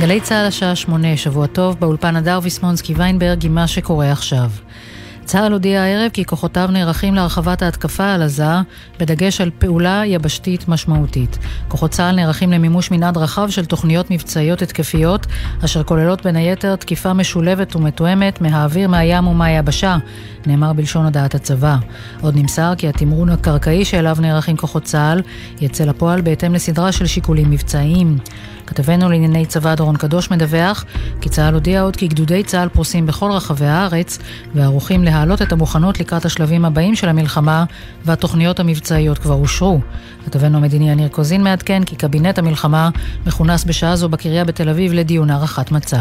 גלי צהל השעה 8, שבוע טוב, באולפן הדר ויסמונסקי ויינברג עם מה שקורה עכשיו. צהל הודיע הערב כי כוחותיו נערכים להרחבת ההתקפה על עזה, בדגש על פעולה יבשתית משמעותית. כוחות צהל נערכים למימוש מנעד רחב של תוכניות מבצעיות התקפיות, אשר כוללות בין היתר תקיפה משולבת ומתואמת מהאוויר, מהים ומהיבשה, נאמר בלשון הודעת הצבא. עוד נמסר כי התמרון הקרקעי שאליו נערכים כוחות צהל יצא לפועל בהתאם לסדרה של שיקולים מבצעיים. כתבנו לענייני צבא דורון קדוש מדווח כי צהל הודיע עוד כי גדודי צהל פרוסים בכל רחבי הארץ וערוכים להעלות את המוכנות לקראת השלבים הבאים של המלחמה, והתוכניות המבצעיות כבר אושרו. כתבנו המדיני יניר קוזין מעדכן כי קבינט המלחמה מכונס בשעה זו בקריה בתל אביב לדיון הערכת מצב.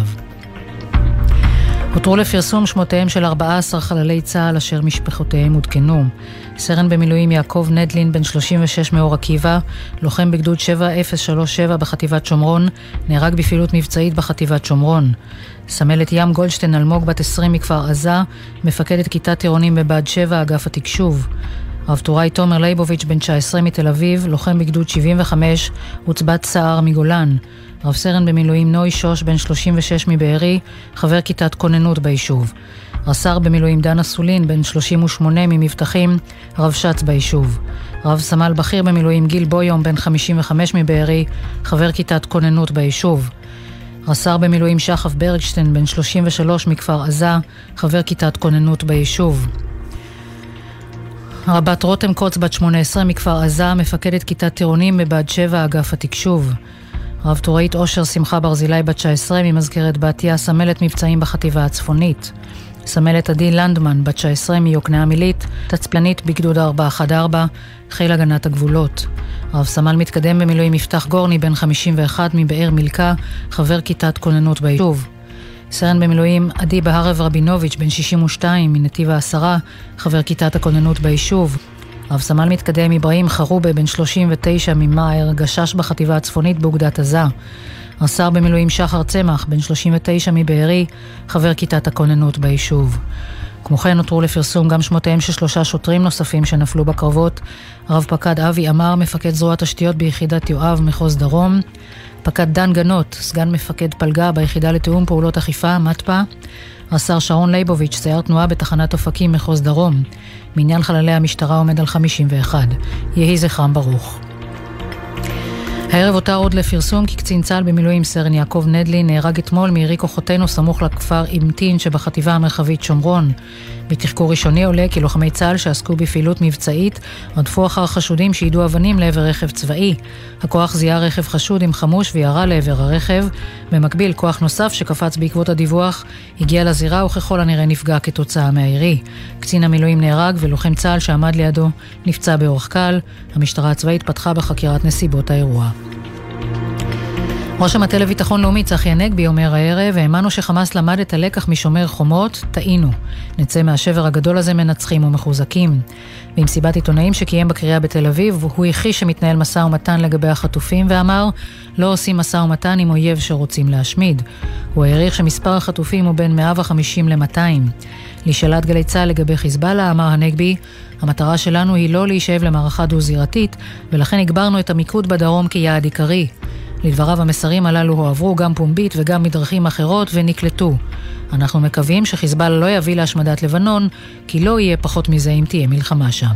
הותרו לפרסום שמותיהם של 14 חללי צהל אשר משפחותיהם עודכנו. סרן במילואים יעקב נדלין בן 36 מאור עקיבא, לוחם בגדוד 7037 בחטיבת שומרון, נהרג בפעילות מבצעית בחטיבת שומרון. סמלת ים גולדשטיין אלמוג בת 20 מכפר עזה, מפקדת כיתת טירונים בבה"ד 7 אגף התקשוב. רב טוראי תומר ליבוביץ' בן 19 מתל אביב, לוחם בגדוד 75, עוצבת סער מגולן. רב סרן במילואים נוי שוש בן 36 מבארי, חבר כיתת כוננות ביישוב. רס"ר במילואים דן אסולין בן 38 ממבטחים, רב שץ ביישוב. רב סמל בכיר במילואים גיל בויום בן 55 מבארי, חבר כיתת כוננות ביישוב. רס"ר במילואים שחף ברגשטיין בן 33 מכפר עזה, חבר כיתת כוננות ביישוב. רבת רותם קוץ בת 18 מכפר עזה, מפקדת כיתת טירונים בבה"ד 7 אגף התקשוב. רב טוראית אושר שמחה ברזילי בת 19 ממזכרת בתיה, סמלת מבצעים בחטיבה הצפונית. סמלת עדי לנדמן בת 19 מיוקנעם עילית, תצפלנית בגדוד 414, חיל הגנת הגבולות. רב סמל מתקדם במילואים יפתח גורני בן 51 מבאר מילכה, חבר כיתת כוננות ביישוב. סרן במילואים עדי בהרב רבינוביץ' בן 62 מנתיב העשרה, חבר כיתת הכוננות ביישוב. רב סמל מתקדם אברהים חרובה בן 39 ממאהר, גשש בחטיבה הצפונית באוגדת עזה. רס"ר במילואים שחר צמח בן 39 מבארי, חבר כיתת הכוננות ביישוב. כמו כן נותרו לפרסום גם שמותיהם של 3 שוטרים נוספים שנפלו בקרבות. רב פקד אבי אמר, מפקד זרוע תשתיות ביחידת יואב מחוז דרום. פקד דן גנות, סגן מפקד פלגה ביחידה לתיאום פעולות אכיפה, מטפה. רס"ר שרון ליבוביץ', סייר תנועה בתחנת אופקים מחוז דרום. מניין חללי המשטרה עומד על 51. יהי זכרם ברוך. הערב הותר עוד לפרסום כי קצין צה"ל במילואים סרן יעקב נדלין נהרג אתמול מירי כוחותינו סמוך לכפר אימתין שבחטיבה המרחבית שומרון. בתחקור ראשוני עולה כי לוחמי צה"ל שעסקו בפעילות מבצעית רדפו אחר חשודים שידעו אבנים לעבר רכב צבאי. הכוח זיהה רכב חשוד עם חמוש וירה לעבר הרכב. במקביל כוח נוסף שקפץ בעקבות הדיווח הגיע לזירה וככל הנראה נפגע כתוצאה מהירי. קצין המילואים נהרג ולוחם צה"ל שעמד לידו נפצע באורח קל. המשטרה הצבאית פתחה בחקירת נסיבות האירוע. ראש המטה לביטחון לאומי צחי הנגבי אומר הערב, האמנו שחמאס למד את הלקח משומר חומות, טעינו. נצא מהשבר הגדול הזה מנצחים ומחוזקים. במסיבת עיתונאים שקיים בקריה בתל אביב, הוא הכחיש שמתנהל משא ומתן לגבי החטופים ואמר, לא עושים משא ומתן עם אויב שרוצים להשמיד. הוא העריך שמספר החטופים הוא בין 150 ל-200. לשאלת גלי צה"ל לגבי חיזבאללה, אמר הנגבי, המטרה שלנו היא לא להישאב למערכה דו-זירתית, ולכן הגברנו את המיקוד בדרום כיעד עיקרי. לדבריו המסרים הללו הועברו גם פומבית וגם מדרכים אחרות ונקלטו. אנחנו מקווים שחיזבאללה לא יביא להשמדת לבנון, כי לא יהיה פחות מזה אם תהיה מלחמה שם.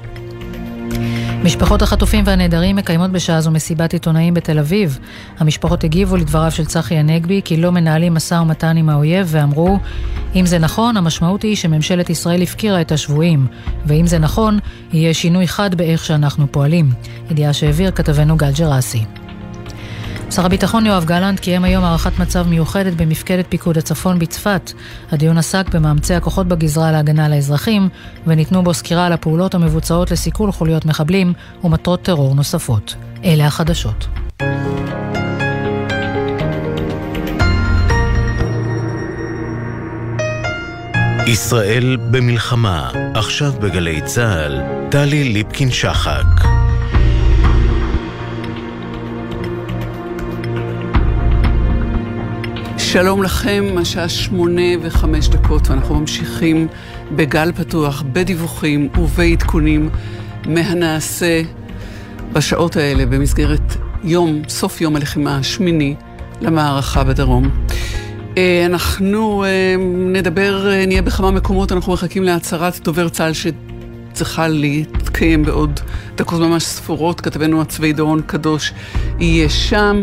משפחות החטופים והנעדרים מקיימות בשעה זו מסיבת עיתונאים בתל אביב. המשפחות הגיבו לדבריו של צחי הנגבי כי לא מנהלים משא ומתן עם האויב ואמרו, אם זה נכון, המשמעות היא שממשלת ישראל הפקירה את השבויים, ואם זה נכון, יהיה שינוי חד באיך שאנחנו פועלים. ידיעה שהעביר כתבנו גל ג'רסי. שר הביטחון יואב גלנט קיים היום הערכת מצב מיוחדת במפקדת פיקוד הצפון בצפת. הדיון עסק במאמצי הכוחות בגזרה להגנה על האזרחים, וניתנו בו סקירה על הפעולות המבוצעות לסיכול חוליות מחבלים ומטרות טרור נוספות. אלה החדשות. ישראל במלחמה, עכשיו בגלי צה"ל, טלי ליפקין שחק. שלום לכם, השעה 8:05 ואנחנו ממשיכים בגל פתוח, בדיווחים ובעדכונים מהנעשה בשעות האלה במסגרת סוף יום הלחימה השמיני למערכה בדרום. אנחנו נהיה בכמה מקומות, אנחנו מחכים להצהרת דובר צה"ל שצריכה להתקיים בעוד דקות ממש ספורות. כתבנו הצבאי דורון קדוש יהיה שם,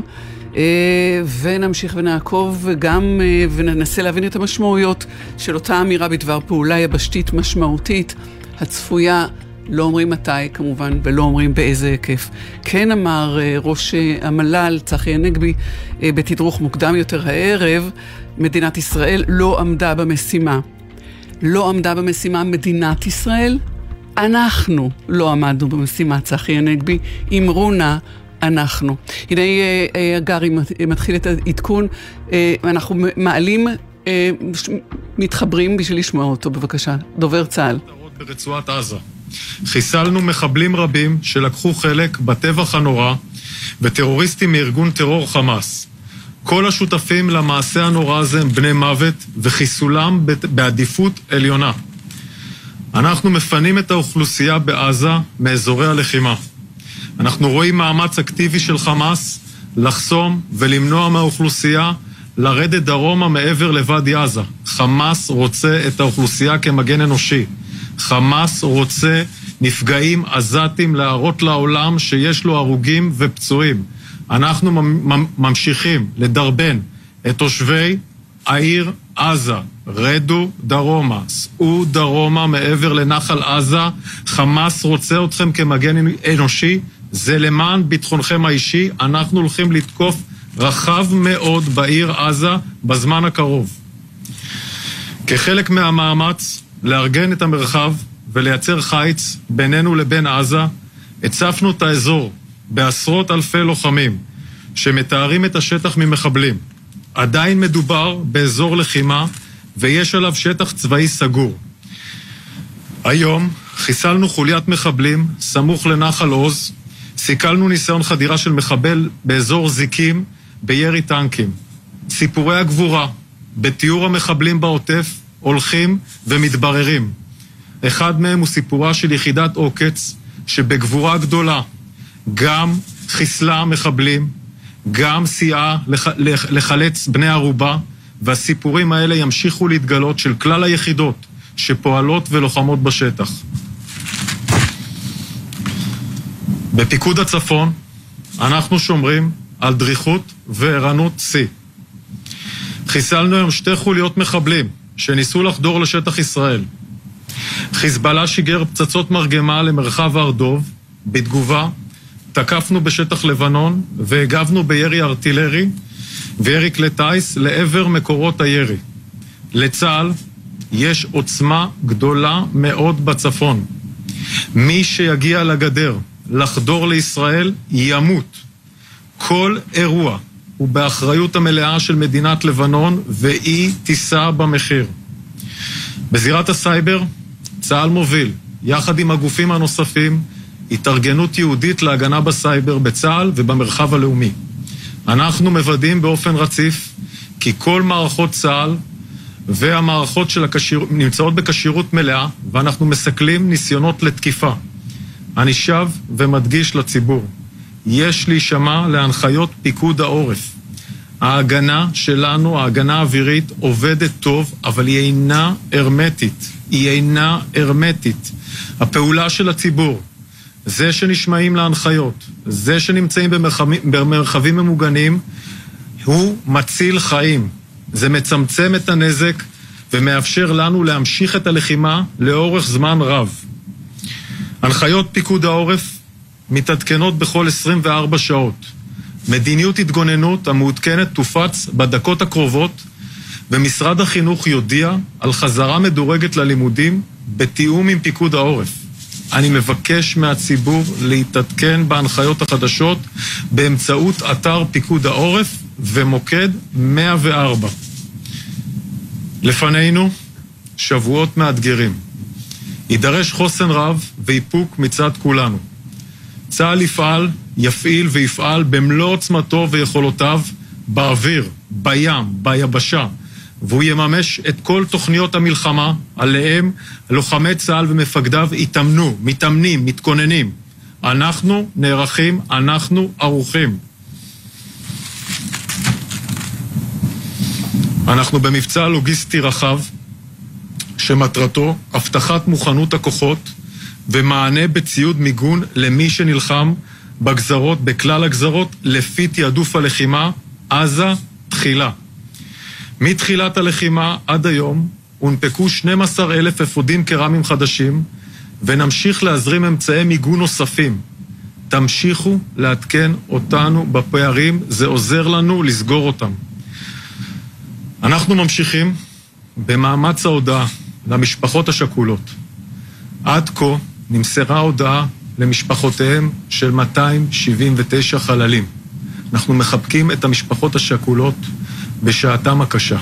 ונמשיך ונעקוב גם וננסה להבין את המשמעויות של אותה אמירה בדבר פעולה יבשתית משמעותית הצפויה. לא אומרים מתי כמובן, ולא אומרים באיזה היקף. כן אמר ראש המל"ל צחי הנגבי בתדרוך מוקדם יותר הערב, מדינת ישראל לא עמדה במשימה. לא עמדה במשימה מדינת ישראל, אנחנו לא עמדנו במשימה, צחי הנגבי, אמרו נא אנחנו. הנה הגרי מתחיל את העדכון, אנחנו מעלים, מתחברים בשביל לשמוע אותו, בבקשה. דובר צה"ל. ברצועת עזה. חיסלנו מחבלים רבים שלקחו חלק בטבח הנורא וטרוריסטים מארגון טרור חמאס. כל השותפים למעשה הנורא הזה הם בני מוות וחיסולם בעדיפות עליונה. אנחנו מפנים את האוכלוסייה בעזה מאזורי הלחימה. אנחנו רואים מאמץ אקטיבי של חמאס לחסום ולמנוע מהאוכלוסייה לרדת דרומה מעבר לוואדי עזה. חמאס רוצה את האוכלוסייה כמגן אנושי. חמאס רוצה נפגעים עזתים להראות לעולם שיש לו הרוגים ופצועים. אנחנו ממשיכים לדרבן את תושבי העיר עזה. רדו דרומה, סעו דרומה מעבר לנחל עזה. חמאס רוצה אתכם כמגן אנושי, זה למען ביטחונכם האישי. אנחנו הולכים לתקוף רחב מאוד בעיר עזה בזמן הקרוב. כחלק מהמאמץ לארגן את המרחב ולייצר חיץ בינינו לבין עזה, הצפנו את האזור בעשרות אלפי לוחמים שמתארים את השטח ממחבלים. עדיין מדובר באזור לחימה ויש עליו שטח צבאי סגור. היום חיסלנו חוליית מחבלים סמוך לנחל עוז, סיכלנו ניסיון חדירה של מחבל באזור זיקים בירי טנקים. סיפורי הגבורה בתיאור המחבלים בעוטף הולכים ומתבררים. אחד מהם הוא סיפורה של יחידת עוקץ, שבגבורה גדולה גם חיסלה מחבלים, גם סייעה לחלץ בני ערובה, והסיפורים האלה ימשיכו להתגלות של כלל היחידות שפועלות ולוחמות בשטח. בפיקוד הצפון אנחנו שומרים על דריכות וערנות שיא. חיסלנו היום 2 חוליות מחבלים שניסו לחדור לשטח ישראל. חיזבאללה שיגר פצצות מרגמה למרחב ארדוב. בתגובה תקפנו בשטח לבנון והגבנו בירי ארטילרי וירי כלי טיס לעבר מקורות הירי. לצה"ל יש עוצמה גדולה מאוד בצפון. מי שיגיע לגדר לחדור לישראל ימות. כל אירוע הוא באחריות המלאה של מדינת לבנון והיא תישא במחיר. בזירת הסייבר צה"ל מוביל יחד עם הגופים הנוספים התארגנות יהודית להגנה בסייבר בצה"ל ובמרחב הלאומי. אנחנו מוודאים באופן רציף כי כל מערכות צה"ל והמערכות נמצאות בקשירות מלאה, ואנחנו מסכלים ניסיונות לתקיפה. אני שב ומדגיש לציבור, יש להישמע להנחיות פיקוד העורף. ההגנה שלנו, ההגנה האווירית, עובדת טוב, אבל היא אינה הרמטית. היא אינה הרמטית. הפעולה של הציבור, זה שנשמעים להנחיות, זה שנמצאים במרחבים ממוגנים, הוא מציל חיים. זה מצמצם את הנזק ומאפשר לנו להמשיך את הלחימה לאורך זמן רב. הנחיות פיקוד העורף מתעדכנות בכל 24 שעות. מדיניות התגוננות המעודכנת תופץ בדקות הקרובות, ומשרד החינוך יודיע על חזרה מדורגת ללימודים בתיאום עם פיקוד העורף. אני מבקש מהציבור להתעדכן בהנחיות החדשות באמצעות אתר פיקוד העורף ומוקד 104. לפנינו שבועות מאתגרים. יידרש חוסן רב ואיפוק מצד כולנו. צה"ל יפעיל ויפעל במלוא עוצמתו ויכולותיו באוויר, בים, ביבשה, והוא יממש את כל תוכניות המלחמה עליהם לוחמי צה"ל ומפקדיו התאמנו, מתאמנים, מתכוננים. אנחנו נערכים, אנחנו ערוכים. אנחנו במבצע לוגיסטי רחב, שמטרתו הבטחת מוכנות הכוחות ומענה בציוד מיגון למי שנלחם בגזרות, בכלל הגזרות, לפי תיעדוף הלחימה, עזה תחילה. מתחילת הלחימה עד היום הונפקו 12,000 אפודים קרמיים חדשים, ונמשיך להזרים אמצעי מיגון נוספים. תמשיכו להתקן אותנו בפערים, זה עוזר לנו לסגור אותם. אנחנו ממשיכים במאמץ ההודעה למשפחות השכולות. עד כה נמסרה הודעה למשפחותיהם של 279 חללים. אנחנו מחבקים את המשפחות השכולות בשעתם הקשה.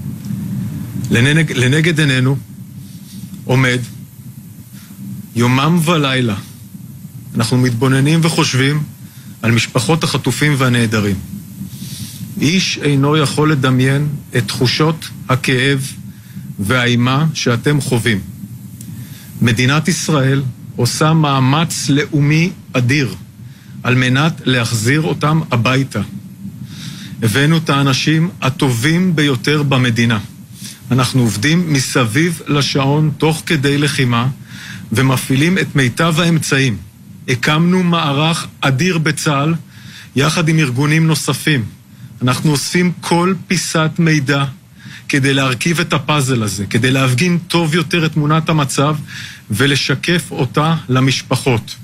לנגד עינינו עומד יומם ולילה. אנחנו מתבוננים וחושבים על משפחות החטופים והנעדרים. איש אינו יכול לדמיין את תחושות הכאב והאימה שאתם חווים. מדינת ישראל עושה מאמץ לאומי אדיר על מנת להחזיר אותם הביתה. הבאנו את האנשים הטובים ביותר במדינה. אנחנו עובדים מסביב לשעון תוך כדי לחימה ומפעילים את מיטב האמצעים. הקמנו מערך אדיר בצה"ל יחד עם ארגונים נוספים. אנחנו עושים כל פיסת מידע כדי להרכיב את הפאזל הזה, כדי להפגין טוב יותר את תמונת המצב ולשקף אותה למשפחות.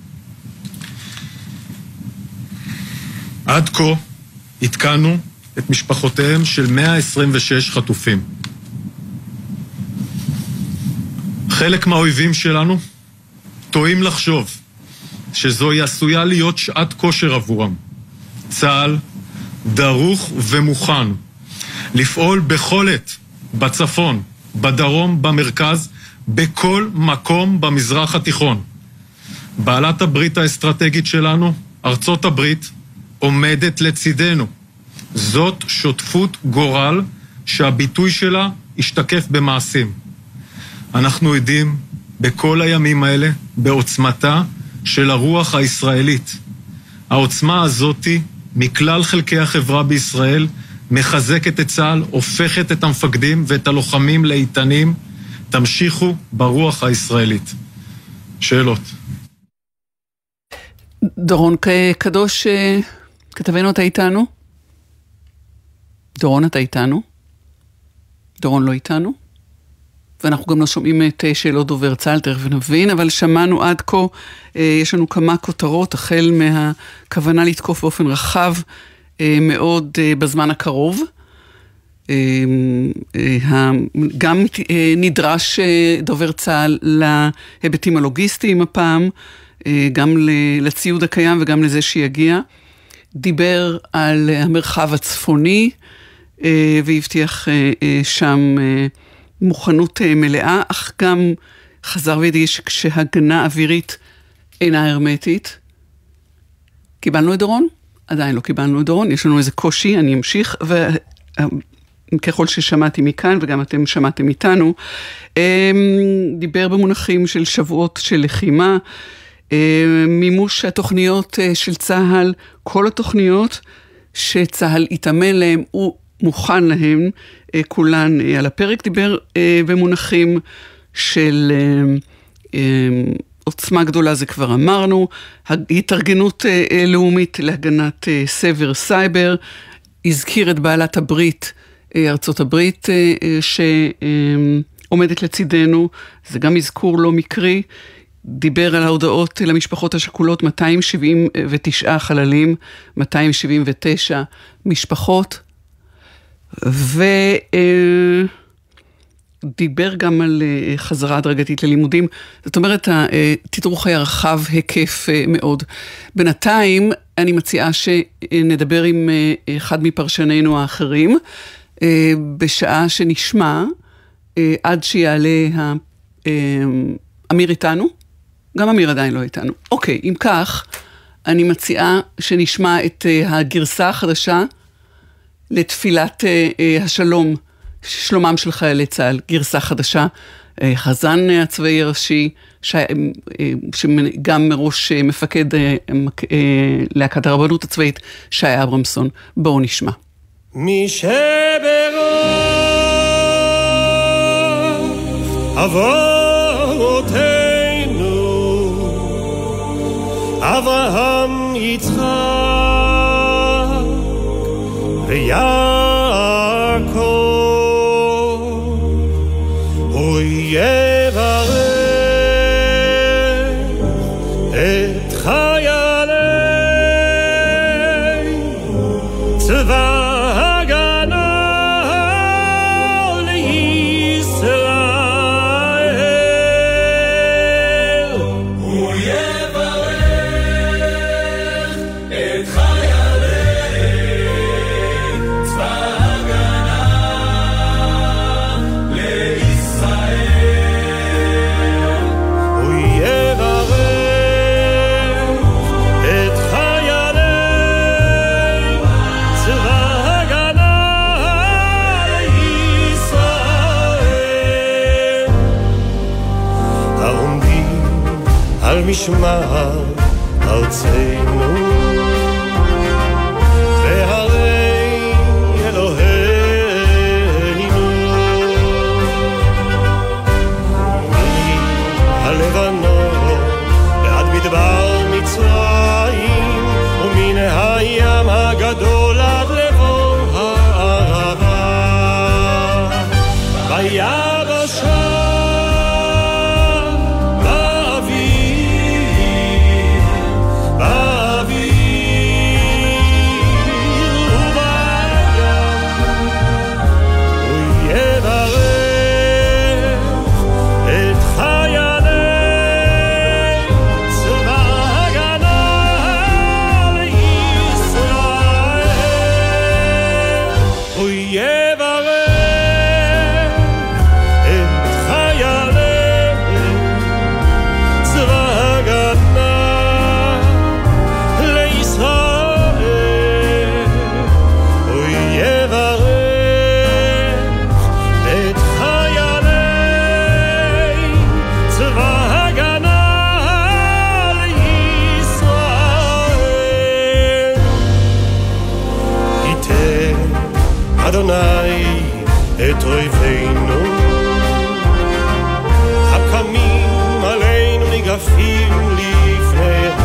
עד כה התקנו את משפחותיהם של 126 חטופים. חלק מהאויבים שלנו טועים לחשוב שזוהי עשויה להיות שעת כושר עבורם. צה"ל דרוך ומוכן לפעול בכל עת, בצפון, בדרום, במרכז, בכל מקום במזרח התיכון. בעלת הברית האסטרטגית שלנו, ארצות הברית, עומדת לצידנו. זאת שותפות גורל שהביטוי שלה ישתקף במעשים. אנחנו עדים בכל הימים האלה בעוצמתה של הרוח הישראלית. העוצמה הזאת מכלל חלקי החברה בישראל מחזקת את צה"ל, הופכת את המפקדים ואת הלוחמים לאיתנים. תמשיכו ברוח הישראלית. שאלות. דורון קדוש, כתבנו, אתה איתנו? דורון, אתה איתנו? דורון לא איתנו? ואנחנו גם לא שומעים את שאלות דובר צה"ל, תכף נבין, אבל שמענו עד כה, יש לנו כמה כותרות, החל מהכוונה לתקוף באופן רחב מאוד בזמן הקרוב. גם נדרש דובר צה"ל להיבטים הלוגיסטיים הפעם, גם לציוד הקיים וגם לזה שיגיע. דיבר על המרחב הצפוני, והבטיח שם מוכנות מלאה, אך גם חזר והדגיש כשהגנה אווירית אינה הרמטית. קיבלנו את דורון? עדיין לא קיבלנו את דורון, יש לנו איזה קושי, אני אמשיך, וככל ששמעתי מכאן, וגם אתם שמעתם איתנו, דיבר במונחים של שבועות של לחימה, מימוש התוכניות של צה"ל, כל התוכניות שצה"ל יתאמן להם, הוא מוכן להם, כולן על הפרק. דיבר במונחים של עוצמה גדולה, זה כבר אמרנו, התארגנות לאומית להגנת סבר סייבר, הזכיר את בעלת הברית, ארצות הברית, שעומדת לצידנו, זה גם אזכור לא מקרי. דיבר על ההודעות למשפחות השכולות, 279 חללים, 279 משפחות, ודיבר גם על חזרה הדרגתית ללימודים. זאת אומרת, התדרוך היה רחב היקף מאוד. בינתיים אני מציעה שנדבר עם אחד מפרשנינו האחרים, בשעה שנשמע, עד שיעלה אמיר איתנו. גם אמיר עדיין לא איתנו. אוקיי, אם כך, אני מציעה שנשמע את הגרסה החדשה לתפילת השלום, שלומם של חיילי צה"ל, גרסה חדשה, חזן הצבאי הראשי, שגם מראש מפקד להקת הרבנות הצבאית, שי אברמסון. בואו נשמע. מי שבראש אבותינו אברהם יצחק ויעקב הוא יברך את חיילי צבא משמר ארצנו והרי אלוהינו מהלבנון ועד מדבר מצרים ומן הים הגדול עד לבוא הערבה ביבשה אדוני את אויבינו הקמים עלינו ניגפים לפניהם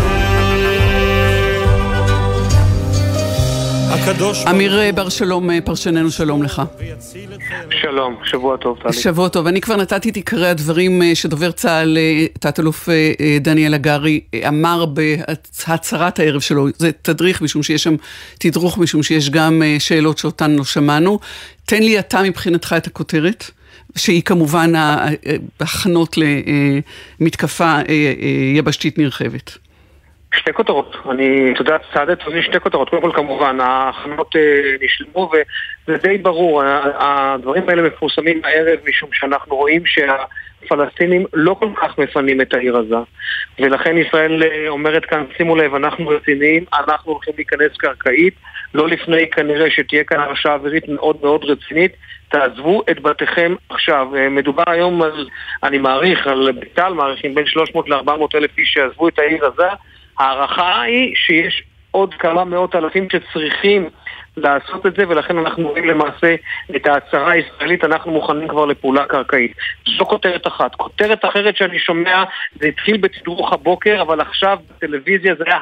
הקדוש אמיר בר שלום פרשננו שלום לך. שלום, שבוע טוב טלי. שבוע טוב, אני כבר נתתי את עיקרי הדברים שדובר צה"ל תת-אלוף דניאל הגרי אמר בהצהרת הערב שלו. זה תדריך משום שיש שם תדרוך, משום שיש גם שאלות שאותן לא שמענו. תן לי אתה מבחינתך את הכותרת, שהיא כמובן ההכנות למתקפה יבשתית נרחבת. שתי כותרות, אני תודעת צעדת שתי כותרות, קודם כל כמובן ההכנות נשלמו וזה די ברור, הדברים האלה מפורסמים הערב משום שאנחנו רואים שהפלסטינים לא כל כך מפנים את העיר עזה ולכן ישראל אומרת כאן, שימו לב, אנחנו רציניים, אנחנו הולכים להיכנס קרקעית, לא לפני כנראה שתהיה כאן הרשעה אווירית מאוד מאוד רצינית, תעזבו את בתיכם עכשיו. מדובר היום על, אני מעריך, על ביטל מעריכים בין 300 ל-400 אלף איש שעזבו את העיר עזה. הערכה היא שיש עוד כמה מאות אלפים שצריכים לעשות את זה, ולכן אנחנו רואים למעשה את ההצהרה הישראלית, אנחנו מוכנים כבר לפעולה קרקעית. זו כותרת אחת. כותרת אחרת שאני שומע, זה התחיל בתדרוך הבוקר, אבל עכשיו בטלוויזיה זה היה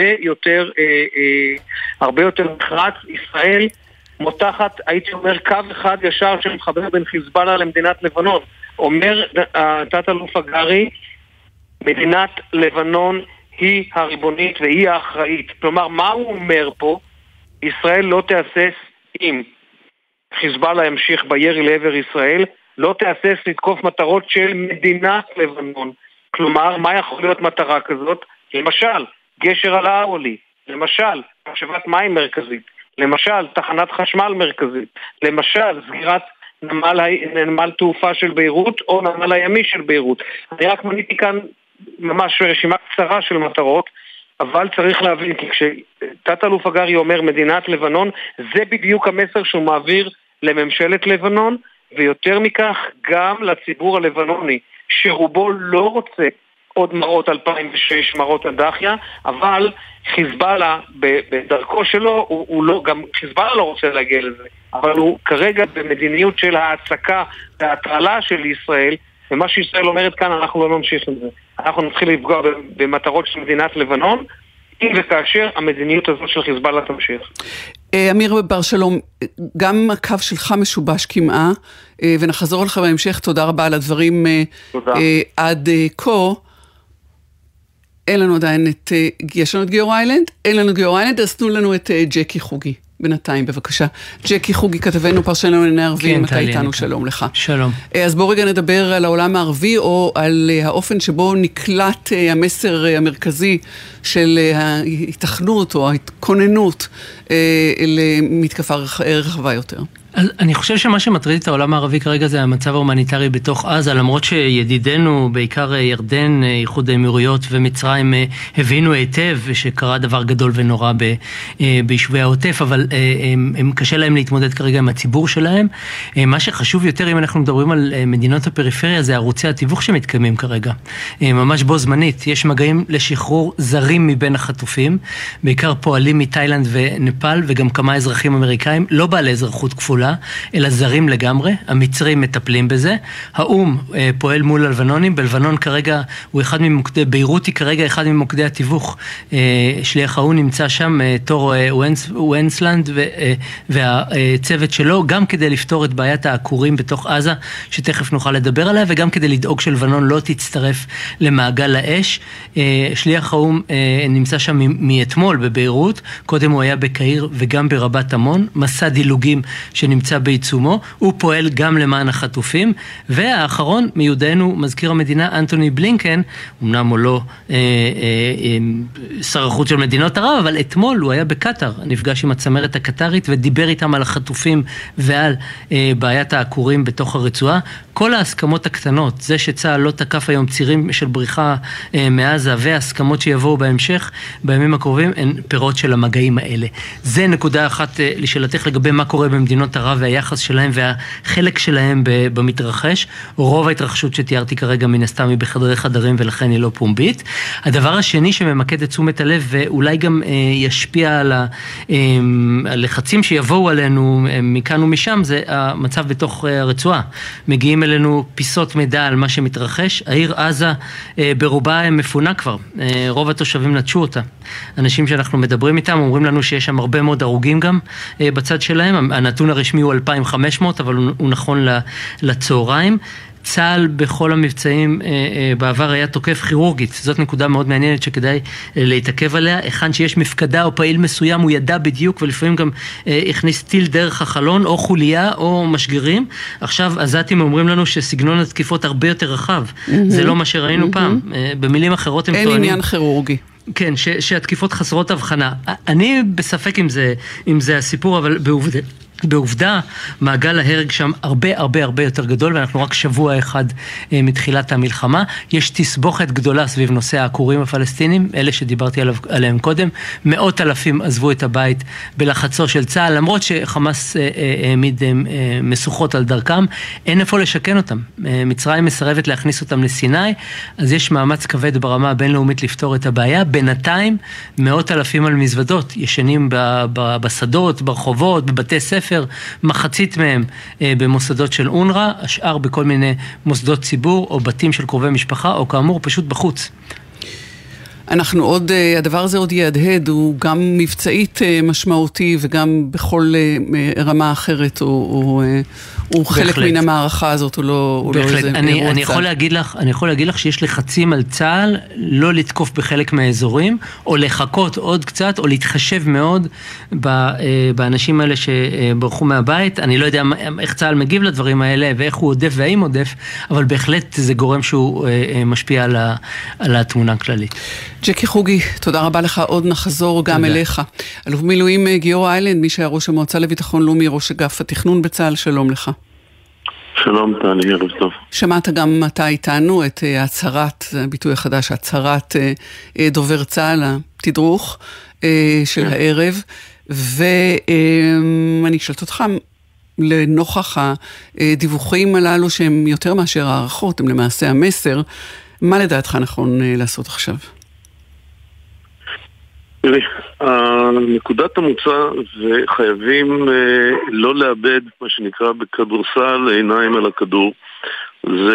הרבה יותר נחרץ. ישראל מותחת, הייתי אומר, קו אחד ישר שמחבר בין חיזבאללה למדינת לבנון. אומר תת-אלוף הגרי, מדינת לבנון היא הריבונית והיא האחראית. כלומר, מה הוא אומר פה? ישראל לא תהסס אם חיזבאללה ימשיך בירי לעבר ישראל, לא תהסס לתקוף מטרות של מדינת לבנון. כלומר, מה יכול להיות מטרה כזאת? למשל, גשר על האוולי, למשל, משאבת מים מרכזית, למשל, תחנת חשמל מרכזית, למשל, סגירת נמל תעופה של ביירות או נמל הימי של ביירות. אני רק מניתי כאן ממש רשימה קצרה של מטרות, אבל צריך להבין, כי כשתת-אלוף הגרי אומר מדינת לבנון, זה בדיוק המסר שהוא מעביר לממשלת לבנון, ויותר מכך גם לציבור הלבנוני, שרובו לא רוצה עוד מראות 2006, מראות הדחיה, אבל חיזבאללה בדרכו שלו, הוא לא, גם חיזבאללה לא רוצה להגיע לזה, אבל הוא כרגע במדיניות של ההעסקה וההטרלה של ישראל, ומה שישראל אומרת כאן, אנחנו לא נמשיך עם זה. אנחנו נתחיל לפגוע במטרות של מדינת לבנון, אם וכאשר המדיניות הזאת של חיזבאללה תמשיך. אמיר בר שלום, גם הקו שלך משובש כמעה, ונחזור לך בהמשך. תודה רבה על הדברים עד כה. אין לנו עדיין יש לנו את גיאור איילנד? אין לנו גיאור איילנד, אז תנו לנו את ג'קי חוגי. בינתיים, בבקשה. ג'קי חוגי, כתבנו פרשן לענייני ערבים, אתה איתנו, שלום לך. שלום. אז בואו רגע נדבר על העולם הערבי, או על האופן שבו נקלט המסר המרכזי של ההתכנות או ההתכוננות למתקפה רחבה יותר. אני חושב שמה שמטריד את העולם הערבי כרגע זה המצב ההומניטרי בתוך עזה, למרות שידידינו, בעיקר ירדן, איחוד האמירויות ומצרים, הבינו היטב שקרה דבר גדול ונורא ביישובי העוטף, אבל הם קשה להם להתמודד כרגע עם הציבור שלהם. מה שחשוב יותר, אם אנחנו מדברים על מדינות הפריפריה, זה ערוצי התיווך שמתקיימים כרגע. ממש בו זמנית, יש מגעים לשחרור זרים מבין החטופים, בעיקר פועלים מתאילנד ונפאל, וגם כמה אזרחים אמריקאים, לא בעלי אזרחות כפולה, אלא זרים לגמרי. המצרים מטפלים בזה. האום פועל מול הלבנונים. בלבנון כרגע הוא אחד ממוקדי, ביירות היא כרגע אחד ממוקדי התיווך. שליח האום נמצא שם, תור וונסלנד והצוות שלו, גם כדי לפתור את בעיית העקורים בתוך עזה, שתכף נוכל לדבר עליה, וגם כדי לדאוג שלבנון לא תצטרף למעגל האש. שליח האום נמצא שם מאתמול בביירות. קודם הוא היה בקהיר וגם ברבת עמון. מסע דילוגים שנמצא בעיצומו, הוא פועל גם למען החטופים, והאחרון מיודענו מזכיר המדינה אנטוני בלינקן, אמנם הוא לא שר החוץ של מדינות ערב, אבל אתמול הוא היה בקטר, נפגש עם הצמרת הקטרית ודיבר איתם על החטופים ועל בעיית העקורים בתוך הרצועה. כל ההסכמות הקטנות, זה שצה"ל לא תקף היום צירים של בריחה מעזה, וההסכמות שיבואו בהמשך, בימים הקרובים, הן פירות של המגעים האלה. זה נקודה אחת לשאלתך לגבי מה קורה במדינות ערב והיחס שלהם והחלק שלהם במתרחש. רוב ההתרחשות שתיארתי כרגע מן הסתם היא בחדרי חדרים ולכן היא לא פומבית. הדבר השני שממקד את תשומת הלב ואולי גם ישפיע על הלחצים שיבואו עלינו מכאן ומשם, זה המצב בתוך הרצועה. מגיעים אלינו פיסות מידע על מה שמתרחש. העיר עזה ברובה מפונה כבר. רוב התושבים נטשו אותה. אנשים שאנחנו מדברים איתם אומרים לנו שיש שם הרבה מאוד הרוגים גם בצד שלהם. הנתון הרשמי הוא 2,500, אבל הוא נכון לצהריים. צה"ל בכל המבצעים בעבר היה תוקף כירורגית. זאת נקודה מאוד מעניינת שכדאי להתעכב עליה. היכן שיש מפקדה או פעיל מסוים, הוא ידע בדיוק, ולפעמים גם הכניס טיל דרך החלון, או חוליה או משגרים. עכשיו עזתים אומרים לנו שסגנון התקיפות הרבה יותר רחב. זה לא מה שראינו פעם. במילים אחרות הם טוענים... אין עניין כירורגי. כן, שהתקיפות חסרות הבחנה. אני בספק אם זה הסיפור, אבל בעובדה, מעגל ההרג שם הרבה יותר גדול, ואנחנו רק שבוע אחד מתחילת המלחמה. יש תסבוכת גדולה סביב נושא העקורים הפלסטינים, אלה שדיברתי עליהם קודם. 100,000 עזבו את הבית בלחצו של צה"ל, למרות שחמאס העמיד משוכות על דרכם, אין איפה לשכן אותם. מצרים מסרבת להכניס אותם לסיני, אז יש מאמץ כבד ברמה הבינלאומית לפתור את הבעיה. בינתיים 100,000 על מזוודות, ישנים בשדות, ברחובות, בבתי ספר, מחצית מהם במוסדות של אונר"א, השאר בכל מיני מוסדות ציבור או בתים של קרובי משפחה, או כאמור פשוט בחוץ. אנחנו עוד, הדבר הזה עוד יהדהד, הוא גם מבצעית משמעותי וגם בכל רמה אחרת, הוא חלק מן המערכה הזאת, הוא לא איזה אירוע צה"ל. אני יכול להגיד לך שיש לחצים על צה"ל לא לתקוף בחלק מהאזורים, או לחכות עוד קצת, או להתחשב מאוד באנשים האלה שברחו מהבית. אני לא יודע איך צה"ל מגיב לדברים האלה, ואיך הוא עודף והאם עודף, אבל בהחלט זה גורם שהוא משפיע על התמונה הכללית. ג'קי חוגי, תודה רבה לך, עוד נחזור גם אליך. אלוף מילואים גיאור איילנד, מי שהיה ראש המועצה לביטחון לאומי, ראש אגף התכנון בצה"ל, שלום לך. שלום, טלי, ערב טוב. שמעת גם אתה איתנו את הצהרת, הביטוי החדש, הצהרת דובר צה"ל, התדרוך של הערב, ואני שואלת אותך, לנוכח הדיווחים הללו שהם יותר מאשר הערכות, הם למעשה המסר, מה לדעתך נכון לעשות עכשיו? תראי, נקודת המוצא זה חייבים לא לאבד מה שנקרא בכדורסל עיניים על הכדור. זה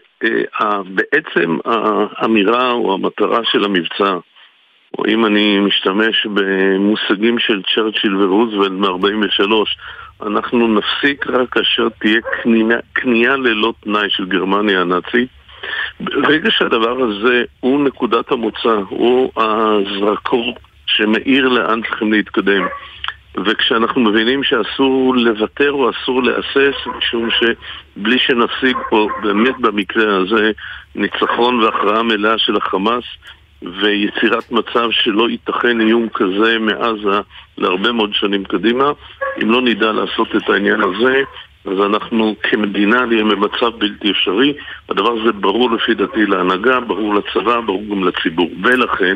שבעצם האמירה או המטרה של המבצע, או אם אני משתמש במושגים של צ'רצ'יל ורוזוולט מ-43, אנחנו נפסיק רק כאשר תהיה קנייה ללא תנאי של גרמניה הנאצית. ברגע שהדבר הזה הוא נקודת המוצא, הוא הזרקור שמאיר לאן צריכים להתקדם. וכשאנחנו מבינים שאסור לוותר או אסור לאסס, משום שבלי שנשיג פה באמת במקרה הזה ניצחון והכרעה מלאה של החמאס, ויצירת מצב שלא ייתכן איום כזה מעזה להרבה מאוד שנים קדימה, אם לא נדע לעשות את העניין הזה, אז אנחנו כמדינה נהיה במצב בלתי אפשרי. הדבר הזה ברור לפי דעתי להנהגה, ברור לצבא, ברור גם לציבור. ולכן,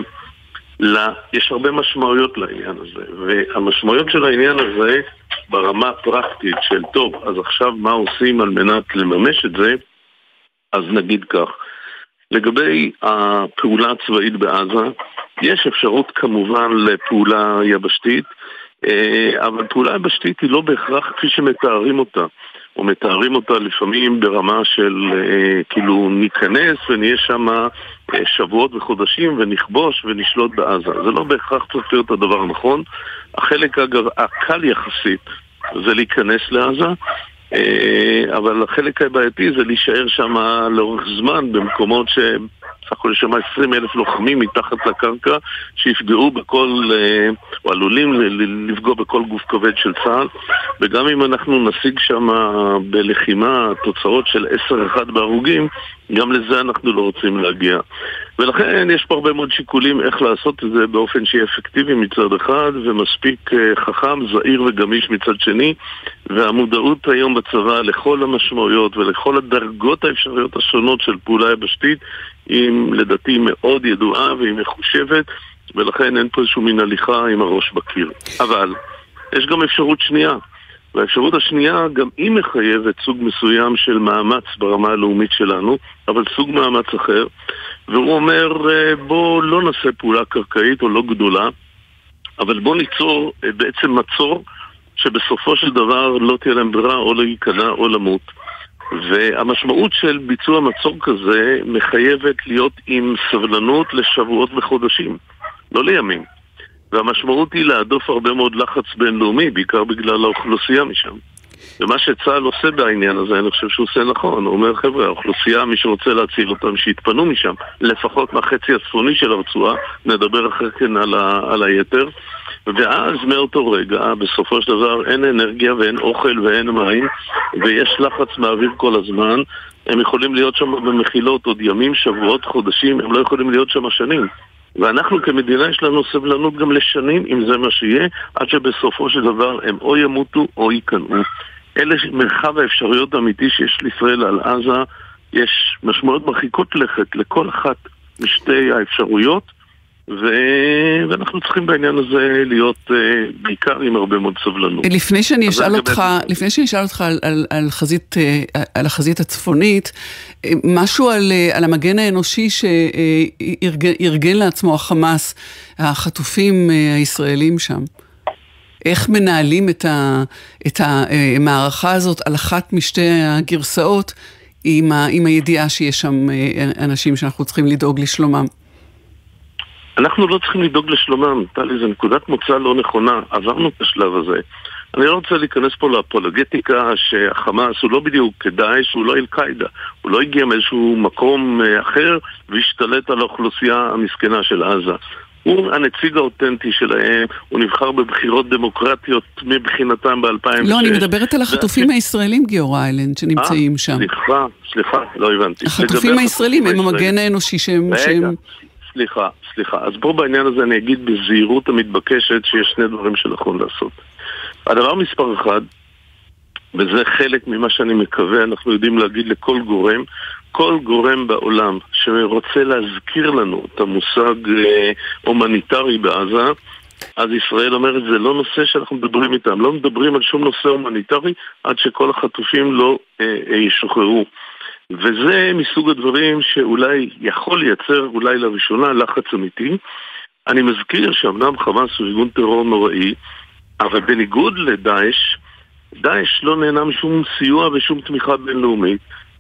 יש הרבה משמעויות לעניין הזה, והמשמעויות של העניין הזה ברמה הפרקטית של טוב, אז עכשיו מה עושים על מנת לממש את זה, אז נגיד כך. לגבי הפעולה הצבאית בעזה, יש אפשרות כמובן לפעולה יבשתית, אבל פעולה יבשתית היא לא בהכרח כפי שמתארים אותה, או מתארים אותה לפעמים ברמה של כאילו ניכנס ונהיה שם שבועות וחודשים ונכבוש ונשלוט בעזה. זה לא בהכרח צריך להיות הדבר הנכון. החלק אגב הקל יחסית זה להיכנס לעזה, אבל החלק הבעייתי זה להישאר שם לאורך זמן במקומות סך הכל יש שם 20,000 לוחמים מתחת לקרקע שיפגעו בכל, או עלולים לפגוע בכל גוף כבד של צה"ל. וגם אם אנחנו נשיג שם בלחימה תוצאות של 10-1 בהרוגים, גם לזה אנחנו לא רוצים להגיע. ולכן יש פה הרבה מאוד שיקולים איך לעשות את זה באופן שיהיה אפקטיבי מצד אחד ומספיק חכם, זהיר וגמיש מצד שני. והמודעות היום בצבא לכל המשמעויות ולכל הדרגות האפשריות השונות של פעולה יבשתית היא לדעתי מאוד ידועה והיא מחושבת, ולכן אין פה איזשהו מין הליכה עם הראש בקיר. אבל יש גם אפשרות שנייה, והאפשרות השנייה גם היא מחייבת סוג מסוים של מאמץ ברמה הלאומית שלנו, אבל סוג מאמץ אחר, והוא אומר בוא לא נעשה פעולה קרקעית או לא גדולה, אבל בוא ניצור בעצם מצור שבסופו של דבר לא תהיה להם ברירה או להיכנע או למות. והמשמעות של ביצוע מצור כזה מחייבת להיות עם סבלנות לשבועות וחודשים, לא לימים. והמשמעות היא להדוף הרבה מאוד לחץ בינלאומי, בעיקר בגלל האוכלוסייה משם. ומה שצה"ל עושה בעניין הזה, אני חושב שהוא עושה נכון. הוא אומר, חבר'ה, האוכלוסייה, מי שרוצה להציל אותם, שיתפנו משם, לפחות מהחצי הצפוני של הרצועה, נדבר אחר כן על היתר. ואז מאותו רגע, בסופו של דבר, אין אנרגיה ואין אוכל ואין מים, ויש לחץ מהאוויר כל הזמן. הם יכולים להיות שם במחילות עוד ימים, שבועות, חודשים, הם לא יכולים להיות שם שנים. ואנחנו כמדינה יש לנו סבלנות גם לשנים, אם זה מה שיהיה, עד שבסופו של דבר הם או ימותו או ייכנעו. אלה מרחב האפשרויות האמיתי שיש לישראל על עזה, יש משמעויות מרחיקות לכת לכל אחת משתי האפשרויות, ואנחנו צריכים בעניין הזה להיות בעיקר עם הרבה מאוד סבלנות. לפני שאני אשאל אותך על החזית הצפונית, משהו על המגן האנושי שארגן לעצמו החמאס, החטופים הישראלים שם. איך מנהלים את המערכה הזאת על אחת משתי הגרסאות עם הידיעה שיש שם אנשים שאנחנו צריכים לדאוג לשלומם? אנחנו לא צריכים לדאוג לשלומם, טלי, זו נקודת מוצא לא נכונה, עברנו את השלב הזה. אני לא רוצה להיכנס פה לאפולוגטיקה שהחמאס הוא לא בדיוק כדאעש, הוא לא אל-קאידה, הוא לא הגיע מאיזשהו מקום אחר והשתלט על האוכלוסייה המסכנה של עזה. הוא הנציג האותנטי שלהם, הוא נבחר בבחירות דמוקרטיות מבחינתם ב-2006. לא, אני מדברת על החטופים הישראלים, גיורא איילנד, שנמצאים שם. סליחה, לא הבנתי. החטופים הישראלים הם המגן האנושי שהם... סליחה, אז פה בעניין הזה אני אגיד בזהירות המתבקשת שיש שני דברים שנכון לעשות. הדבר מספר אחד, וזה חלק ממה שאני מקווה, אנחנו יודעים להגיד לכל גורם, כל גורם בעולם שרוצה להזכיר לנו את המושג הומניטרי בעזה, אז ישראל אומרת, זה לא נושא שאנחנו מדברים איתם, לא מדברים על שום נושא הומניטרי עד שכל החטופים לא ישוחררו. וזה מסוג הדברים שאולי יכול לייצר אולי לראשונה לחץ אמיתי. אני מזכיר שאמנם חמאס הוא ארגון טרור נוראי, אבל בניגוד לדאעש, דאעש לא נהנה משום סיוע ושום תמיכה בינלאומית.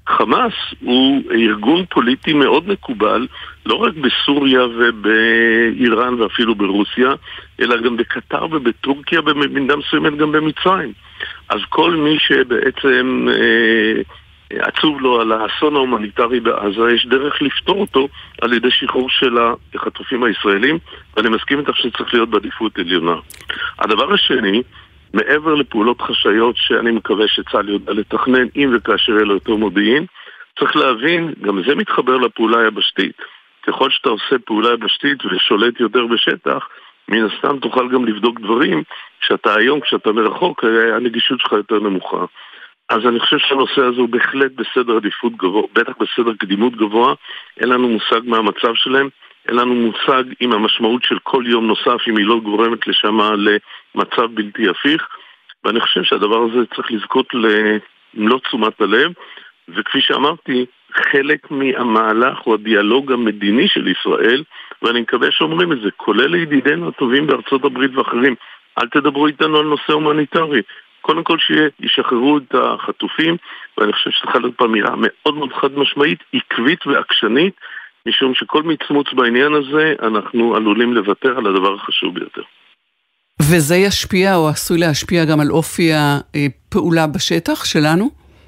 חמאס הוא ארגון פוליטי מאוד מקובל, לא רק בסוריה ובאיראן ואפילו ברוסיה, אלא גם בקטר ובטורקיה, במידה מסוימת גם במצרים. אז כל מי שבעצם עצוב לו על האסון ההומניטרי בעזה, יש דרך לפתור אותו על ידי שחרור של החטופים הישראלים, ואני מסכים איתך שצריך להיות בעדיפות עליונה. הדבר השני, מעבר לפעולות חשאיות שאני מקווה שצה"ל יודע לתכנן, אם וכאשר יהיה לו יותר מודיעין, צריך להבין, גם זה מתחבר לפעולה היבשתית. ככל שאתה עושה פעולה יבשתית ושולט יותר בשטח, מן הסתם תוכל גם לבדוק דברים שאתה היום, כשאתה מרחוק, הנגישות שלך יותר נמוכה. אז אני חושב שהנושא הזה הוא בהחלט בסדר עדיפות גבוה, בטח בסדר קדימות גבוה. אין לנו מושג מה המצב שלהם, אין לנו מושג עם המשמעות של כל יום נוסף, אם היא לא גורמת לשם למצב בלתי הפיך, ואני חושב שהדבר הזה צריך לזכות למלוא תשומת הלב, וכפי שאמרתי, חלק מהמהלך הוא הדיאלוג המדיני של ישראל, ואני מקווה שאומרים את זה, כולל לידידינו הטובים בארצות הברית ואחרים, אל תדברו איתנו על נושא הומניטרי, קודם כל שישחררו את החטופים, ואני חושב שצריכה להיות פה אמירה מאוד מאוד חד משמעית, עקבית ועקשנית, משום שכל מצמוץ בעניין הזה אנחנו עלולים לוותר על הדבר החשוב ביותר. וזה ישפיע או עשוי להשפיע גם על אופי הפעולה בשטח שלנו?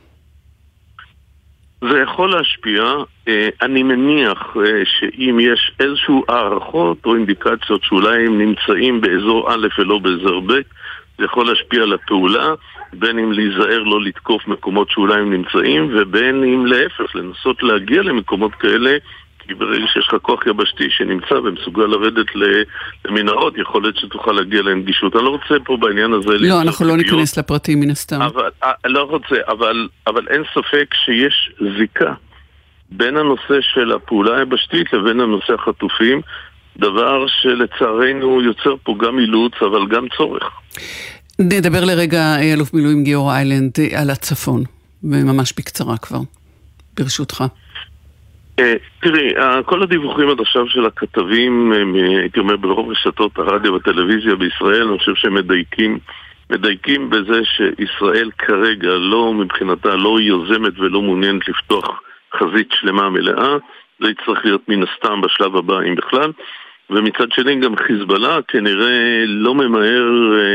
זה יכול להשפיע. אני מניח שאם יש איזשהו הערכות או אינדיקציות שאולי הם נמצאים באזור א' ולא באזור ב', זה יכול להשפיע על הפעולה, בין אם להיזהר לא לתקוף מקומות שאולי הם נמצאים, ובין אם להפך, לנסות להגיע למקומות כאלה, כי ברגע שיש לך כוח יבשתי שנמצא ומסוגל לרדת למנהרות, יכול להיות שתוכל להגיע להנגישות. אני לא רוצה פה בעניין הזה... לא, אנחנו לא ניכנס לפרטים מן הסתם. לא רוצה, אבל אין ספק שיש זיקה בין הנושא של הפעולה היבשתית לבין הנושא החטופים, דבר שלצערנו יוצר פה גם אילוץ, אבל גם צורך. נדבר לרגע, אלוף מילואים גיורא איילנד, על הצפון, וממש בקצרה כבר, ברשותך. תראי, כל הדיווחים עד עכשיו של הכתבים, הייתי אומר ברוב רשתות הרדיו והטלוויזיה בישראל, אני חושב שהם מדייקים בזה שישראל כרגע לא, מבחינתה לא יוזמת ולא מעוניינת לפתוח חזית שלמה מלאה, זה יצטרך להיות מן הסתם בשלב הבא אם בכלל, ומצד שני גם חיזבאללה כנראה לא ממהר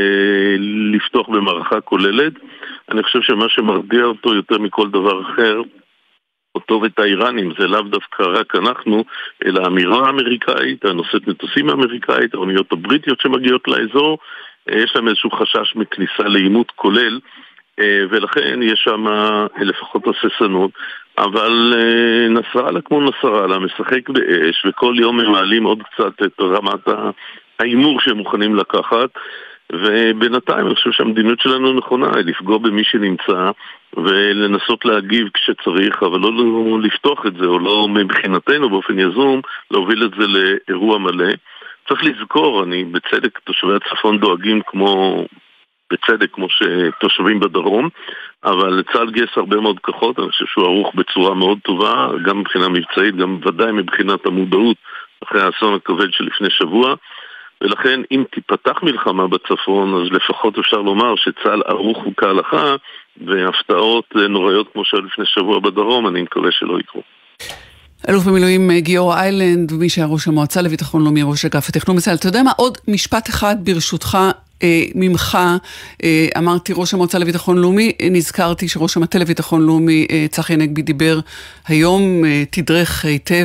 לפתוח במערכה כוללת. אני חושב שמה שמרגיע אותו יותר מכל דבר אחר, אותו ואת האיראנים, זה לאו דווקא רק אנחנו, אלא האמירה האמריקאית, הנושאת מטוסים האמריקאית, האוניות הבריטיות שמגיעות לאזור, יש להם איזשהו חשש מכניסה לעימות כולל, ולכן יש שם לפחות הססנות, אבל נסראללה כמו נסראללה משחק באש, וכל יום הם מעלים עוד קצת את רמת האימור שהם מוכנים לקחת, ובינתיים אני חושב שהמדיניות שלנו נכונה, היא לפגוע במי שנמצא ולנסות להגיב כשצריך, אבל לא לפתוח את זה, או לא מבחינתנו באופן יזום להוביל את זה לאירוע מלא. צריך לזכור, אני בצדק, תושבי הצפון דואגים בצדק כמו שתושבים בדרום, אבל צה"ל גייס הרבה מאוד כוחות, אני חושב שהוא ערוך בצורה מאוד טובה, גם מבחינה מבצעית, גם ודאי מבחינת המודעות אחרי האסון הכבד שלפני שבוע, ולכן אם תיפתח מלחמה בצפון, אז לפחות אפשר לומר שצה"ל ערוך הוא כהלכה, והפתעות נוראיות כמו שהיה לפני שבוע בדרום, אני מקווה שלא יקרו. אלוף במילואים גיורא איילנד, ומי שהיה ראש המועצה לביטחון לאומי, ראש אגף התכנון בצה"ל. אתה יודע מה? עוד משפט אחד ברשותך ממך, אמרתי ראש המועצה לביטחון לאומי, נזכרתי שראש המטה לביטחון לאומי צחי הנגבי דיבר היום, תדרך היטב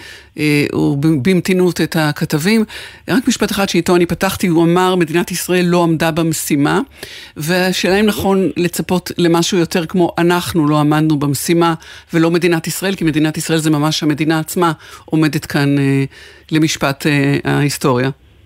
ובמתינות את הכתבים. רק משפט אחד שאיתו אני פתחתי, הוא אמר מדינת ישראל לא עמדה במשימה, והשאלה אם נכון לצפות למשהו יותר כמו אנחנו לא עמדנו במשימה ולא מדינת ישראל, כי מדינת ישראל זה ממש המדינה עצמה עומדת כאן למשפט ההיסטוריה.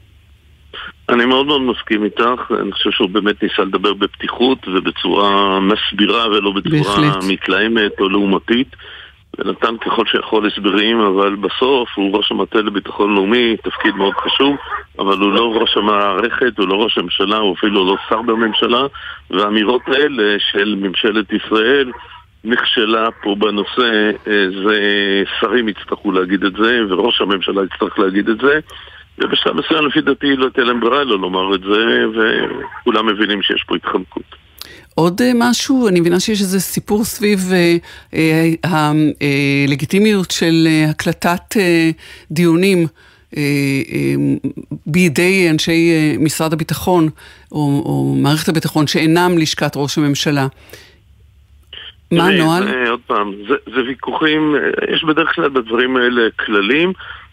אני מאוד מאוד מסכים איתך, אני חושב שהוא באמת ניסה לדבר בפתיחות ובצורה מסבירה ולא בצורה מתלהמת או לעומתית, ונתן ככל שיכול הסברים, אבל בסוף הוא ראש המטה לביטחון לאומי, תפקיד מאוד חשוב, אבל הוא לא ראש המערכת, הוא לא ראש הממשלה, הוא אפילו לא שר בממשלה, והאמירות האלה של ממשלת ישראל נכשלה פה בנושא, זה שרים יצטרכו להגיד את זה, וראש הממשלה יצטרך להגיד את זה, ובשלב מסוים לפי דעתי לא תהיה להם ברירה לא לומר את זה, וכולם מבינים שיש פה התחמקות. עוד משהו, אני מבינה שיש איזה סיפור סביב הלגיטימיות של הקלטת דיונים בידי אנשי משרד הביטחון או מערכת הביטחון שאינם לשכת ראש הממשלה. מה הנוהל? עוד פעם, זה ויכוחים, יש בדרך כלל בדברים האלה כללים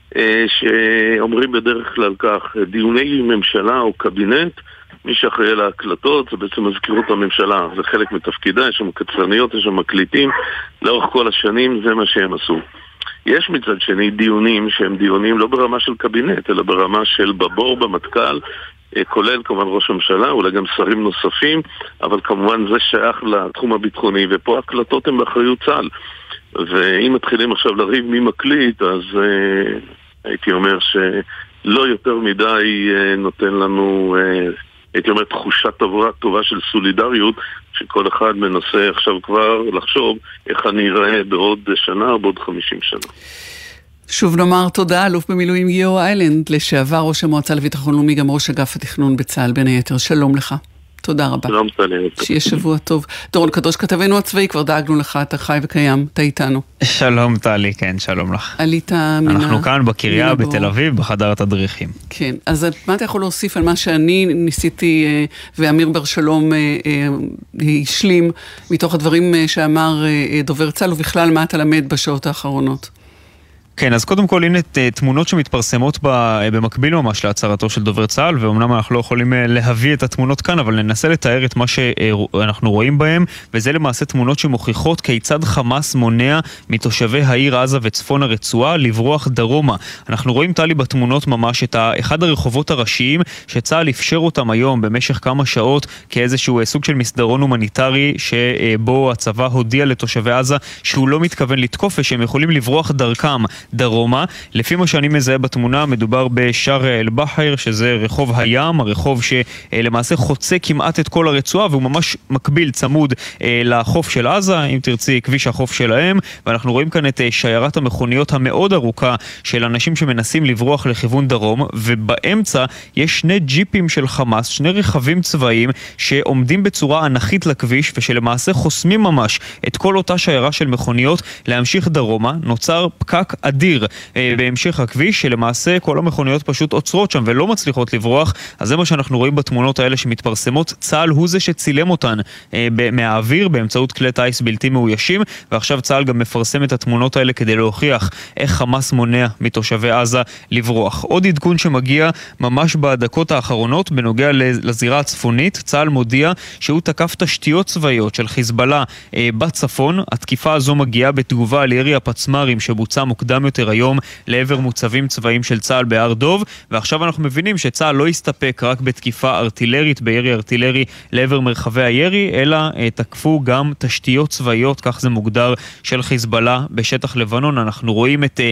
שאומרים בדרך כלל כך, דיוני ממשלה או קבינט, מי שאחראי להקלטות זה בעצם מזכירות הממשלה, זה חלק מתפקידה, יש שם קצרניות, יש שם מקליטים, לאורך כל השנים זה מה שהם עשו. יש מצד שני דיונים שהם דיונים לא ברמה של קבינט, אלא ברמה של בבור במטכ"ל, כולל כמובן ראש הממשלה, אולי גם שרים נוספים, אבל כמובן זה שייך לתחום הביטחוני, ופה הקלטות הן באחריות צה"ל. ואם מתחילים עכשיו לריב מי מקליט, אז הייתי אומר שלא יותר מדי נותן לנו, הייתי אומר, תחושה טובה של סולידריות, שכל אחד מנסה עכשיו כבר לחשוב איך אני אראה בעוד שנה או בעוד 50 שנה. שוב נאמר תודה, אלוף במילואים גיאו איילנד, לשעבר ראש המועצה לביטחון לאומי, גם ראש אגף התכנון בצה"ל בין היתר. שלום לך. תודה רבה. שלום טלי. שיהיה שבוע טוב. דורון קדוש, כתבנו הצבאי, כבר דאגנו לך, אתה חי וקיים, אתה איתנו. שלום טלי, כן, שלום לך. עלית אנחנו כאן בקריה בתל אביב, בחדר התדריכים. כן, אז מה אתה יכול להוסיף על מה שאני ניסיתי, ואמיר בר שלום השלים, מתוך הדברים שאמר דובר צה"ל, ובכלל מה אתה למד בשעות האחרונות? כן, אז קודם כל הנה תמונות שמתפרסמות במקביל ממש להצהרתו של דובר צה"ל, ואומנם אנחנו לא יכולים להביא את התמונות כאן, אבל ננסה לתאר את מה שאנחנו רואים בהם, וזה למעשה תמונות שמוכיחות כיצד חמאס מונע מתושבי העיר עזה וצפון הרצועה לברוח דרומה. אנחנו רואים טלי בתמונות ממש את אחד הרחובות הראשיים שצה"ל אפשר אותם היום במשך כמה שעות כאיזשהו סוג של מסדרון הומניטרי שבו הצבא הודיע לתושבי עזה שהוא לא מתכוון לתקוף ושהם יכולים לברוח דרכם דרומה. לפי מה שאני מזהה בתמונה, מדובר בשער אל-בחר, שזה רחוב הים, הרחוב שלמעשה חוצה כמעט את כל הרצועה, והוא ממש מקביל צמוד לחוף של עזה, אם תרצי, כביש החוף שלהם, ואנחנו רואים כאן את שיירת המכוניות המאוד ארוכה של אנשים שמנסים לברוח לכיוון דרום, ובאמצע יש שני ג'יפים של חמאס, שני רכבים צבאיים שעומדים בצורה אנכית לכביש, ושלמעשה חוסמים ממש את כל אותה שיירה של מכוניות להמשיך דרומה. נוצר פקק אדיר בהמשך הכביש, שלמעשה כל המכוניות פשוט עוצרות שם ולא מצליחות לברוח. אז זה מה שאנחנו רואים בתמונות האלה שמתפרסמות. צה"ל הוא זה שצילם אותן מהאוויר באמצעות כלי טייס בלתי מאוישים, ועכשיו צה"ל גם מפרסם את התמונות האלה כדי להוכיח איך חמאס מונע מתושבי עזה לברוח. עוד עדכון שמגיע ממש בדקות האחרונות בנוגע לזירה הצפונית. צה"ל מודיע שהוא תקף תשתיות צבאיות של חיזבאללה בצפון. התקיפה הזו מגיעה בתגובה על ירי הפצמ"רים שבוצע מוקדם יותר היום לעבר מוצבים צבאיים של צה"ל בהר דוב, ועכשיו אנחנו מבינים שצה"ל לא הסתפק רק בתקיפה ארטילרית, בירי ארטילרי לעבר מרחבי הירי, אלא תקפו גם תשתיות צבאיות, כך זה מוגדר, של חיזבאללה בשטח לבנון. אנחנו רואים את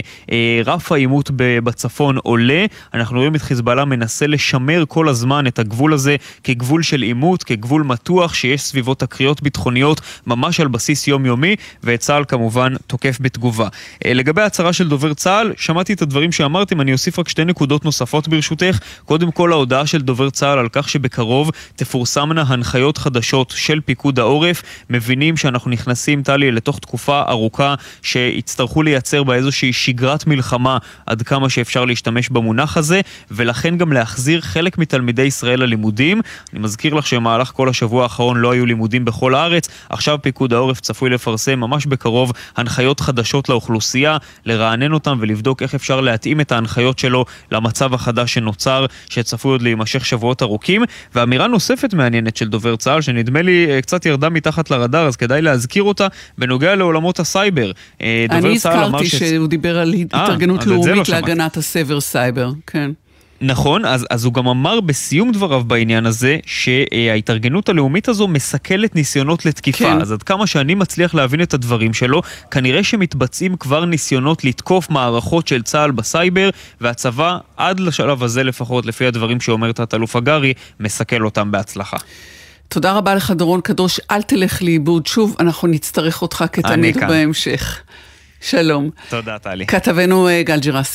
רף העימות בצפון עולה, אנחנו רואים את חיזבאללה מנסה לשמר כל הזמן את הגבול הזה כגבול של עימות, כגבול מתוח שיש סביבו תקריות ביטחוניות ממש על בסיס יומיומי, וצה"ל כמובן תוקף בתגובה. לגבי ההצהרה של דובר צה"ל, שמעתי את הדברים שאמרתם, אני אוסיף רק שתי נקודות נוספות ברשותך. קודם כל, ההודעה של דובר צה"ל על כך שבקרוב תפורסמנה הנחיות חדשות של פיקוד העורף. מבינים שאנחנו נכנסים, טלי, לתוך תקופה ארוכה שיצטרכו לייצר בה איזושהי שגרת מלחמה עד כמה שאפשר להשתמש במונח הזה, ולכן גם להחזיר חלק מתלמידי ישראל ללימודים. אני מזכיר לך שמהלך כל השבוע האחרון לא היו לימודים בכל הארץ. עכשיו פיקוד העורף צפוי לפרסם ממש בקרוב הנחיות חדשות לאוכלוסייה, לרענן אותם ולבדוק איך אפשר להתאים את ההנחיות שלו למצב החדש שנוצר, שצפוי עוד להימשך שבועות ארוכים. ואמירה נוספת מעניינת של דובר צה"ל, שנדמה לי קצת ירדה מתחת לרדאר, אז כדאי להזכיר אותה, בנוגע לעולמות הסייבר. אני הזכרתי שהוא דיבר על התארגנות לאומית להגנת הסייבר סייבר, כן. נכון, אז הוא גם אמר בסיום דבריו בעניין הזה שההתארגנות הלאומית הזו מסכלת ניסיונות לתקיפה. כן. אז עד כמה שאני מצליח להבין את הדברים שלו, כנראה שמתבצעים כבר ניסיונות לתקוף מערכות של צה"ל בסייבר, והצבא עד לשלב הזה לפחות, לפי הדברים שאומר תת-אלוף הגרי, מסכל אותם בהצלחה. תודה רבה לך דורון קדוש, אל תלך לאיבוד שוב, אנחנו נצטרך אותך כתמיד בהמשך. שלום. תודה טלי. כתבנו גל ג'רסי.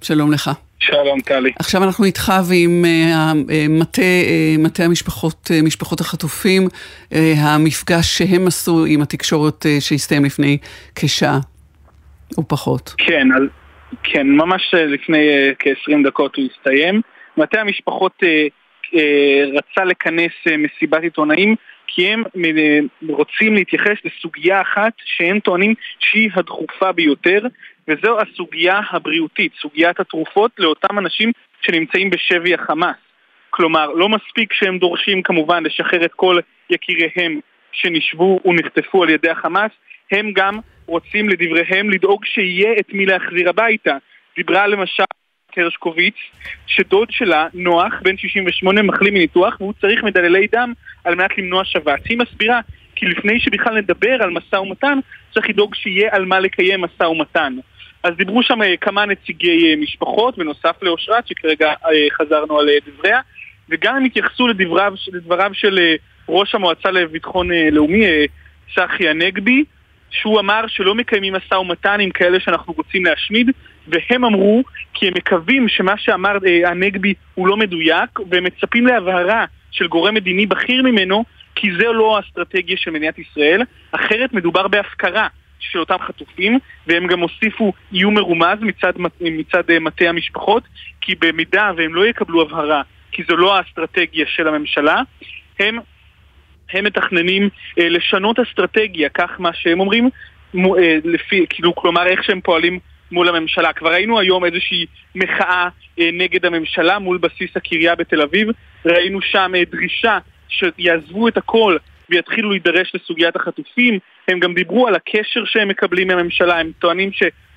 שלום לך. שלום טלי. עכשיו אנחנו איתך ועם מטה המשפחות, משפחות החטופים, המפגש שהם עשו עם התקשורת שהסתיים לפני כשעה או פחות. כן, ממש לפני כ-20 דקות הוא הסתיים. מטה המשפחות רצה לכנס מסיבת עיתונאים, כי הם רוצים להתייחס לסוגיה אחת שהם טוענים שהיא הדחופה ביותר, וזו הסוגיה הבריאותית, סוגיית התרופות לאותם אנשים שנמצאים בשבי החמאס. כלומר, לא מספיק שהם דורשים כמובן לשחרר את כל יקיריהם שנשבו ונחטפו על ידי החמאס, הם גם רוצים לדבריהם לדאוג שיהיה את מי להחזיר הביתה. דיברה למשל הרשקוביץ, שדוד שלה, נוח, בן 68, מחלים מניתוח, והוא צריך מדללי דם על מנת למנוע שבץ. היא מסבירה כי לפני שבכלל נדבר על משא ומתן, צריך לדאוג שיהיה על מה לקיים משא ומתן. אז דיברו שם כמה נציגי משפחות, בנוסף לאושרת, שכרגע חזרנו על דבריה, וגם הם התייחסו לדבריו של ראש המועצה לביטחון לאומי, צחי הנגבי, שהוא אמר שלא מקיימים משא ומתן עם כאלה שאנחנו רוצים להשמיד, והם אמרו כי הם מקווים שמה שאמר הנגבי הוא לא מדויק, והם מצפים להבהרה של גורם מדיני בכיר ממנו, כי זה לא האסטרטגיה של מדינת ישראל, אחרת מדובר בהפקרה של אותם חטופים, והם גם הוסיפו איום מרומז מצד מטה המשפחות, כי במידה והם לא יקבלו הבהרה, כי זו לא האסטרטגיה של הממשלה, הם מתכננים לשנות אסטרטגיה, כך מה שהם אומרים, כלומר איך שהם פועלים מול הממשלה. כבר ראינו היום איזושהי מחאה נגד הממשלה מול בסיס הקריה בתל אביב, ראינו שם דרישה שיעזבו את הכל ויתחילו להידרש לסוגיית החטופים. הם גם דיברו על הקשר שהם מקבלים מהממשלה, הם טוענים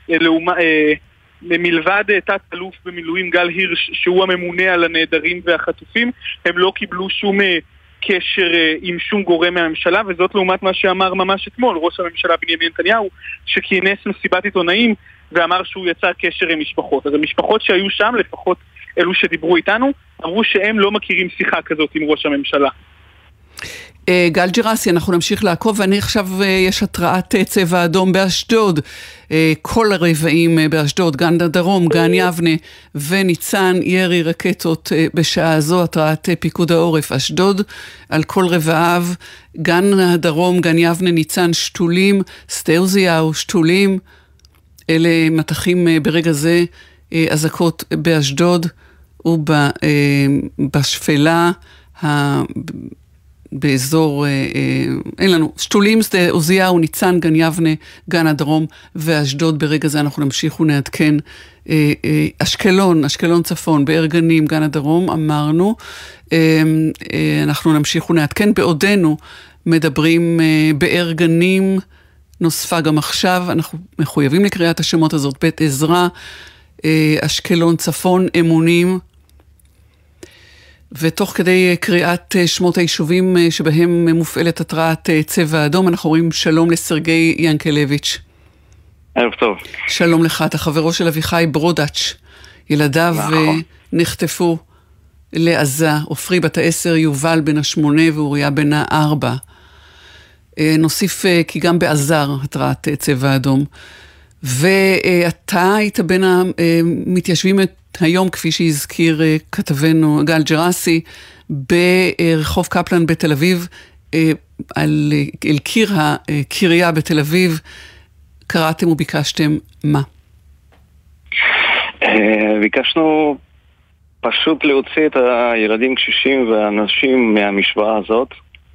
מלבד תת אלוף במילואים גל הירש, שהוא הממונה על הנעדרים והחטופים, הם לא קיבלו שום קשר עם שום גורם מהממשלה, וזאת לעומת מה שאמר ממש אתמול ראש הממשלה בנימין נתניהו, שכינס מסיבת עיתונאים ואמר שהוא יצר קשר עם משפחות. אז המשפחות שהיו שם, לפחות אלו שדיברו איתנו, אמרו שהם לא מכירים שיחה כזאת עם ראש הממשלה. גל ג'רסי, אנחנו נמשיך לעקוב, ואני עכשיו יש התרעת צבע אדום באשדוד, כל הרבעים באשדוד, גן הדרום, גן יבנה וניצן, ירי רקטות בשעה הזו, התרעת פיקוד העורף אשדוד, על כל רבעיו, גן הדרום, גן יבנה, ניצן, שתולים, שדה עוזיהו, שתולים, אלה מתחים ברגע זה, אזעקות באשדוד ובשפלה, באזור, אין לנו, שתולים, שדה עוזיהו, ניצן, גן יבנה, גן הדרום ואשדוד. ברגע זה אנחנו נמשיך ונעדכן. אשקלון צפון, באר גנים, גן הדרום, אמרנו, אנחנו נמשיך ונעדכן. בעודנו מדברים באר גנים, נוספה גם עכשיו, אנחנו מחויבים לקריאת השמות הזאת, בית עזרא, אשקלון צפון, אמונים, ותוך כדי קריאת שמות היישובים שבהם מופעלת התרעת צבע אדום, אנחנו רואים שלום לסרגי ינקלביץ'. ערב טוב. שלום לך, אתה חברו של אביחי ברודאץ', ילדיו נחטפו לעזה, עופרי בת 10, יובל בן 8 ואוריה בן 4. נוסיף כי גם בעזר התרעת צבע אדום. ואתה היית בין המתיישבים היום, כפי שהזכיר כתבנו גל ג'רסי, ברחוב קפלן בתל אביב, אל קיר הקריה בתל אביב, קראתם וביקשתם מה? ביקשנו פשוט להוציא את הילדים קשישים והאנשים מהמשוואה הזאת,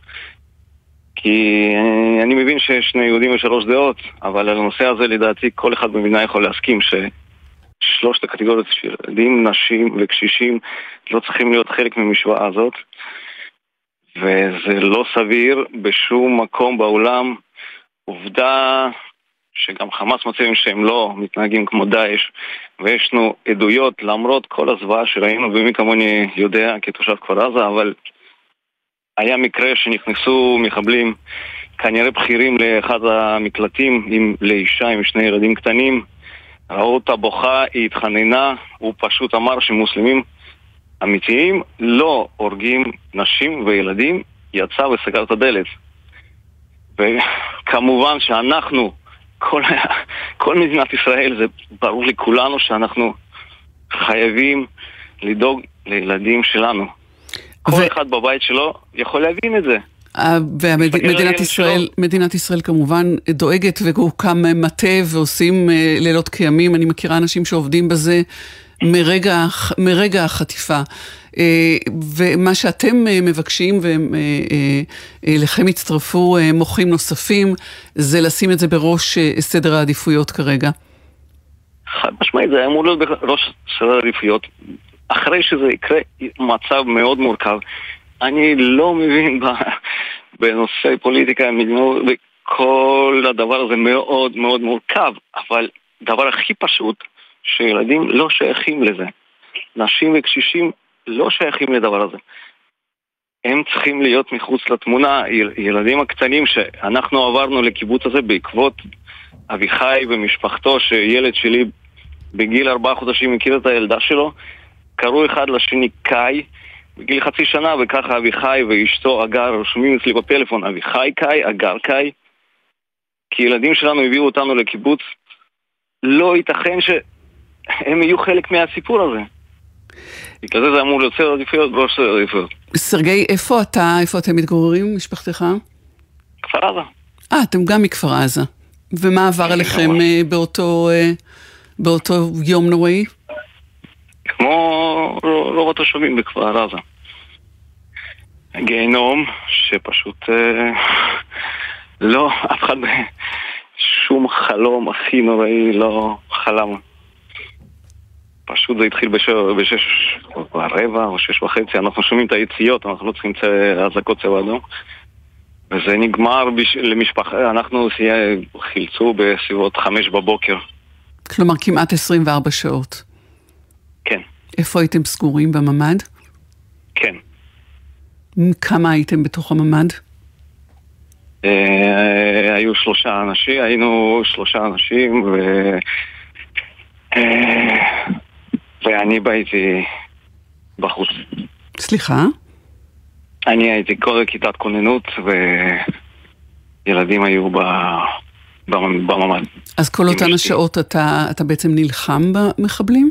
כי אני מבין ששני יהודים ושלוש דעות, אבל על הנושא הזה לדעתי כל אחד במדינה יכול להסכים ששלושת הקטגוריות של ילדים, נשים וקשישים לא צריכים להיות חלק ממשוואה הזאת, וזה לא סביר בשום מקום בעולם. עובדה שגם חמאס מצאים שהם לא מתנהגים כמו דאעש, וישנו עדויות למרות כל הזוועה שראינו, ומי כמוני יודע כתושב כפר עזה, אבל היה מקרה שנכנסו מחבלים כנראה בכירים לאחד המקלטים לאישה עם שני ילדים קטנים, ראו אותה בוכה, היא התחננה, הוא פשוט אמר שמוסלמים אמיתיים לא הורגים נשים וילדים, יצא וסגר את הדלת. וכמובן שאנחנו, כל מדינת ישראל, זה ברור לכולנו שאנחנו חייבים לדאוג לילדים שלנו. כל אחד בבית שלו יכול להבין את זה. ומדינת ישראל כמובן דואגת, והוקם מטה ועושים לילות כימים. אני מכירה אנשים שעובדים בזה מרגע החטיפה. ומה שאתם מבקשים, ולכם הצטרפו מוחים נוספים, זה לשים את זה בראש סדר העדיפויות כרגע. חד משמעית, זה היה אמור להיות בראש סדר העדיפויות. אחרי שזה יקרה, מצב מאוד מורכב. אני לא מבין בנושא פוליטיקה, וכל הדבר הזה מאוד מאוד מורכב, אבל דבר הכי פשוט, שילדים לא שייכים לזה. נשים וקשישים לא שייכים לדבר הזה. הם צריכים להיות מחוץ לתמונה. ילדים הקטנים שאנחנו עברנו לקיבוץ הזה בעקבות אביחי ומשפחתו, שילד שלי בגיל 4 חודשים מכיר את הילדה שלו, קראו אחד לשני קאי, בגיל חצי שנה, וככה אביחי ואשתו אגר רשומים אצלי בפלאפון, אביחי קאי, אגר קאי, כי ילדים שלנו הביאו אותנו לקיבוץ. לא ייתכן שהם יהיו חלק מהסיפור הזה. בגלל זה אמור להיות סדר עדיפויות בראש סדר עדיפויות. סרגי, איפה אתם מתגוררים, משפחתך? כפר עזה. אתם גם מכפר עזה. ומה עבר עליכם באותו יום נוראי? כמו רוב התושבים בכפר עזה. גיהנום שפשוט לא, אף אחד שום חלום הכי נוראי לא חלם. פשוט זה התחיל ב6:15 או 6:30, אנחנו שומעים את היציאות, אנחנו לא צריכים הזעקות צבע אדום. וזה נגמר למשפחה, אנחנו חילצו בסביבות 5 בבוקר. כלומר כמעט 24 שעות. כן. איפה הייתם סגורים, בממד? כן. כמה הייתם בתוך הממד? היינו 3 אנשים ואני הייתי בחוץ. סליחה? אני הייתי כל כיתת כוננות וילדים היו בממד. אז כל אותן השעות אתה בעצם נלחם במחבלים?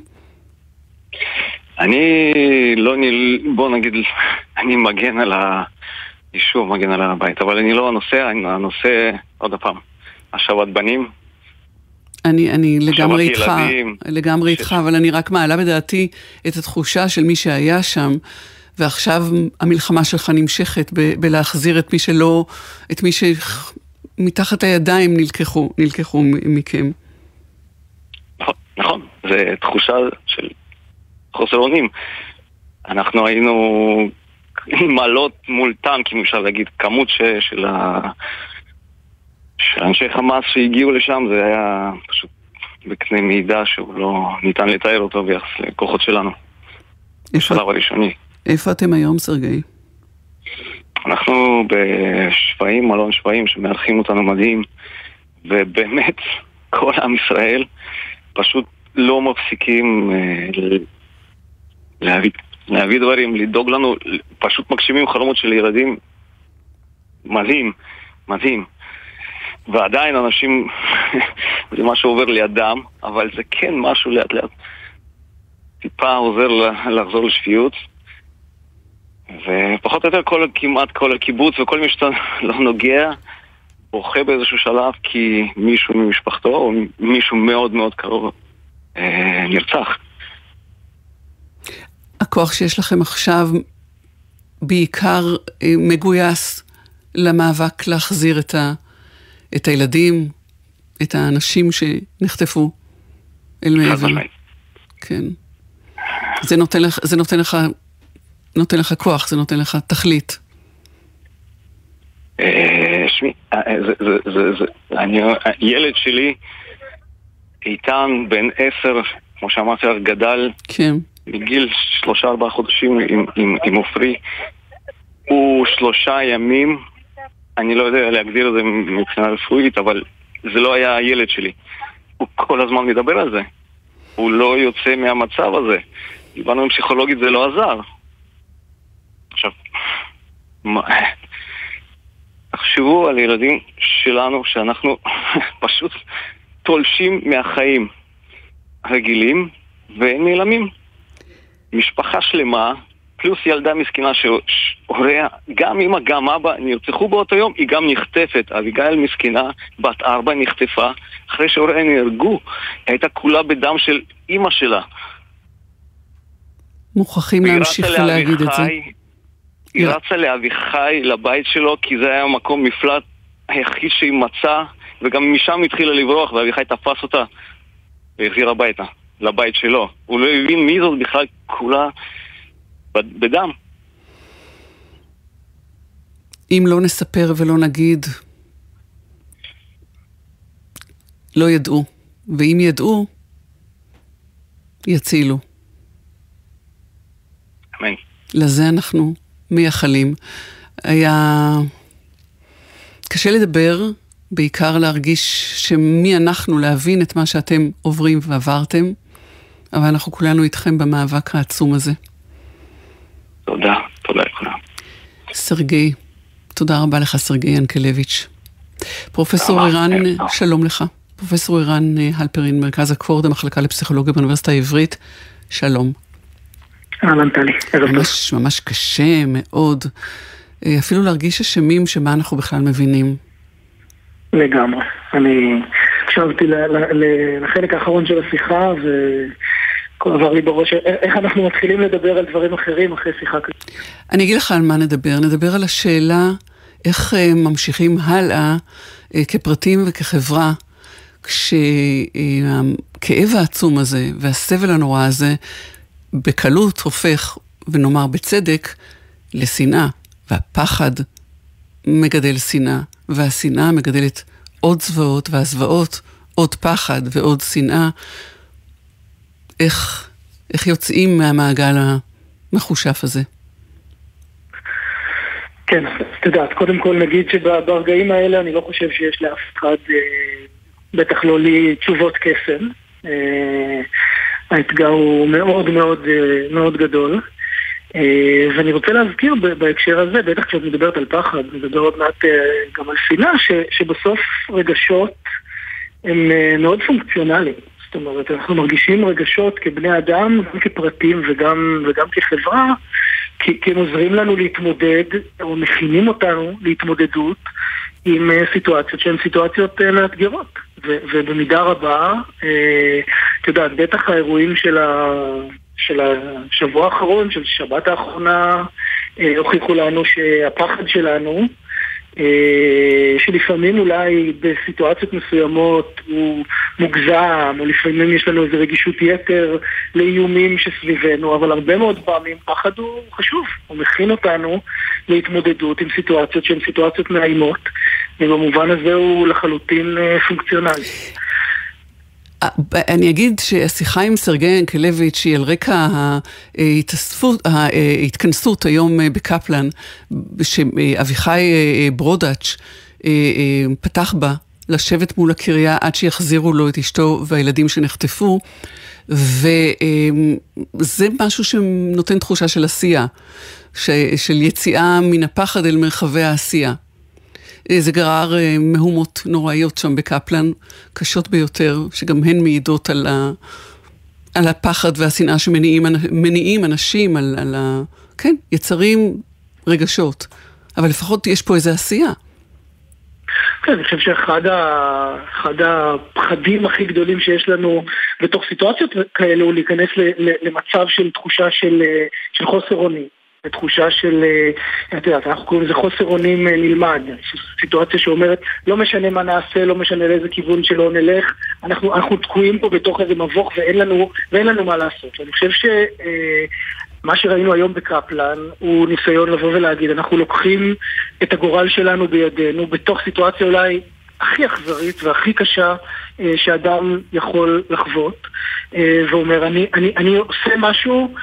בוא נגיד, אני מגן על היישוב, מגן על הבית, אבל אני לא הנושא, עוד פעם, השבת בנים. אני לגמרי איתך, אבל אני רק מעלה בדעתי את התחושה של מי שהיה שם, ועכשיו המלחמה שלך נמשכת בלהחזיר את מי שמתחת הידיים נלקחו מכם. נכון, זה תחושה של חוסר אונים. אנחנו היינו מעלות מול טנקים, אפשר להגיד, כמות של אנשי חמאס שהגיעו לשם, זה היה פשוט בקנה מידע שהוא לא ניתן לתאר אותו ביחס לכוחות שלנו. בשלב הראשוני. איפה אתם היום, סרגי? אנחנו בשפעים, מלון שפעים, שמארחים אותנו מדהים, ובאמת כל עם ישראל פשוט לא מפסיקים להביא דברים, לדאוג לנו, פשוט מגשימים חלומות של ילדים. מדהים, מדהים. ועדיין אנשים, זה משהו עובר לידם, אבל זה כן משהו לאט לאט. טיפה עוזר לחזור לשפיות. ופחות או יותר כמעט כל הקיבוץ וכל מי שאתה לא נוגע, בוכה באיזשהו שלב כי מישהו ממשפחתו או מישהו מאוד מאוד קרוב נרצח. הכוח שיש לכם עכשיו בעיקר מגויס למאבק להחזיר את הילדים, את האנשים שנחטפו אל מעבר. כן. זה נותן לך כוח, זה נותן לך תכלית. שמי, ילד שלי איתן בן 10, כמו שאמרתי לך, גדל בגיל 3-4 חודשים עם אופרי. הוא 3 ימים, אני לא יודע להגדיר את זה מבחינה רפואית, אבל זה לא היה הילד שלי. הוא כל הזמן מדבר על זה. הוא לא יוצא מהמצב הזה. דיברנו עם פסיכולוגית, זה לא עזר. עכשיו, תחשבו על ילדים שלנו שאנחנו פשוט תולשים מהחיים רגילים והם נעלמים. משפחה שלמה, פלוס ילדה מסכנה שהוריה, גם אמא גם אבא נרצחו באותו יום, היא גם נחטפת. אביגיל מסכנה, בת 4 נחטפה, אחרי שהוריה נהרגו, היא הייתה כולה בדם של אמא שלה. מוכרחים להמשיך ולהגיד את זה. היא רצה לאביחי לבית שלו, כי זה היה מקום מפלט היחיד שהיא מצאה, וגם משם התחילה לברוח, ואביחי תפס אותה והחזיר הביתה, לבית שלו. הוא לא הבין מי זאת בכלל, כולה בדם. אם לא נספר ולא נגיד, לא ידעו. ואם ידעו, יצילו. אמן. לזה אנחנו מייחלים. היה קשה לדבר, בעיקר להרגיש שמי אנחנו להבין את מה שאתם עוברים ועברתם, אבל אנחנו כולנו איתכם במאבק העצום הזה. תודה, תודה לכולם. סרגי, תודה רבה לך סרגי ינקלביץ'. פרופסור ערן, שלום לך. פרופסור ערן הלפרין, מרכז אקורד, המחלקה לפסיכולוגיה באוניברסיטה העברית, שלום. אהלן טלי, ערב טוב. ממש קשה מאוד, אפילו להרגיש אשמים שמה אנחנו בכלל מבינים. לגמרי. אני הקשבתי לחלק האחרון של השיחה עבר לי בראש, איך אנחנו מתחילים לדבר על דברים אחרים אחרי שיחה כזאת? אני אגיד לך על מה נדבר. נדבר על השאלה איך ממשיכים הלאה כפרטים וכחברה, כשהכאב העצום הזה והסבל הנורא הזה בקלות הופך, ונאמר בצדק, לשנאה, והפחד מגדל שנאה, והשנאה מגדלת עוד צבאות, והזוועות עוד פחד ועוד שנאה. איך יוצאים מהמעגל המחושף הזה? כן, אתה יודעת, קודם כל נגיד שברגעים האלה אני לא חושב שיש לאף אחד, בטח לא לי, תשובות קסם. האתגר הוא מאוד מאוד מאוד גדול. ואני רוצה להזכיר בהקשר הזה, בטח כשאת מדברת על פחד, מדבר עוד מעט גם על שנאה, שבסוף רגשות הם מאוד פונקציונליים. זאת אומרת, אנחנו מרגישים רגשות כבני אדם, גם כפרטים וגם כחברה, כי הם עוזרים לנו להתמודד, או מכינים אותנו להתמודדות עם סיטואציות שהן סיטואציות מאתגרות. ובמידה רבה, אתה יודע, בטח האירועים של השבוע האחרון, של שבת האחרונה, הוכיחו לנו שהפחד שלנו, שלפעמים אולי בסיטואציות מסוימות הוא מוגזם, או לפעמים יש לנו איזו רגישות יתר לאיומים שסביבנו, אבל הרבה מאוד פעמים פחד הוא חשוב, הוא מכין אותנו להתמודדות עם סיטואציות שהן סיטואציות מאיימות, ובמובן הזה הוא לחלוטין פונקציונלי. אני אגיד שהשיחה עם סרגי ינקלביץ' היא על רקע ההתכנסות היום בקפלן, שאביחי ברודאץ' פתח בה לשבת מול הקריה עד שיחזירו לו את אשתו והילדים שנחטפו, וזה משהו שנותן תחושה של עשייה, של יציאה מן הפחד אל מרחבי העשייה. זה גרר מהומות נוראיות שם בקפלן, קשות ביותר, שגם הן מעידות על הפחד והשנאה שמניעים אנשים, כן, יצרים רגשות. אבל לפחות יש פה איזו עשייה. כן, אני חושב שאחד הפחדים הכי גדולים שיש לנו בתוך סיטואציות כאלו, הוא להיכנס למצב של תחושה של חוסר אונים. בתחושה של, אנחנו קוראים לזה חוסר אונים נלמד, סיטואציה שאומרת, לא משנה מה נעשה, לא משנה לאיזה כיוון שלא נלך, אנחנו תקועים פה בתוך איזה מבוך ואין לנו מה לעשות. אני חושב שמה שראינו היום בקפלן הוא ניסיון לבוא ולהגיד, אנחנו לוקחים את הגורל שלנו בידינו, בתוך סיטואציה אולי הכי אכזרית והכי קשה שאדם יכול לחוות, ואומר, אני עושה משהו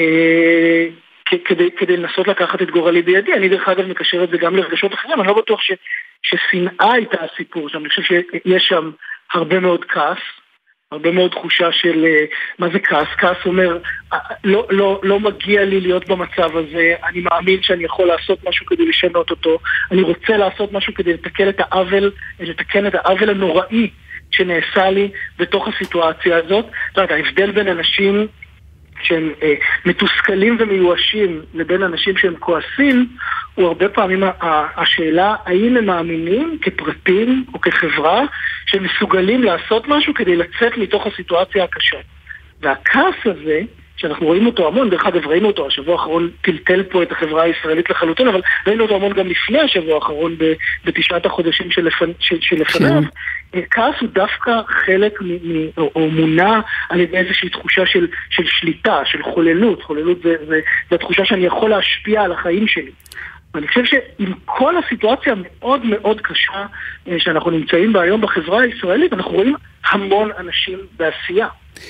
כדי לנסות לקחת את גורלי בידי. אני דרך אגב מקשר את זה גם לרגשות אחרים, אני לא בטוח ששנאה הייתה הסיפור שם, אני חושב שיש שם הרבה מאוד כעס, הרבה מאוד תחושה של מה זה כעס. כעס אומר, לא מגיע לי להיות במצב הזה, אני מאמין שאני יכול לעשות משהו כדי לשנות אותו, אני רוצה לעשות משהו כדי לתקן את העוול הנוראי שנעשה לי בתוך הסיטואציה הזאת. זאת אומרת, ההבדל בין אנשים שהם מתוסכלים ומיואשים לבין אנשים שהם כועסים, הוא הרבה פעמים השאלה האם הם מאמינים כפרטים או כחברה שהם מסוגלים לעשות משהו כדי לצאת מתוך הסיטואציה הקשה. והכעס הזה, שאנחנו רואים אותו המון, דרך אגב ראינו אותו, השבוע האחרון טלטל פה את החברה הישראלית לחלוטין, אבל ראינו אותו המון גם לפני השבוע האחרון בתשעת החודשים שלפניו. כעס הוא דווקא חלק או מונע על ידי איזושהי תחושה של שליטה, של חוללות. חוללות זה התחושה שאני יכול להשפיע על החיים שלי. ואני חושב שעם כל הסיטואציה המאוד מאוד קשה שאנחנו נמצאים בה היום בחברה הישראלית, אנחנו רואים המון אנשים בעשייה.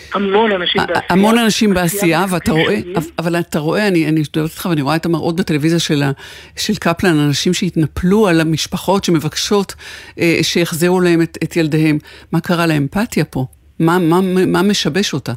המון אנשים בעשייה, אבל אתה רואה, אני יודעת אותך ואני רואה את המראות בטלוויזיה של קפלן, אנשים שהתנפלו על המשפחות שמבקשות שיחזרו להם את ילדיהם. מה קרה לאמפתיה פה? מה משבש אותה?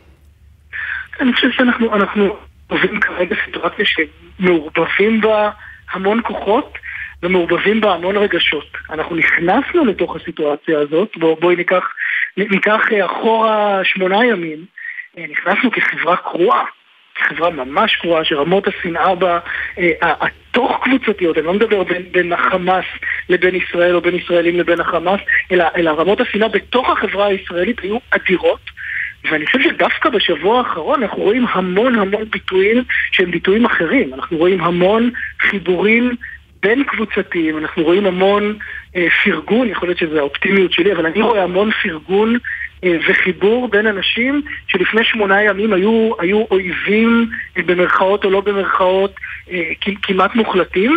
אני חושב שאנחנו עוברים כרגע סיטואציה שמעורבבים בה המון כוחות ומעורבבים בה המון רגשות. אנחנו נכנסנו לתוך הסיטואציה הזאת, בואי ניקח אחורה 8 ימים, נכנסנו כחברה קרועה, כחברה ממש קרועה, שרמות השנאה בה, התוך קבוצתיות, אני לא מדבר בין החמאס לבין ישראל או בין ישראלים לבין החמאס, אלא רמות השנאה בתוך החברה הישראלית היו אדירות, ואני חושב שדווקא בשבוע האחרון אנחנו רואים המון ביטויים שהם ביטויים אחרים. אנחנו רואים המון חיבורים בין קבוצתיים, אנחנו רואים המון פרגון, יכול להיות שזה האופטימיות שלי, אבל אני רואה המון פרגון וחיבור בין אנשים שלפני 8 ימים היו אויבים במרכאות או לא במרכאות כמעט מוחלטים,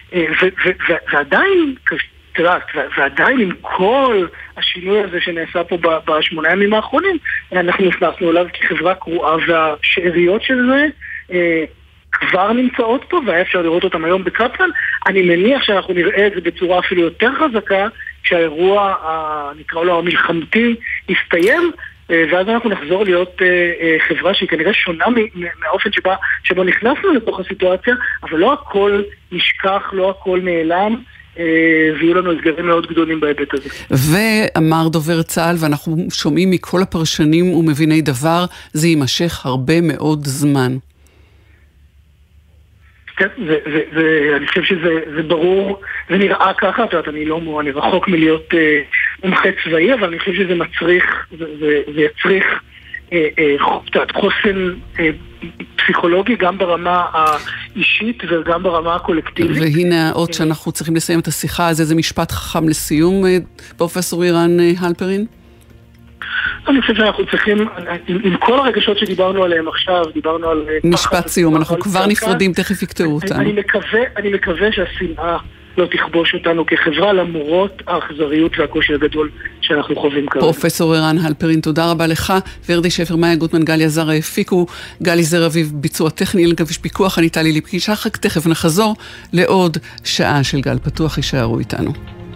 ועדיין ועדיין עם כל השינוי הזה שנעשה פה ב8 ימים האחרונים, אנחנו נכנסנו אליו כחברה קרועה, והשאריות של זה כבר נמצאות פה, והיה אפשר לראות אותם היום בקפלן. אני מניח שאנחנו נראה את זה בצורה אפילו יותר חזקה, כשהאירוע, נקרא לו המלחמתי, יסתיים, ואז אנחנו נחזור להיות חברה שהיא כנראה שונה מהאופן שבו נכנסנו לתוך הסיטואציה, אבל לא הכל נשכח, לא הכל נעלם, ויהיו לנו אתגרים מאוד גדולים בהיבט הזה. ואמר דובר צה"ל, ואנחנו שומעים מכל הפרשנים ומביני דבר, זה יימשך הרבה מאוד זמן. כן, אני חושב שזה ברור, זה נראה ככה, אני רחוק מלהיות מומחה צבאי, אבל אני חושב שזה מצריך, זה יצריך חוסן פסיכולוגי גם ברמה האישית וגם ברמה הקולקטיבית. והנה עוד שאנחנו צריכים לסיים את השיחה, אז איזה משפט חכם לסיום, פרופסור אירן הלפרין? אני חושב שאנחנו צריכים, עם כל הרגשות שדיברנו עליהם עכשיו, דיברנו על משפט סיום, אנחנו כבר נפרדים, תכף יקטעו אותנו. אני מקווה שהשנאה לא תכבוש אותנו כחברה, למרות האכזריות והקושי הגדול שאנחנו חווים כרגע. פרופסור אירן הלפרין, תודה רבה לך. ורדי שפר, מאיה גוטמן, גליה זרה הפיקו, גלי זר אביב ביצוע טכני, אלגביש פיקוח, אני טלי ליפקין שחק. תכף נחזור לעוד שעה של גל פתוח, יישארו איתנו.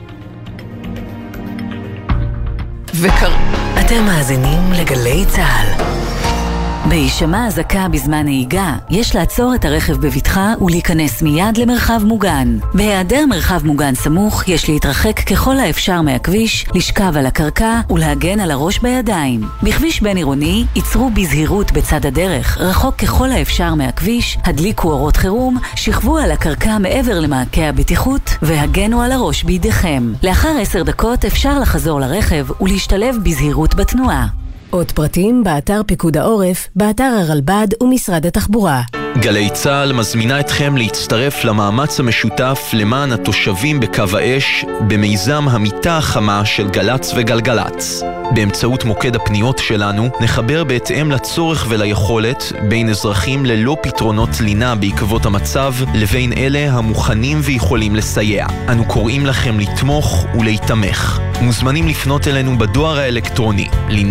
אתם מאזינים לגלי צהל. בהישמע אזעקה בזמן נהיגה, יש לעצור את הרכב בבטחה ולהיכנס מיד למרחב מוגן. בהיעדר מרחב מוגן סמוך, יש להתרחק ככל האפשר מהכביש, לשכב על הקרקע ולהגן על הראש בידיים. בכביש בין עירוני, ייצרו בזהירות בצד הדרך, רחוק ככל האפשר מהכביש, הדליקו אורות חירום, שכבו על הקרקע מעבר למעקה הבטיחות והגנו על הראש בידיכם. לאחר 10 דקות אפשר לחזור לרכב ולהשתלב בזהירות בתנועה. עוד פרטים באתר פיקוד העורף, באתר הרלב"ד ומשרד התחבורה. גלי צהל מזמינה אתכם להצטרף למאמץ המשותף למען התושבים בקו האש במיזם המיטה החמה של גלץ וגלגלץ. באמצעות מוקד הפניות שלנו נחבר בהתאם לצורך וליכולת בין אזרחים ללא פתרונות לינה בעקבות המצב לבין אלה המוכנים ויכולים לסייע. אנו קוראים לכם לתמוך ולהתמך. מוזמנים לפנות אלינו בדואר האלקטרוני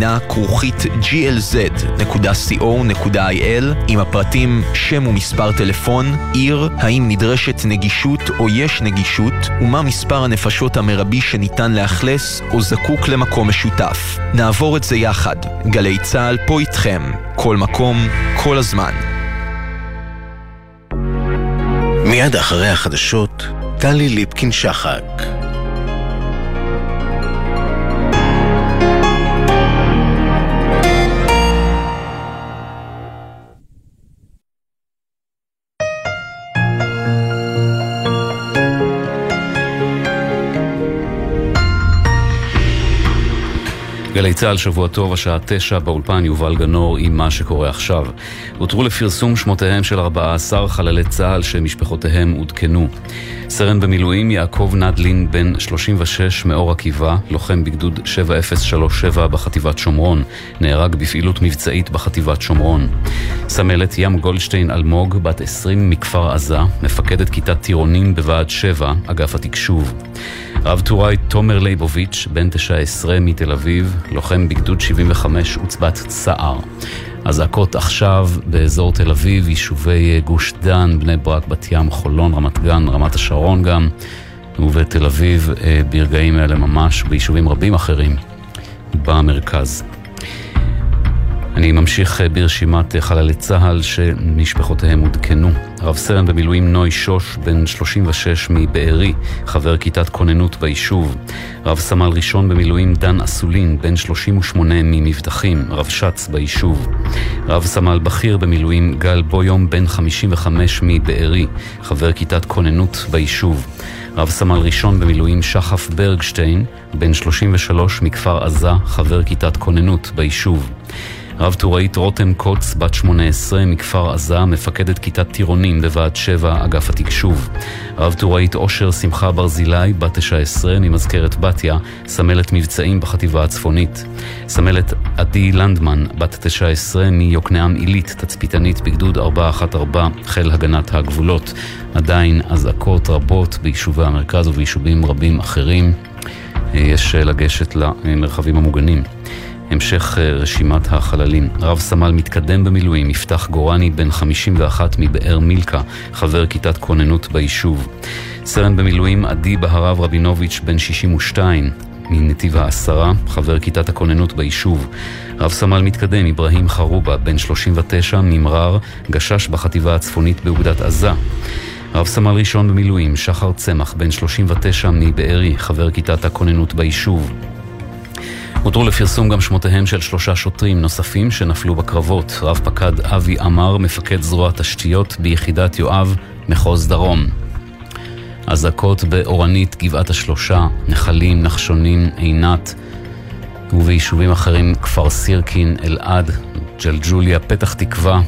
lina@glz.co.il עם הפרטים שם ומספר טלפון, עיר, האם נדרשת נגישות או יש נגישות, ומה מספר הנפשות המרבי שניתן לאכלס או זקוק למקום משותף. נעבור את זה יחד. גלי צהל פה איתכם. כל מקום, כל הזמן. מיד אחרי החדשות, טלי ליפקין שחק. גלי צהל, שבוע טוב, השעה 9 באולפן, יובל גנור עם מה שקורה עכשיו. הותרו לפרסום שמותיהם של 14 חללי צהל שמשפחותיהם עודכנו. סרן במילואים יעקב נדלין, בן 36 מאור עקיבא, לוחם בגדוד 7037 בחטיבת שומרון, נהרג בפעילות מבצעית בחטיבת שומרון. סמלת ים גולדשטיין אלמוג, בת 20 מכפר עזה, מפקדת כיתת טירונים בוועד 7, אגף התקשוב. רב טוראי תומר ליבוביץ', בן 19 מתל אביב, לוחם בגדוד 75 עוצבת צער. אזעקות עכשיו באזור תל אביב, יישובי גוש דן, בני ברק, בת ים, חולון, רמת גן, רמת השרון גם, ובתל אביב ברגעים האלה ממש, ביישובים רבים אחרים במרכז. אני ממשיך ברשימת חללי צהל שמשפחותיהם עודכנו. רב סרן במילואים נוי שוש, בן 36 מבארי, חבר כיתת כוננות ביישוב. רב סמל ראשון במילואים דן אסולין, בן 38 ממבטחים, רב שץ ביישוב. רב סמל בכיר במילואים גל בויום, בן 55 מבארי, חבר כיתת כוננות ביישוב. רב סמל ראשון במילואים שחף ברגשטיין, בן 33 מכפר עזה, חבר כיתת כוננות ביישוב. רב טוראית רותם קוץ, בת 18 מכפר עזה, מפקדת כיתת טירונים בוועד 7, אגף התקשוב. רב טוראית אושר שמחה ברזילי, בת 19 ממזכרת בתיה, סמלת מבצעים בחטיבה הצפונית. סמלת עדי לנדמן, בת 19 מיוקנעם עילית, תצפיתנית בגדוד 414, חיל הגנת הגבולות. עדיין אזעקות רבות ביישובי המרכז וביישובים רבים אחרים. יש לגשת למרחבים המוגנים. המשך רשימת החללים. רב סמל מתקדם במילואים, יפתח גורני, בן 51 מבאר מילכה, חבר כיתת כוננות ביישוב. סרן במילואים עדי בהרב רבינוביץ', בן 62 מנתיב העשרה, חבר כיתת הכוננות ביישוב. רב סמל מתקדם אברהים חרובה, בן 39 ממרר, גשש בחטיבה הצפונית באוגדת עזה. רב סמל ראשון במילואים שחר צמח, בן 39 מבארי, חבר כיתת הכוננות ביישוב. הותרו לפרסום גם שמותיהם של 3 שוטרים נוספים שנפלו בקרבות. רב פקד אבי אמר, מפקד זרוע תשתיות ביחידת יואב, מחוז דרום. אזעקות באורנית, גבעת השלושה, נחלים, נחשונים, עינת, וביישובים אחרים כפר סירקין, אלעד, ג'לג'וליה, פתח תקווה.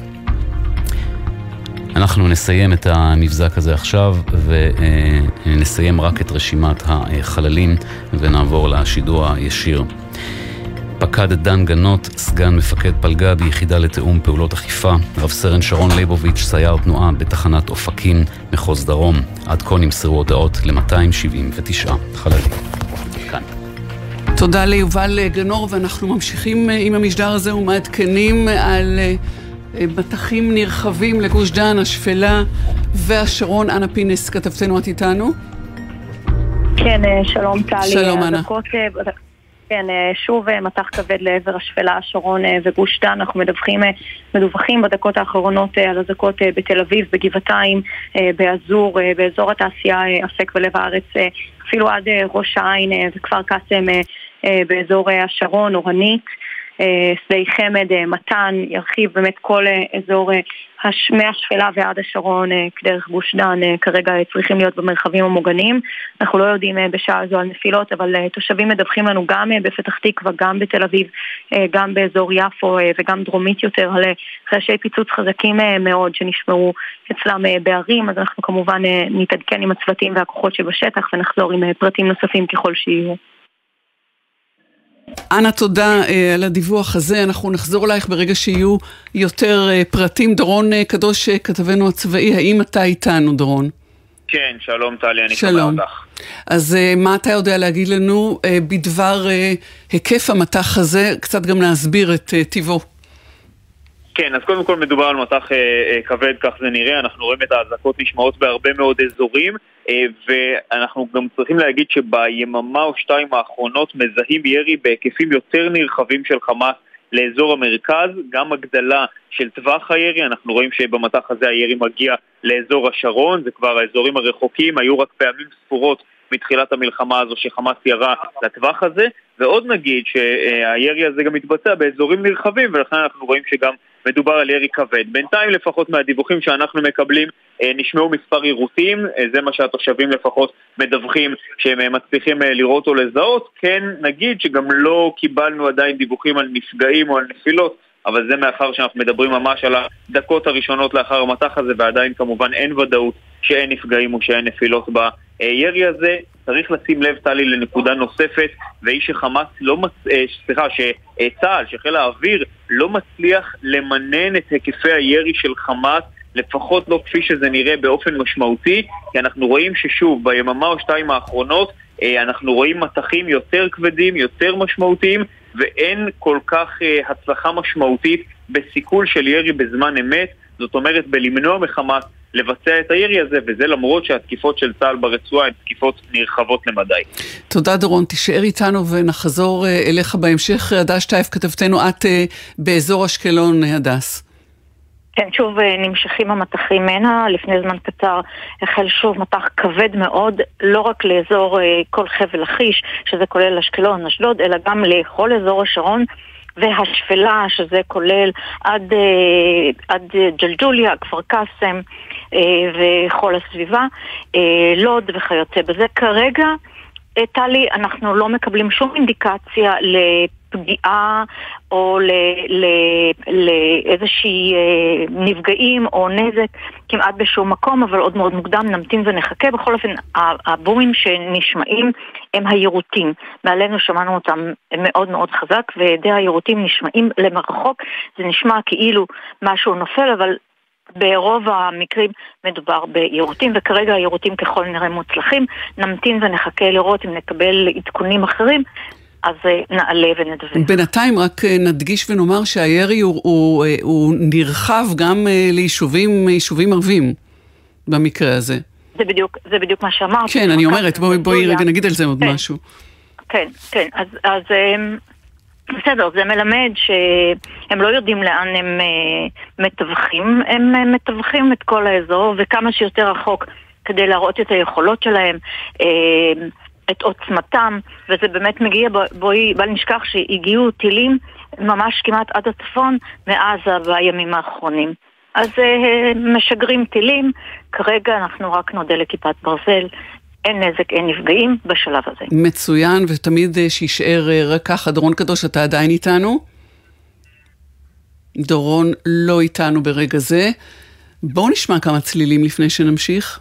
אנחנו נסיים את המבזק הזה עכשיו ונסיים רק את רשימת החללים ונעבור לשידור הישיר. פקד דן גנות, סגן מפקד פלגה ביחידה לתאום פעולות אכיפה. רב סרן שרון ליבוביץ', סייר תנועה בתחנת אופקים, מחוז דרום. עד כה נמסרו הודעות ל-279 חללים. כאן. תודה ליובל גנור, ואנחנו ממשיכים עם המשדר הזה ומעדכנים על מתחים נרחבים לגוש דן, השפלה והשרון. אנה פינס, כתבתנו, את איתנו? כן, שלום טלי. שלום אנה. כן, שוב מתח כבד לעבר השפלה, השרון וגוש דן. אנחנו מדווחים בדקות האחרונות על אזעקות בתל אביב, בגבעתיים, באזור, באזור התעשייה אפק ולב הארץ, אפילו עד ראש העין וכפר קאסם באזור השרון, אורנית. שדי חמד, מתן, ירחיב באמת כל אזור מהשפלה ועד השרון כדרך גוש דן כרגע צריכים להיות במרחבים המוגנים. אנחנו לא יודעים בשעה זו על נפילות, אבל תושבים מדווחים לנו גם בפתח תקווה, גם בתל אביב, גם באזור יפו וגם דרומית יותר על חשי פיצוץ חזקים מאוד שנשמעו אצלם בערים. אז אנחנו כמובן נתעדכן עם הצוותים והכוחות שבשטח ונחזור עם פרטים נוספים ככל שיהיו. אנה, תודה על הדיווח הזה. אנחנו נחזור אלייך ברגע שיהיו יותר פרטים. דורון קדוש, כתבנו הצבאי, האם אתה איתנו, דורון? כן, שלום טלי, אני שומע אותך. אז מה אתה יודע להגיד לנו בדבר היקף המתח הזה, קצת גם להסביר את טיבו? כן, אז קודם כל מדובר על מתח כבד, כך זה נראה. אנחנו רואים את האזעקות נשמעות בהרבה מאוד אזורים, ואנחנו גם צריכים להגיד שביממה או שתיים האחרונות מזהים ירי בהיקפים יותר נרחבים של חמאס לאזור המרכז, גם הגדלה של טווח הירי. אנחנו רואים שבמתח הזה הירי מגיע לאזור השרון, זה כבר האזורים הרחוקים, היו רק פעמים ספורות מתחילת המלחמה הזו שחמאס ירה לטווח הזה, ועוד נגיד שהירי הזה גם מתבצע באזורים נרחבים, ולכן אנחנו רואים שגם מדובר על ירי כבד. בינתיים לפחות מהדיווחים שאנחנו מקבלים נשמעו מספר יירוטים, זה מה שהתושבים לפחות מדווחים שהם מצליחים לראות או לזהות. כן, נגיד שגם לא קיבלנו עדיין דיווחים על נפגעים או על נפילות, אבל זה מאחר שאנחנו מדברים ממש על הדקות הראשונות לאחר המתח הזה, ועדיין כמובן אין ודאות שאין נפגעים או שאין נפילות בירי הזה. צריך לשים לב, טלי, לנקודה נוספת, והיא שחמאס שצה"ל, שחיל האוויר, לא מצליח למנן את היקפי הירי של חמאס, לפחות לא כפי שזה נראה באופן משמעותי, כי אנחנו רואים ששוב, ביממה או שתיים האחרונות, אנחנו רואים מתחים יותר כבדים, יותר משמעותיים, ואין כל כך הצלחה משמעותית בסיכול של ירי בזמן אמת, זאת אומרת בלמנוע מחמאס לבצע את הירי הזה, וזה למרות שהתקיפות של צה"ל ברצועה הן תקיפות נרחבות למדי. תודה דורון, תישאר איתנו ונחזור אליך בהמשך. הדס טייף, כתבתנו, את באזור אשקלון, הדס. כן, שוב נמשכים המתחים הנה. לפני זמן קצר החל שוב מתח כבד מאוד, לא רק לאזור כל חבל לכיש, שזה כולל אשקלון, אשדוד, אלא גם לכל אזור השרון והשפלה, שזה כולל עד ג'לג'וליה, כפר קאסם וכל הסביבה, לוד וכיוצא בזה. כרגע, טלי, אנחנו לא מקבלים שום אינדיקציה לפגיעה או לאיזושהי נפגעים או נזק כמעט בשום מקום, אבל עוד מאוד מוקדם, נמתין ונחכה. בכל אופן, הבומים שנשמעים הם היירוטים. מעלינו שמענו אותם מאוד מאוד חזק, וידי היירוטים נשמעים למרחוק. זה נשמע כאילו משהו נופל, אבל ברוב המקרים מדובר ביירוטים, וכרגע היירוטים ככל נראה מוצלחים. נמתין ונחכה לראות אם נקבל עדכונים אחרים, אז נעלה ונדבר. בינתיים רק נדגיש ונאמר שהירי הוא נרחב גם ליישובים ערבים במקרה הזה. זה בדיוק מה שאמרתי. כן, אני אומרת, בואי רגע נגיד על זה עוד משהו. כן, אז בסדר, זה מלמד שהם לא יודעים לאן הם מתווכים, הם מתווכים את כל האזור וכמה שיותר רחוק כדי להראות את היכולות שלהם, את עוצמתם, וזה באמת מגיע, בל נשכח שהגיעו טילים ממש כמעט עד הצפון מעזה בימים האחרונים. אז משגרים טילים, כרגע אנחנו רק נודה לכיפת ברזל, אין נזק, אין נפגעים בשלב הזה. מצוין, ותמיד שישאר רק ככה. דורון קדוש, אתה עדיין איתנו? דורון לא איתנו ברגע זה. בואו נשמע כמה צלילים לפני שנמשיך.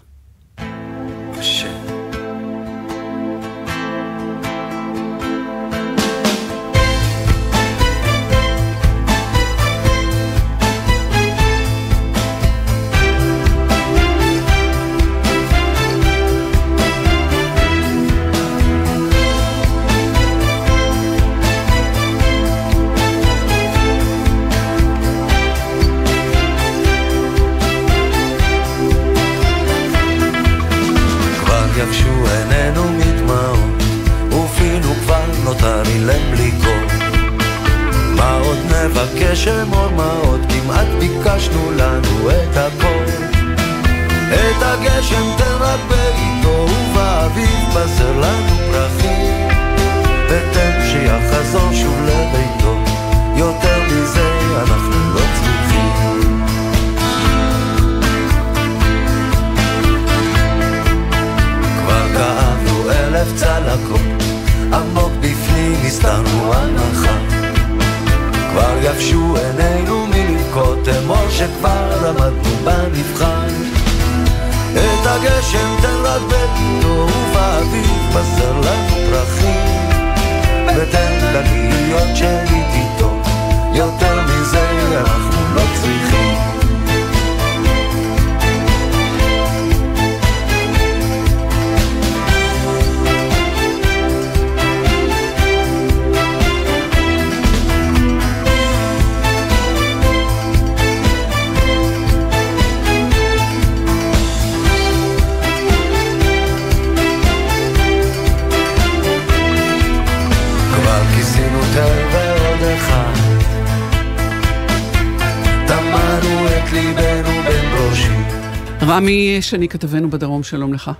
רמי שני, כתבנו בדרום, שלום לך.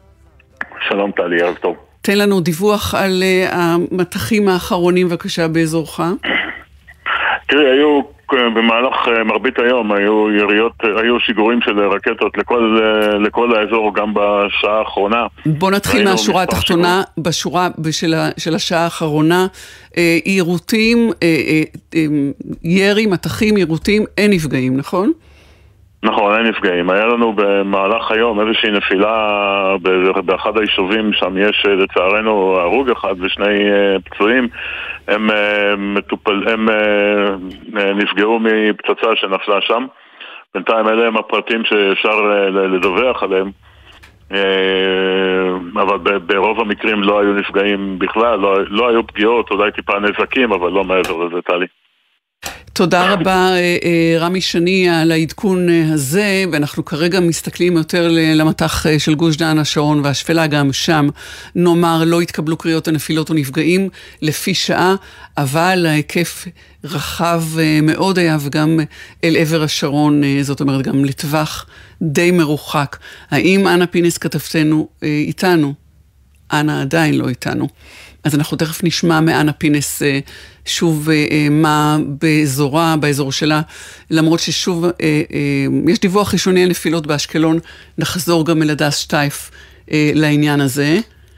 שלום טלי, ערב טוב. תן לנו דיווח על המתחים האחרונים בבקשה באזורך. תראי, היו במהלך מרבית היום היו שיגורים של רקטות לכל האזור גם בשעה האחרונה. בוא נתחיל מהשורה התחתונה, בשורה של השעה האחרונה, ירי, מתחים, יירוטים, אין נפגעים, נכון? נכון, אין נפגעים. היה לנו במהלך היום איזושהי נפילה באחד היישובים, שם יש לצערנו הרוג אחד ושני פצועים. הם נפגעו מפצצה שנפלה שם. בינתיים אלה הם הפרטים שאפשר לדווח עליהם. אבל ברוב המקרים לא היו נפגעים בכלל, לא היו פגיעות, אולי טיפה נזקים, אבל לא מעבר לזה, טלי. תודה רבה רמי שני על העדכון הזה, ואנחנו כרגע מסתכלים יותר למתח של גוש דן, השרון והשפלה, גם שם נאמר לא התקבלו קריאות הנפילות או נפגעים לפי שעה, אבל ההיקף רחב מאוד היה, וגם אל עבר השרון, זאת אומרת גם לטווח די מרוחק. האם אנה פינס כתבתנו איתנו? אנה עדיין לא איתנו. אז אנחנו תכף נשמע מאנה פינס שוב מה באזור שלה, למרות ששוב יש דיווח ראשוני על נפילות באשקלון, נחזור גם אל הדס שטייף לעניין הזה.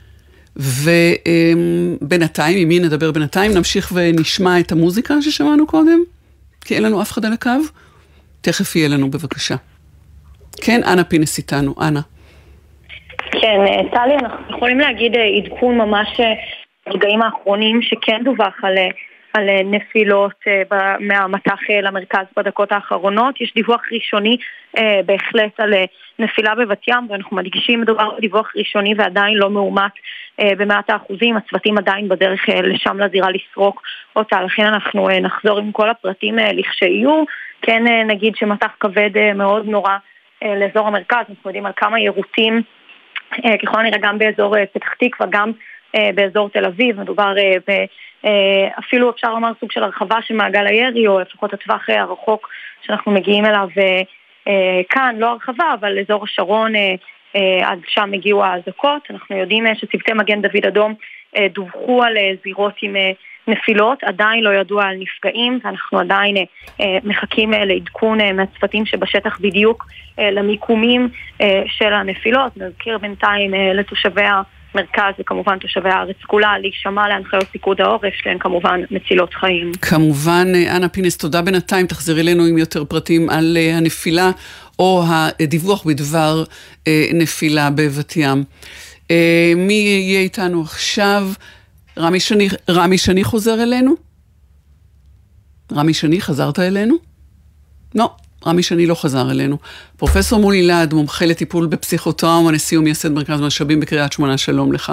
ובינתיים, עם מי נדבר בינתיים? נמשיך ונשמע את המוזיקה ששמענו קודם, כי אין לנו אף אחד על הקו. תכף יהיה לנו בבקשה. כן, אנה פינס איתנו, אנה. כן, טלי, אנחנו יכולים להגיד עדכון ממש ברגעים האחרונים שכן דווח על נפילות מהמתח למרכז בדקות האחרונות. יש דיווח ראשוני בהחלט על נפילה בבת ים, ואנחנו מדגישים מדובר דיווח ראשוני ועדיין לא מאומת במאת האחוזים. הצוותים עדיין בדרך לשם לזירה לסרוק אותה, לכן אנחנו נחזור עם כל הפרטים לכשיהיו. כן נגיד שמתח כבד מאוד נורא לאזור המרכז, אנחנו יודעים על כמה יירוטים ככל הנראה גם באזור פתח תקווה, גם באזור תל אביב. מדובר אפילו אפשר לומר סוג של הרחבה של מעגל הירי, או לפחות הטווח הרחוק שאנחנו מגיעים אליו כאן, לא הרחבה, אבל אזור השרון, עד שם הגיעו האזעקות. אנחנו יודעים שצוותי מגן דוד אדום דווחו על זירות עם נפילות, עדיין לא ידוע על נפגעים, ואנחנו עדיין מחכים לעדכון מהצוותים שבשטח בדיוק למיקומים של הנפילות. נזכיר בינתיים לתושבי המרכז וכמובן תושבי הארץ כולה להישמע להנחיות פיקוד העורף, שהן כמובן מצילות חיים. כמובן, אנה פינס, תודה. בינתיים תחזרי אלינו עם יותר פרטים על הנפילה או הדיווח בדבר נפילה בבת ים. מי יהיה איתנו עכשיו? רמי שני חוזר אלינו? רמי שני, חזרת אלינו? לא, רמי שני לא חזר אלינו. פרופסור מולי להד, מומחה לטיפול בפסיכוטראומה, נשיא ומייסד מרכז משאבים בקריית שמונה, שלום לך.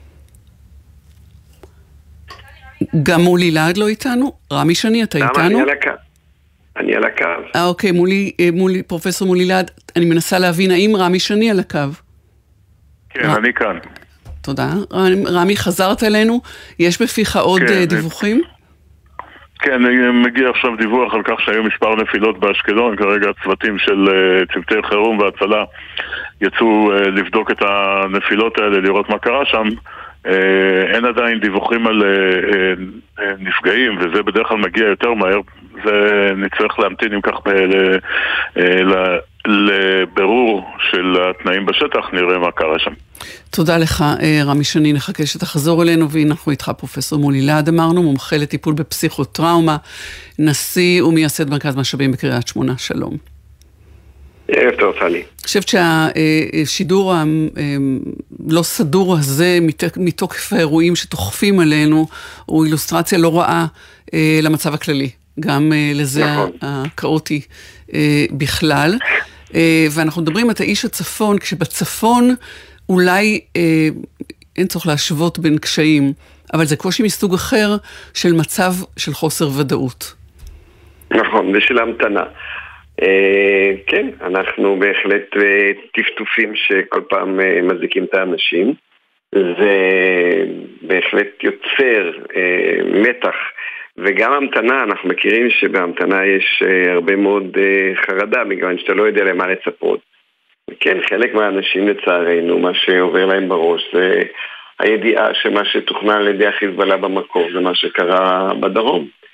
גם מולי להד לא איתנו? רמי שני, אתה איתנו? אני על הקו. אוקיי, פרופסור מולי להד, אני מנסה להבין, האם רמי שני על הקו? כן, אני כאן. תודה. רמי, חזרת אלינו? יש בפיך עוד דיווחים? כן, מגיע עכשיו דיווח על כך שהיו מספר נפילות באשקלון. כרגע צוותים של צוותי חירום והצלה יצאו לבדוק את הנפילות האלה, לראות מה קרה שם. אין עדיין דיווחים על נפגעים, וזה בדרך כלל מגיע יותר מהר. זה נצטרך להמתין אם כך לבירור של התנאים בשטח, נראה מה קרה שם. תודה לך רמי שני, נחכה שתחזור אלינו, ואנחנו איתך פרופסור מולי להד, אמרנו, מומחה לטיפול בפסיכוטראומה, נשיא ומייסד מרכז משאבים בקריית שמונה, שלום. ערב טוב, טלי. אני חושבת שהשידור הלא סדור הזה, מתוקף האירועים שתוחפים עלינו, הוא אילוסטרציה לא רעה למצב הכללי, גם לזה הקראותי בכלל. ואנחנו מדברים את האיש הצפון, כשבצפון אולי אין צורך להשוות בין קשיים, אבל זה קושי מסוג אחר של מצב של חוסר ודאות. נכון, ושל המתנה. כן, אנחנו בהחלט טפטופים שכל פעם מזיקים את האנשים. זה בהחלט יוצר מתח, וגם המתנה, אנחנו מכירים שבהמתנה יש הרבה מאוד חרדה, בגלל שאתה לא יודע למה לצפות. כן, חלק מהאנשים לצערנו, מה שעובר להם בראש זה הידיעה שמה שתוכנן על ידי החיזבאללה במקור, זה מה שקרה בדרום.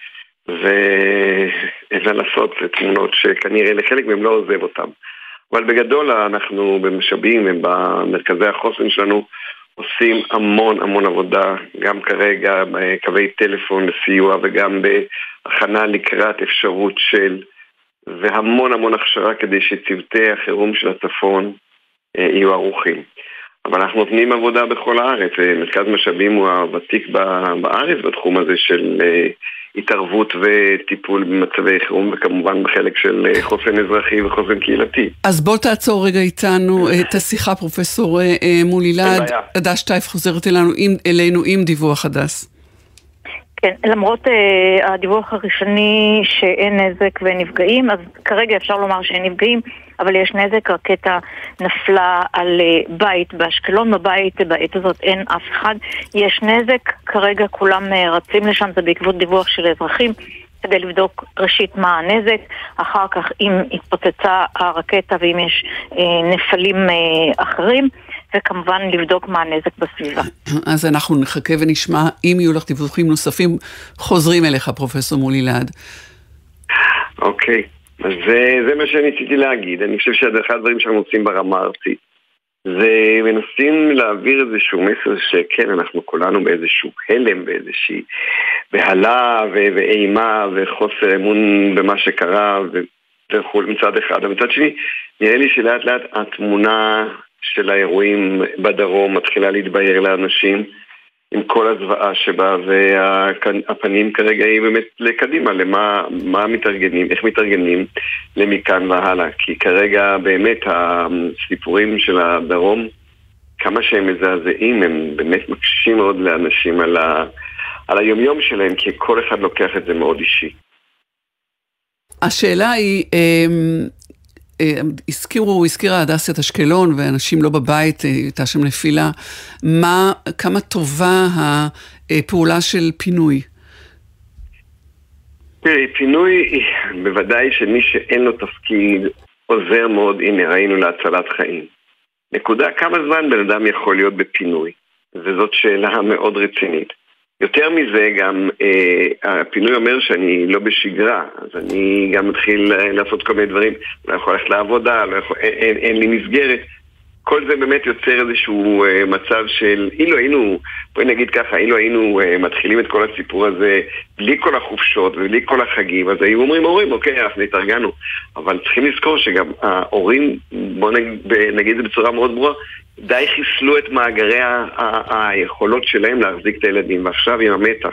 ואין לה לעשות, זה תמונות שכנראה לחלק מהם לא עוזב אותם. אבל בגדול אנחנו במשאבים ובמרכזי החוסן שלנו עושים המון עבודה, גם כרגע בקווי טלפון לסיוע וגם בהכנה לקראת אפשרות של, והמון הכשרה כדי שצוותי החירום של הצפון יהיו ערוכים. אבל אנחנו נותנים עבודה בכל הארץ, מרכז משאבים הוא הוותיק בארץ בתחום הזה של התערבות וטיפול במצבי חירום, וכמובן בחלק של חוסן אזרחי וחוסן קהילתי. אז בוא תעצור רגע איתנו את השיחה, פרופסור מולילד. הדס שטייף חוזרת אלינו עם דיווח הדס. כן, למרות הדיווח הראשוני שאין נזק ונפגעים, אז כרגע אפשר לומר שאין נפגעים, אבל יש נזק. רקטה נפלה על בית באשקלון, בבית בעת הזאת אין אף אחד. יש נזק, כרגע כולם רצים לשם, זה בעקבות דיווח של אזרחים, כדי לבדוק ראשית מה הנזק, אחר כך אם התפוצצה הרקטה ואם יש נפלים אחרים, וכמובן לבדוק מה הנזק בסביבה. אז אנחנו נחכה ונשמע, אם יהיו לך דיווחים נוספים, חוזרים אליך, פרופסור מולילד. אוקיי, אז זה מה שאני רציתי להגיד. אני חושב שאחד הדברים שאנחנו עושים ברמה הארצית, זה מנסים להעביר איזשהו מסר שכן, אנחנו כולנו באיזשהו הלם, באיזושהי בהלה ואימה וחוסר אמון במה שקרה וכו' מצד אחד. ומצד שני, נראה לי שלאט לאט התמונה של האירועים בדרום מתחילה להתבהר לאנשים עם כל הזוועה שבה, והפנים כרגע היא באמת לקדימה, למה מתארגנים, איך מתארגנים למכאן והלאה. כי כרגע באמת הסיפורים של הדרום, כמה שהם מזעזעים, הם באמת מקשים מאוד לאנשים על היומיום שלהם, כי כל אחד לוקח את זה מאוד אישי. השאלה היא, הזכירה הדס את אשקלון ואנשים לא בבית, הייתה שם נפילה, כמה טובה הפעולה של פינוי? פינוי, בוודאי שמי שאין לו תפקיד עוזר מאוד, הנה ראינו להצלת חיים. נקודה, כמה זמן בן אדם יכול להיות בפינוי? וזאת שאלה מאוד רצינית. יותר מזה גם הפינוי אומר שאני לא בשגרה, אז אני גם מתחיל לעשות כל מיני דברים, לא יכול ללכת לעבודה, אין לי מסגרת. כל זה באמת יוצר איזשהו מצב של, בואי נגיד ככה, אילו היינו מתחילים את כל הסיפור הזה בלי כל החופשות ובלי כל החגים, אז היו אומרים, אוקיי, אנחנו התארגנו. אבל צריכים לזכור שגם ההורים, בואו נגיד זה בצורה מאוד ברורה, די חיסלו את מאגרי היכולות שלהם להחזיק את הילדים, ועכשיו עם המתח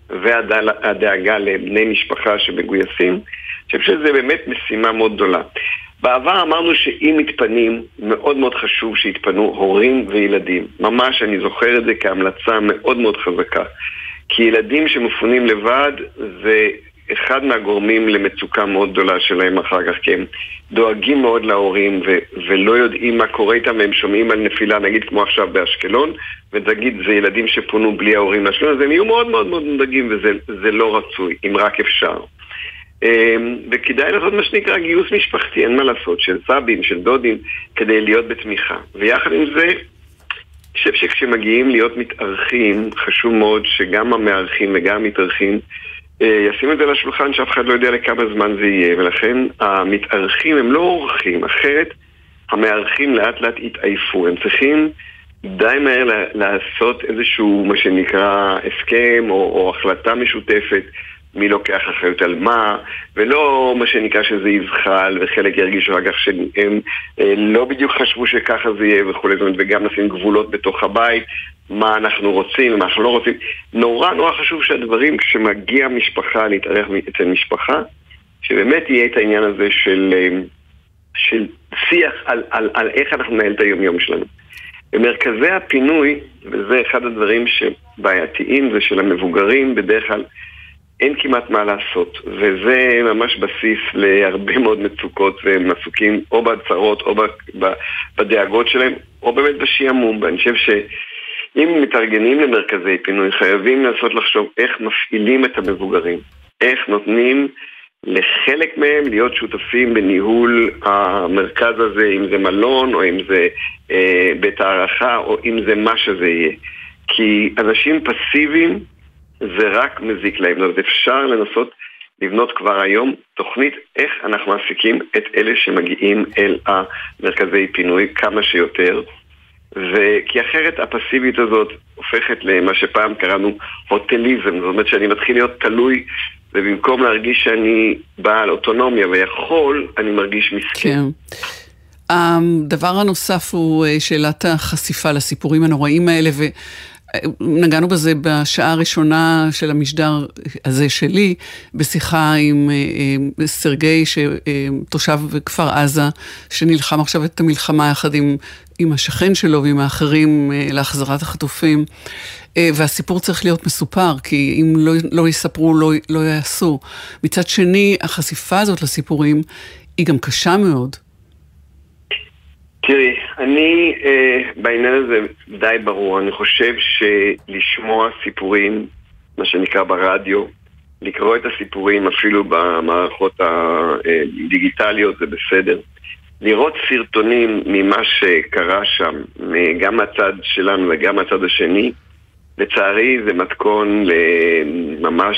והדאגה לבני משפחה שמגויסים, אני חושב שזה באמת משימה מאוד גדולה. בעבר אמרנו שאם מתפנים, מאוד מאוד חשוב שיתפנו הורים וילדים. ממש אני זוכר את זה כהמלצה מאוד מאוד חזקה. כי ילדים שמפונים לבד זה אחד מהגורמים למצוקה מאוד גדולה שלהם אחר כך, כי הם דואגים מאוד להורים ולא יודעים מה קורה איתם, והם שומעים על נפילה, נגיד כמו עכשיו באשקלון, ונגיד זה ילדים שפונו בלי ההורים לאשקלון, אז הם יהיו מאוד מאוד מאוד מודאגים, וזה לא רצוי, אם רק אפשר. וכדאי לעשות מה שנקרא גיוס משפחתי, אין מה לעשות, של סבים, של דודים, כדי להיות בתמיכה. ויחד עם זה, אני חושב שכשמגיעים להיות מתארחים, חשוב מאוד שגם המארחים וגם המתארחים ישימו את זה לשולחן שאף אחד לא יודע לכמה זמן זה יהיה, ולכן המתארחים הם לא אורחים, אחרת המארחים לאט לאט יתעייפו, הם צריכים די מהר לעשות איזשהו מה שנקרא הסכם או החלטה משותפת, מי לוקח אחריות על מה, ולא מה שנקרא שזה יזחל, וחלק ירגישו אגב שהם לא בדיוק חשבו שככה זה יהיה וכו', וגם נשים גבולות בתוך הבית, מה אנחנו רוצים, מה אנחנו לא רוצים. נורא חשוב שהדברים, כשמגיע משפחה להתארח אצל משפחה, שבאמת יהיה את העניין הזה של שיח על איך אנחנו נהל את היום שלנו. במרכזי הפינוי, וזה אחד הדברים שבעייתיים, זה של המבוגרים, בדרך כלל אין כמעט מה לעשות, וזה ממש בסיס להרבה מאוד מצוקות, והם עסוקים או בצרות או בדאגות שלהם, או באמת בשעמום. ואני חושב שאם מתארגנים למרכזי פינוי, חייבים לנסות לחשוב איך מפעילים את המבוגרים, איך נותנים לחלק מהם להיות שותפים בניהול המרכז הזה, אם זה מלון או אם זה בית הערכה או אם זה מה שזה יהיה. כי אנשים פסיביים זה רק מזיק להם. אז אפשר לנסות לבנות כבר היום תוכנית איך אנחנו מפיקים את אלה שמגיעים אל המרכזי פינוי כמה שיותר, כי אחרת הפסיבית הזאת הופכת למה שפעם קראנו הוטליזם, זאת אומרת שאני מתחיל להיות תלוי, ובמקום להרגיש שאני בעל אוטונומיה ויכול, אני מרגיש מסכן. כן. הדבר הנוסף הוא שאלת החשיפה לסיפורים הנוראים האלה, ונגענו בזה בשעה הראשונה של המשדר הזה שלי, בשיחה עם סרגי, תושב כפר עזה, שנלחם עכשיו את המלחמה יחד עם השכן שלו ועם האחרים להחזרת החטופים, והסיפור צריך להיות מסופר, כי אם לא יספרו, לא יעשו. מצד שני, החשיפה הזאת לסיפורים היא גם קשה מאוד. תראי, אני בעניין הזה די ברור. אני חושב שלשמוע סיפורים, מה שנקרא ברדיו, לקרוא את הסיפורים אפילו במערכות הדיגיטליות זה בסדר. לראות סרטונים ממה שקרה שם, גם מהצד שלנו וגם מהצד השני, לצערי זה מתכון לממש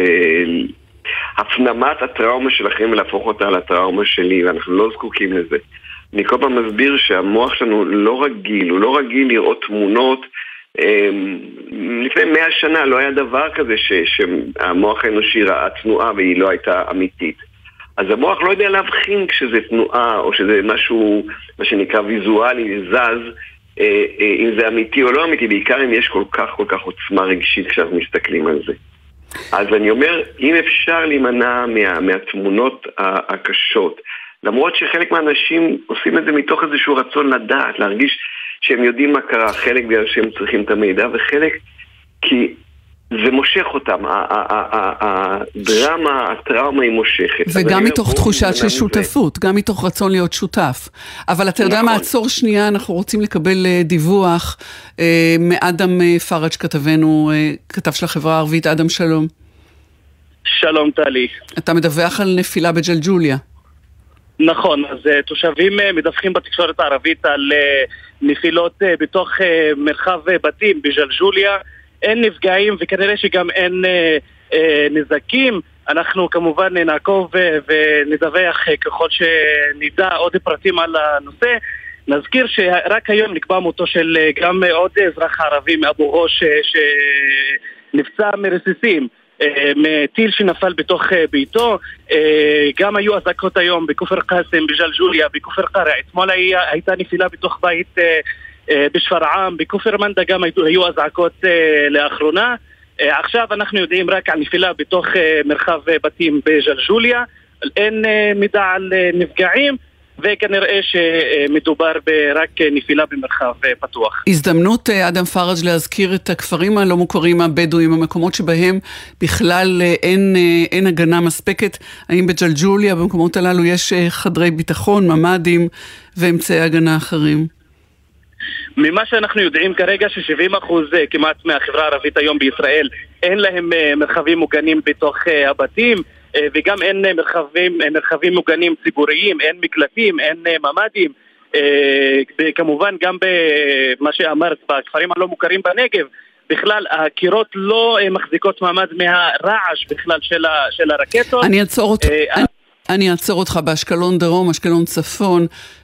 הפנמת הטראומה שלכם ולהפוך אותה לטראומה שלי, ואנחנו לא זקוקים לזה. אני כל פעם מסביר שהמוח שלנו לא רגיל, הוא לא רגיל לראות תמונות. לפני 100 שנה לא היה דבר כזה שהמוח האנושי ראה תנועה והיא לא הייתה אמיתית. אז המוח לא יודע להבחין כשזה תנועה או שזה משהו, מה שנקרא ויזואלי, זז, אם זה אמיתי או לא אמיתי, בעיקר אם יש כל כך עוצמה רגשית כשאנחנו מסתכלים על זה. אז אני אומר, אם אפשר להימנע מהתמונות הקשות, למרות שחלק מהאנשים עושים את זה מתוך איזשהו רצון לדעת, להרגיש שהם יודעים מה קרה, חלק בגלל שהם צריכים את המידע, וחלק כי זה מושך אותם, הדרמה, הטראומה היא מושכת. וגם מתוך תחושת של שותפות, גם מתוך רצון להיות שותף. אבל אתה יודע מה, עצור שנייה, אנחנו רוצים לקבל דיווח מאדם פראג' כתבנו, כתב של החברה הערבית. אדם, שלום. שלום טלי. אתה מדווח על נפילה בג'לג'וליה. נכון, אז תושבים מדווחים בתקשורת הערבית על נפילות בתוך מרחב בתים בג'לג'וליה. אין נפגעים וכנראה שגם אין נזקים. אנחנו כמובן נעקוב ונדווח ככל שנדע עוד פרטים על הנושא. נזכיר שרק היום נקבע מותו של גם עוד אזרח ערבי מאבו גוש שנפצע מרסיסים מטיל שנפל בתוך ביתו. גם היו אזעקות היום בכפר קאסם, בג'לג'וליה, בכפר קרע. אתמול הייתה נפילה בתוך בית בשפרעם, בכפר מנדה גם היו אזעקות לאחרונה. עכשיו אנחנו יודעים רק על נפילה בתוך מרחב בתים בג'לג'וליה. אין מידע על נפגעים, וכנראה שמדובר ברק נפילה במרחב פתוח. הזדמנות, אדם פראג', להזכיר את הכפרים הלא מוכרים הבדואים, המקומות שבהם בכלל אין הגנה מספקת. האם בג'לג'וליה, במקומות הללו, יש חדרי ביטחון, ממדים ואמצעי הגנה אחרים? ממה שאנחנו יודעים כרגע ש70% כמעט מהחברה הערבית היום בישראל אין להם מרחבים מוגנים בתוך הבתים, וגם אין מרחבים מוגנים ציבוריים, אין מקלטים, אין ממדים. כמובן גם במה שאמרת, בכפרים הלא מוכרים בנגב, בכלל הקירות לא מחזיקות מעמד מהרעש בכלל של הרקטות. אני אעצור אותך באשקלון דרום, אשקלון צפון,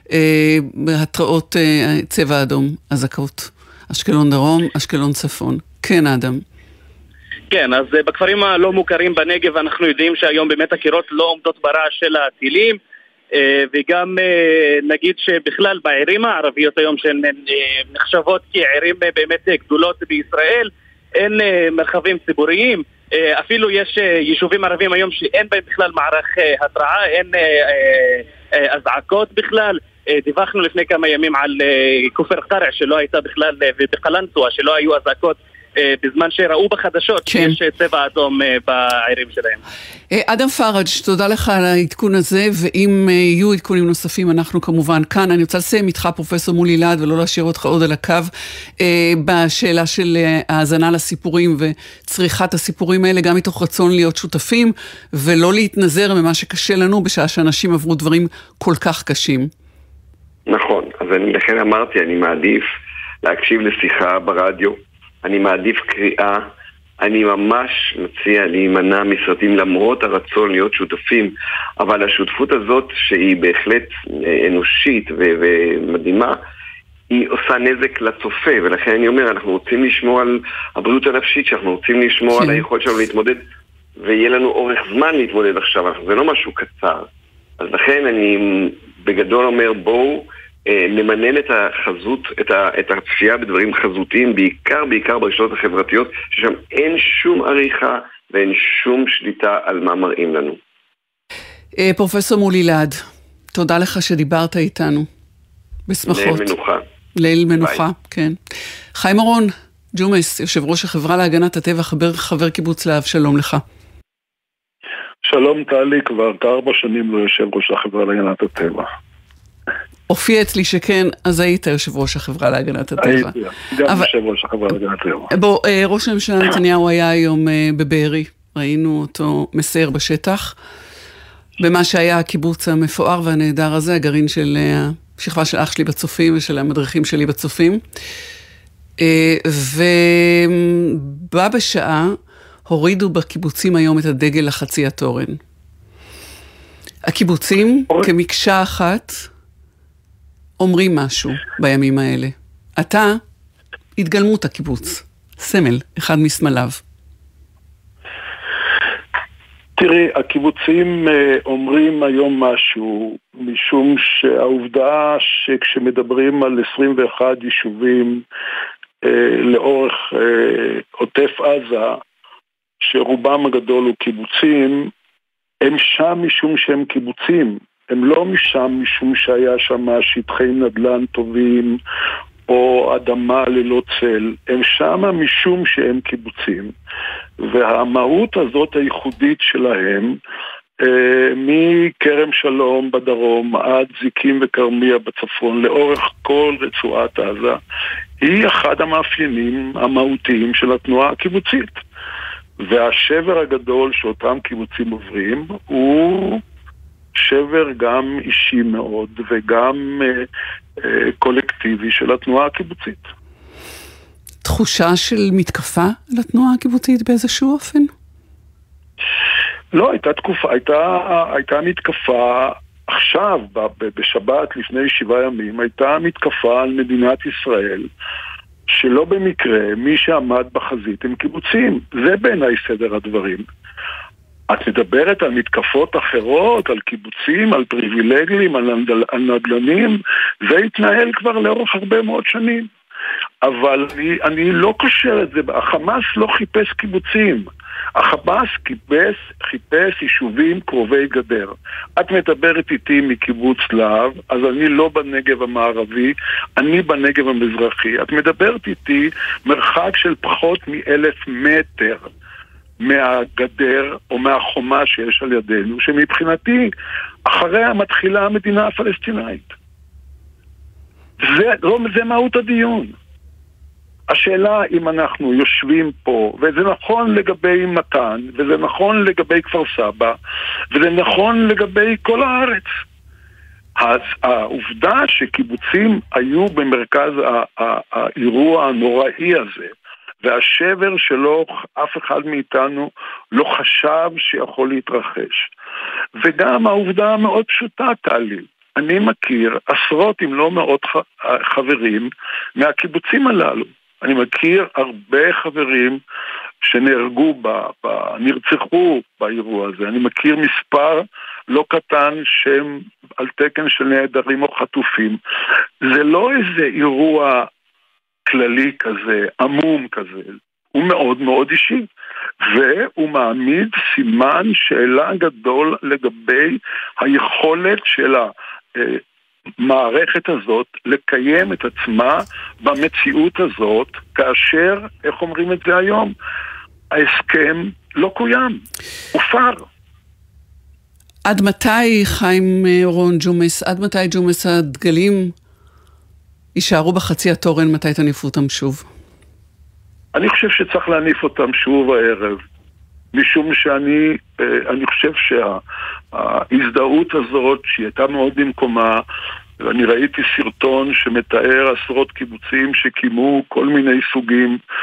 בהתראות צבע אדום, אזעקות. אשקלון דרום, אשקלון צפון. כן, אדם. כן, אז בכפרים הלא מוכרים בנגב אנחנו יודעים שהיום באמת הקירות לא עומדות ברעש של הטילים, וגם נגיד שבכלל בערים הערביות היום שהן נחשבות כערים באמת גדולות בישראל, אין מרחבים ציבוריים. אפילו יש יישובים ערבים היום שאין בהם בכלל מערך התראה, אין אזעקות בכלל. דיווחנו לפני כמה ימים על כפר קרע שלא הייתה בכלל, ובקלנסווה שלא היו אזעקות, בזמן שראו בחדשות שיש צבע אדום בערים שלהם. אדם פראג', תודה לך על העדכון הזה, ואם יהיו עדכונים נוספים אנחנו כמובן כאן. אני רוצה לסיים איתך פרופסור מולי להד ולא להשאיר אותך עוד על הקו בשאלה של האזנה לסיפורים וצריכת הסיפורים האלה, גם מתוך רצון להיות שותפים ולא להתנזר ממה שקשה לנו בשעה שאנשים עברו דברים כל כך קשים. נכון, אז לכן אמרתי, אני מעדיף להקשיב לשיחה ברדיו, אני מעדיף קריאה אני ממש מציע להימנע מסרטים למרות הרצון להיות שותפים, אבל השותפות הזאת שהיא בהחלט אנושית ומדהימה, היא עושה נזק לצופה, ולכן אני אומר, אנחנו רוצים לשמור על הבריאות הנפשית, שאנחנו רוצים לשמור על היכולת שלנו להתמודד, ויהיה לנו אורך זמן להתמודד עכשיו, זה לא משהו קצר. אז לכן אני בגדול אומר, בואו נמנן את החזות, את הצפייה בדברים חזותיים, בעיקר ברשתות החברתיות, ששם אין שום עריכה ואין שום שליטה על מה מראים לנו. פרופסור מולי להד, תודה לך שדיברת איתנו. בשמחות. ליל מנוחה. ליל מנוחה, כן. חיים אורון, ג'ומס, יושב ראש החברה להגנת הטבע, חבר קיבוץ להב, שלום לך. שלום טלי, כבר 4 שנים לא יושב ראש החברה להגנת הטבע. הופיע אצלי שכן, אז היית יושב ראש החברה להגנת הטבע. הייתי, גם יושב ראש החברה להגנת הטבע. בוא, ראש הממשלה נתניהו היה היום בבארי, ראינו אותו מסייר בשטח, במה שהיה הקיבוץ המפואר והנהדר הזה, הגרעין של השכבה של אח שלי בצופים ושל המדריכים שלי בצופים. ובא בשעה, הורידו בקיבוצים היום את הדגל לחצי התורן. הקיבוצים כמקשה אחת אומרים משהו בימים האלה. אתה, התגלמות הקיבוץ, סמל, אחד מסמליו. תראי, הקיבוצים אומרים היום משהו, משום שהעובדה שכשמדברים על 21 יישובים לאורך עוטף עזה, שרובם הגדול הוא קיבוצים, הם שם משום שהם קיבוצים. הם לא משם משום שהיה שם שטחי נדל"ן טובים או אדמה ללא צל. הם שם משום שהם קיבוצים. והמהות הזאת הייחודית שלהם, מכרם שלום בדרום עד זיקים וקרמיה בצפון, לאורך כל רצועת עזה, היא אחד המאפיינים המהותיים של התנועה הקיבוצית. והשבר הגדול שאותם קיבוצים עוברים הוא שבר גם אישי מאוד וגם קולקטיבי של התנועה הקיבוצית. תחושה של מתקפה לתנועה הקיבוצית באיזשהו אופן? לא, הייתה מתקפה עכשיו, בשבת לפני 7 ימים, הייתה מתקפה על מדינת ישראל, שלא במקרה מי שעמד בחזית הם קיבוצים. זה בעיניי סדר הדברים. את מדברת על מתקפות אחרות, על קיבוצים, על פריבילגים, על נדל"נים, זה התנהל כבר לאורך הרבה מאוד שנים. אבל אני לא קושר את זה, החמאס לא חיפש קיבוצים, החמאס חיפש יישובים קרובי גדר. את מדברת איתי מקיבוץ להב, אז אני לא בנגב המערבי, אני בנגב המזרחי. את מדברת איתי מרחק של פחות מ1,000 מטר מהגדר או מהחומה שיש על ידינו, שמבחינתי אחריה מתחילה המדינה הפלסטינאית. זה מהות הדיון. השאלה אם אנחנו יושבים פה, וזה נכון לגבי מתן, וזה נכון לגבי כפר סבא, וזה נכון לגבי כל הארץ. אז העובדה שקיבוצים היו במרכז האירוע הנוראי הזה, והשבר שלו אף אחד מאיתנו לא חשב שיכול להתרחש. וגם העובדה המאוד פשוטה, טלי, אני מכיר עשרות אם לא מאות חברים מהקיבוצים הללו. אני מכיר הרבה חברים שנהרגו נרצחו באירוע הזה. אני מכיר מספר לא קטן שהם על תקן של נעדרים או חטופים. זה לא איזה אירוע כללי כזה, עמום כזה. הוא מאוד מאוד אישי. והוא מעמיד סימן שאלה גדול לגבי היכולת שלה מערכת הזאת לקיים את עצמה במציאות הזאת, כאשר, איך אומרים את זה היום, ההסכם לא קוים, הופר. עד מתי, חיים אורון, ג'ומס, עד מתי ג'ומס הדגלים יישארו בחצי התורן, מתי תניפו אותם שוב? אני חושב שצריך להניף אותם שוב הערב, משום אני חושב שההזדהות הזאת שהיא הייתה מאוד במקומה, ואני ראיתי סרטון שמתאר עשרות קיבוצים שקיימו כל מיני סוגים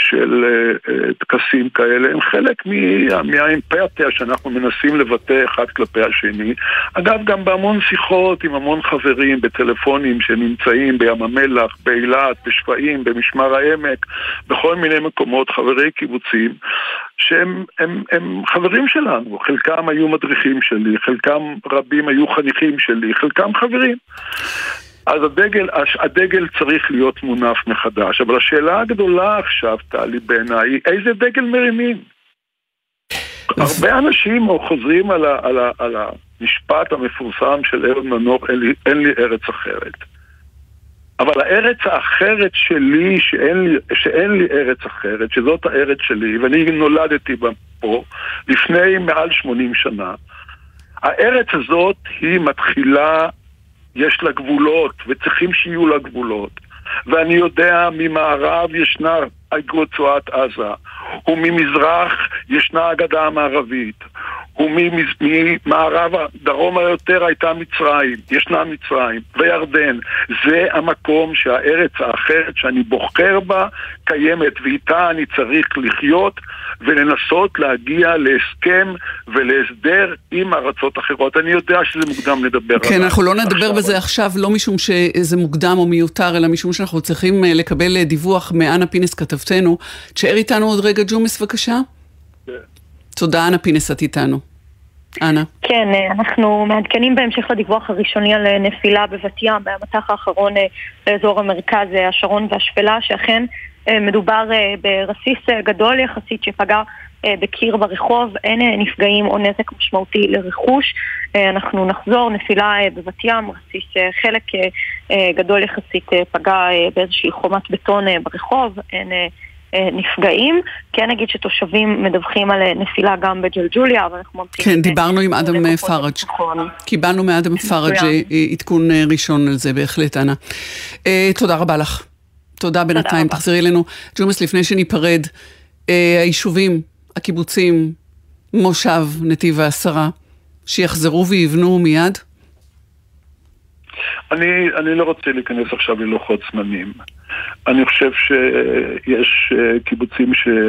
של טקסים כאלה, הם חלק מהאמפתיה שאנחנו מנסים לבטא אחד כלפי השני. אגב, גם בהמון שיחות עם המון חברים בטלפונים שנמצאים בים המלח, באילת, בשפעים, במשמר העמק, בכל מיני מקומות, חברי קיבוצים, שהם חברים שלנו. חלקם היו מדריכים שלי, חלקם רבים היו חניכים שלי, חלקם חברים. אז הדגל צריך להיות מונף מחדש. אבל השאלה הגדולה עכשיו, טלי, בעיניי, איזה דגל מרימים? הרבה אנשים חוזרים על המשפט המפורסם של אהוד מנור, אין לי ארץ אחרת. אבל הארץ האחרת שלי, שאין לי ארץ אחרת, שזאת הארץ שלי, ואני נולדתי פה לפני מעל 80 שנה, הארץ הזאת היא מתחילה, יש לה גבולות, וצריכים שיהיו לה גבולות. ואני יודע, ממערב ישנה רצועת עזה, וממזרח ישנה הגדה המערבית, וממערב דרומה יותר הייתה מצרים, ישנה מצרים וירדן. זה המקום שהארץ האחרת שאני בוחר בה קיימת, ואיתה אני צריך לחיות ולנסות להגיע להסכם ולהסדר עם ארצות אחרות. אני יודע שזה מוקדם לדבר כן, אנחנו לא נדבר בזה עכשיו, לא משום שזה מוקדם או מיותר, אלא משום שאנחנו צריכים לקבל דיווח מאנה פינס כתבתנו. תשאר איתנו עוד רגע, ג'ומס, בבקשה. תודה, אנה פינס, את איתנו. אנה. כן, אנחנו מעדכנים בהמשך לדיווח הראשוני על נפילה בבת ים, במתח האחרון באזור המרכז, השרון והשפלה, שאכן מדובר ברסיס גדול יחסית שפגע בקיר ברחוב, אין נפגעים או נזק משמעותי לרכוש. אנחנו נחזור, נפילה בבת ים, רסיס חלק גדול יחסית פגע באיזושהי חומת בטון ברחוב, אין נפגעים. כן נגיד שתושבים מדווחים על נפילה גם בג'לג'וליה, אבל אנחנו ממתינים. כן, דיברנו עם אדם פארג'. קיבלנו מאדם פארג' עדכון ראשון על זה, בהחלט, אנה. תודה רבה לך. תודה בינתיים, תחזרי אלינו. ג'ומס, לפני שניפרד, היישובים, הקיבוצים, מושב, נתיב העשרה, שיחזרו ויבנו מיד? אני לא רוצה להיכנס עכשיו ללוחות זמנים. אני חושב שיש קיבוצים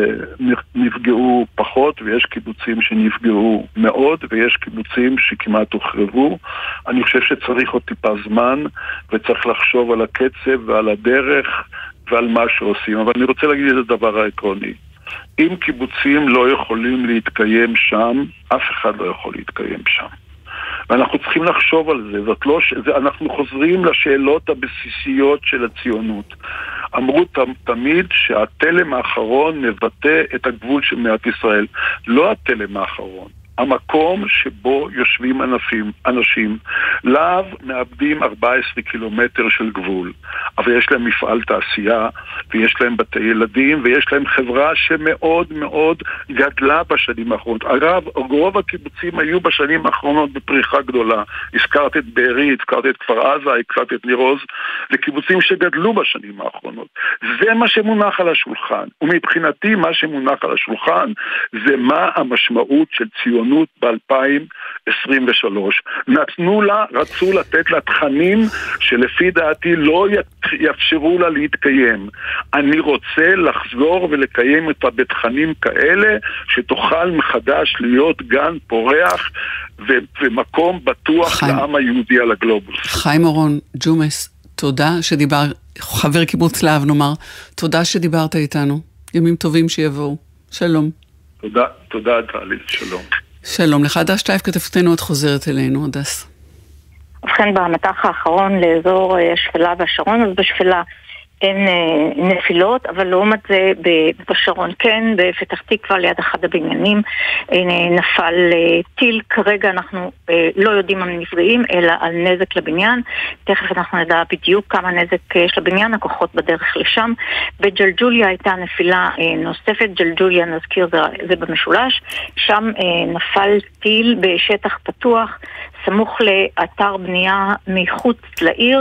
שנפגעו פחות, ויש קיבוצים שנפגעו מאוד, ויש קיבוצים שכמעט הוחרבו. אני חושב שצריך עוד טיפה זמן, וצריך לחשוב על הקצב ועל הדרך ועל מה שעושים. אבל אני רוצה להגיד את הדבר העקרוני. אם קיבוצים לא יכולים להתקיים שם, אף אחד לא יכול להתקיים שם. ואנחנו צריכים לחשוב על זה. אנחנו חוזרים לשאלות הבסיסיות של הציונות. אמרו תמיד שהתלם האחרון מבטא את הגבול של מדינת ישראל. לא התלם האחרון. המקום שבו יושבים אנשים, לאו מאבדים 14 קילומטר של גבול, אבל יש להם מפעל תעשייה, ויש להם בתי ילדים, ויש להם חברה שמאוד מאוד גדלה בשנים האחרונות. אגב, רוב הקיבוצים היו בשנים האחרונות בפריחה גדולה. הזכרת את בארי, הזכרת את כפר עזה, הזכרת את ניר עוז, לקיבוצים שגדלו בשנים האחרונות. זה מה שמונח על השולחן, ומבחינתי מה שמונח על השולחן זה מה המשמעות של ציונות ב-2023. נתנו לה, רצו לתת לה תכנים שלפי דעתי לא יאפשרו לה להתקיים. אני רוצה לחזור ולקיים אותה בתכנים כאלה שתוכל מחדש להיות גן פורח ומקום בטוח לעם היהודי על הגלובוס. חיים אורון, ג'ומס, תודה שדיבר, חבר קיבוץ להב נאמר, תודה שדיברת איתנו. ימים טובים שיבואו. שלום. תודה, טלי, שלום. שלום לך, דש טייף כתבתנו, את חוזרת אלינו, דס. ובכן, במתח האחרון לאזור השפלה והשרון, אז בשפלה אין נפילות, אבל לעומת זה בשרון כן, בפתח תקווה ליד אחד הבניינים נפל טיל. כרגע אנחנו לא יודעים על נפגעים, אלא על נזק לבניין. תכף אנחנו נדע בדיוק כמה נזק יש לבניין, הכוחות בדרך לשם. בג'לג'וליה הייתה נפילה נוספת, ג'לג'וליה נזכיר זה במשולש, שם נפל טיל בשטח פתוח, סמוך לאתר בנייה מחוץ לעיר.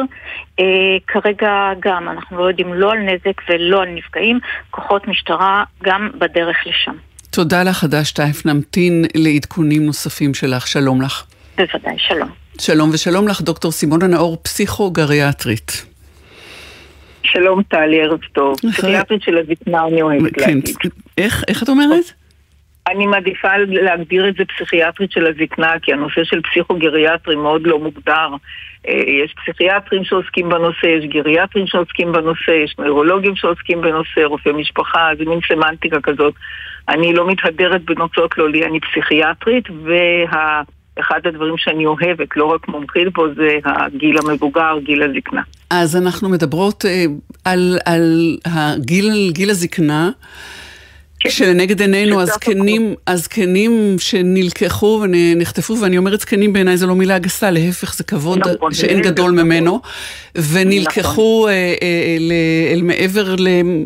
כרגע גם אנחנו לא יודעים לא על נזק ולא על נפגעים, כוחות משטרה גם בדרך לשם. תודה לך, דש טייף, נמתין לעדכונים נוספים שלך. שלום לך. בוודאי, שלום. שלום ושלום לך, דוקטור סימונה נאור, פסיכוגריאטרית. שלום טלי, ערב טוב. פסיכיאטרית של הזקנה אני אוהבת להגיד. איך את אומרת? אני מעדיפה להגדיר את זה פסיכיאטרית של הזקנה, כי הנושא של פסיכוגריאטרים מאוד לא מוגדר. יש פסיכיאטרים שעוסקים בנושא, יש גריאטרים שעוסקים בנושא, יש נוירולוגים שעוסקים בנושא, רופאי משפחה, זה מין סמנטיקה כזאת. אני לא מתהדרת בנוצות לא לי, אני פסיכיאטרית, אחד הדברים שאני אוהבת, לא רק מומחית בו, זה הגיל המבוגר, גיל הזקנה. אז אנחנו מדברות על גיל הזקנה, כשלנגד עינינו הזקנים שנלקחו ונחטפו, ואני אומרת זקנים בעיניי זה לא מילה גסה, להפך זה כבוד שאין גדול ממנו, ונלקחו אל מעבר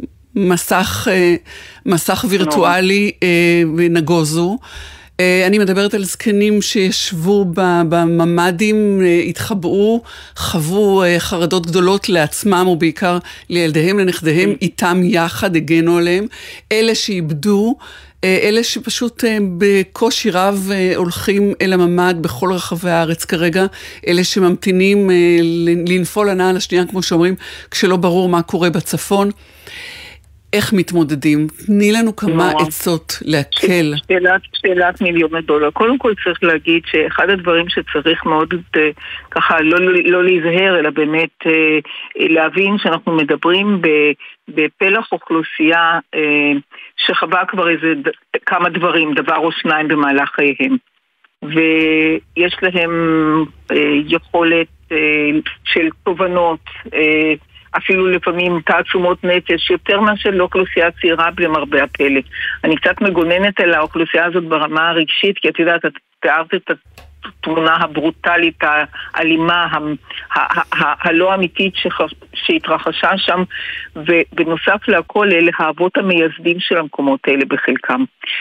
למסך וירטואלי ונגוזו. אני מדברת על זקנים שישבו בממדים, התחבאו, חוו חרדות גדולות לעצמם ובעיקר לילדיהם, לנכדיהם, איתם יחד, הגנו עליהם. אלה שאיבדו, אלה שפשוט בקושי רב הולכים אל הממד בכל רחבי הארץ כרגע, אלה שממתינים לנפול ענה על השנייה, כמו שאומרים, כשלא ברור מה קורה בצפון. איך מתמודדים? תני לנו כמה עצות להקל. שאלת $1,000,000. קודם כל צריך להגיד שאחד הדברים שצריך מאוד ככה לא להיזהר, אלא באמת להבין שאנחנו מדברים בפלח אוכלוסייה שחווה כבר איזה כמה דברים, דבר או שניים במהלך חייהם. ויש להם יכולת של תובנות, אפילו לפעמים תעצומות נפש, יותר מאשר לאוכלוסייה צעירה למרבה הפלא. אני קצת מגוננת על האוכלוסייה הזאת ברמה הרגשית, כי את יודעת, את תיארת את התמונה הברוטלית, האלימה, הלא אמיתית שהתרחשה שם, ובנוסף להכל אלה האבות המייסדים של המקומות האלה בחלקם.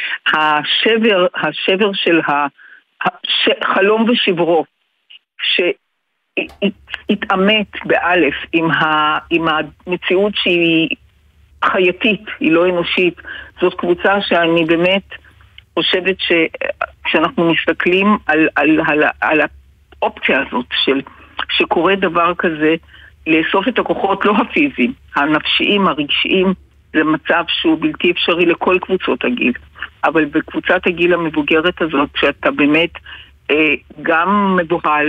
השבר של חלום ושברו, התאמת באלף עם המציאות שהיא חייתית, היא לא אנושית. זאת קבוצה שאני באמת חושבת שכשאנחנו מסתכלים על האופציה הזאת שקורה דבר כזה, לאסוף את הכוחות לא הפיזיים, הנפשיים, הרגשיים, זה מצב שהוא בלתי אפשרי לכל קבוצות הגיל. אבל בקבוצת הגיל המבוגרת הזאת, שאתה באמת גם מבוהל,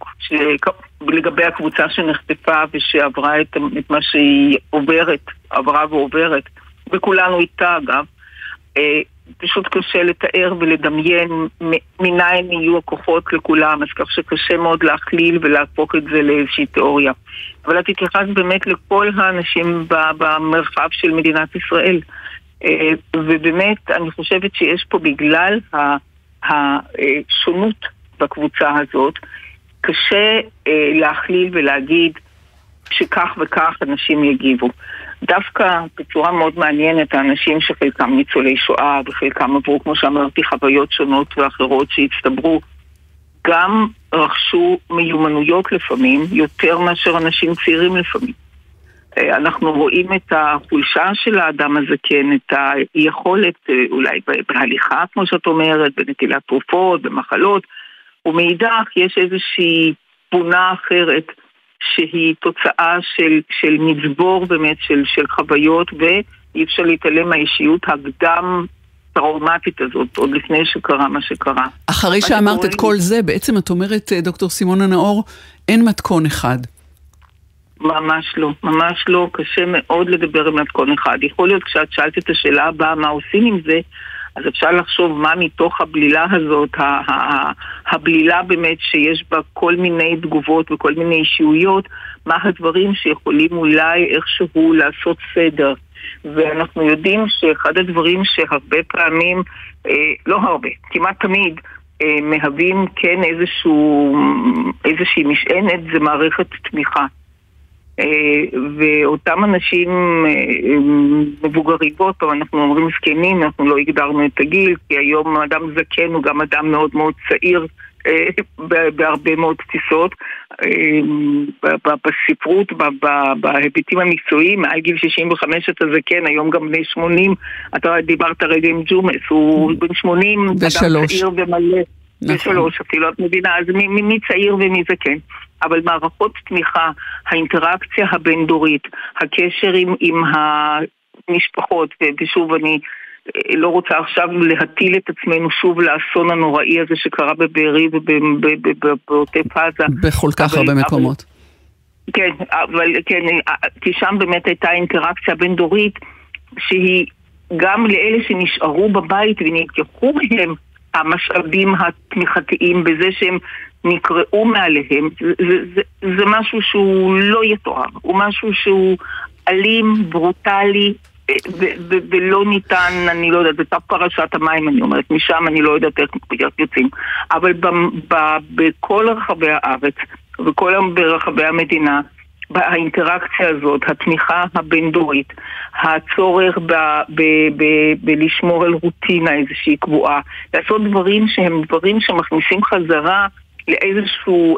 לגבי הקבוצה שנחטפה ושעברה את מה שהיא עברה ועוברת, וכולנו איתה אגב, פשוט קשה לתאר ולדמיין מניין יהיו הכוחות לכולם, אז כך שקשה מאוד להכליל ולהפוך את זה לאיזושהי תיאוריה. אבל את התייחס באמת לכל האנשים במרחב של מדינת ישראל, ובאמת אני חושבת שיש פה בגלל השונות בקבוצה הזאת, קשה להכליל ולהגיד שכך וכך אנשים יגיבו. דווקא בצורה מאוד מעניינת, האנשים שחלקם ניצולי שואה וחלקם עברו, כמו שאמרתי, חוויות שונות ואחרות שהצטברו, גם רכשו מיומנויות לפעמים, יותר מאשר אנשים צעירים לפעמים. אנחנו רואים את החולשה של האדם הזה, כן, את היכולת, אולי בהליכה, כמו שאת אומרת, בנטילת תרופות, במחלות, ומאידך יש איזושהי תבונה אחרת שהיא תוצאה של מצבור באמת של חוויות, ואי אפשר להתעלם מהאישיות הקדם טראומטית הזאת, עוד לפני שקרה מה שקרה. אחרי שאמרת את כל זה, בעצם את אומרת, דוקטור סימונה נאור, אין מתכון אחד. ממש לא, ממש לא, קשה מאוד לדבר עם מתכון אחד. יכול להיות כשאת שאלת את השאלה הבאה, מה עושים עם זה, אז אפשר לחשוב מה מתוך הבלילה הזאת, הבלילה באמת שיש בה כל מיני תגובות וכל מיני אישיויות, מה הדברים שיכולים אולי איכשהו לעשות סדר. ואנחנו יודעים שאחד הדברים שהרבה פעמים, לא הרבה, כמעט תמיד, מהווים כן איזושהי משענת, זה מערכת תמיכה. ואותם אנשים מבוגרים בו, אנחנו אומרים זקנים, אנחנו לא הגדרנו את הגיל, כי היום אדם זקן הוא גם אדם מאוד מאוד צעיר בהרבה מאוד תפיסות. בספרות, בהיבטים המקצועיים, מעל גיל 65 אתה זקן, היום גם בני 80, אתה דיברת רגע עם ג'ומס, הוא בן 80, אדם צעיר ומלא, בשלוש אפילו, את מבינה, אז מי צעיר ומי זקן. אבל מערכות תמיכה, האינטראקציה הבין-דורית, הקשר עם המשפחות, ושוב אני לא רוצה עכשיו להטיל את עצמנו שוב לאסון הנוראי הזה שקרה בבארי ובעוטף עזה. בכל כך הרבה מקומות. כן, אבל כן, כי שם באמת הייתה אינטראקציה בין-דורית שהיא גם לאלה שנשארו בבית ונלקחו מהם המשאבים התמיכתיים בזה שהם נקראו מעליהם, זה משהו שהוא לא יתואר, הוא משהו שהוא אלים, ברוטלי, ולא ניתן, אני לא יודעת, זה תף פרשת המים, אני אומרת, משם אני לא יודעת איך יוצאים, אבל בכל רחבי הארץ וכל ברחבי המדינה, האינטראקציה הזאת, התמיכה הבין-דורית, הצורך בלשמור על רוטינה איזושהי קבועה, לעשות דברים שהם דברים שמכניסים חזרה לאיזשהו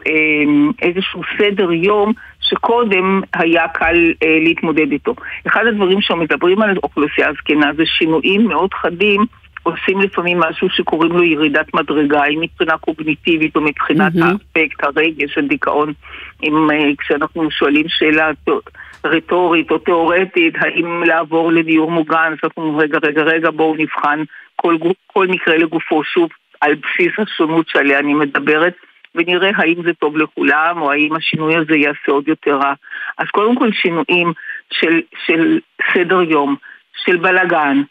סדר יום שקודם היה קל להתמודד איתו. אחד הדברים שמדברים על אוכלוסייה הזקנה זה שינויים מאוד חדים, עושים לפעמים משהו שקוראים לו ירידת מדרגה, אם מבחינה קוגניטיבית או מבחינת האפקט, הרגש, הדיכאון, כשאנחנו שואלים שאלה רטורית או תיאורטית, האם לעבור לדיור מוגן, אז אנחנו רגע, בואו נבחן כל מקרה לגופו, שוב, על בסיס השונות שעליה אני מדברת, ונראה האם זה טוב לכולם, או האם השינוי הזה יעשה עוד יותר רע. אז קודם כל שינויים של סדר יום, של בלגן,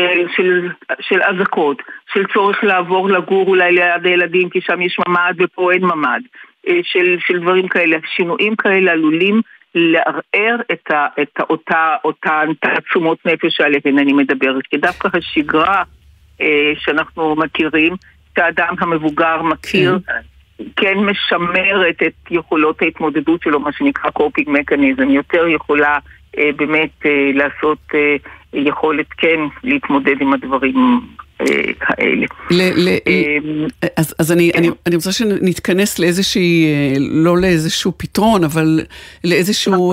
של אזעקות, של צורך לעבור לגור אולי ליד הילדים, כי שם יש ממד ופה אין ממד, של דברים כאלה. שינויים כאלה עלולים לערער את אותן תעצומות נפש שעליהן אני מדברת, כי דווקא השגרה שאנחנו מכירים, שהאדם המבוגר מכיר, כן משמרת את יכולות ההתמודדות שלו, מה שנקרא קופינג מקניזם, יותר יכולה באמת לעשות יכולת כן להתמודד עם הדברים האלה. אז אני רוצה שנתכנס לאיזושהי, לא לאיזשהו פתרון, אבל לאיזשהו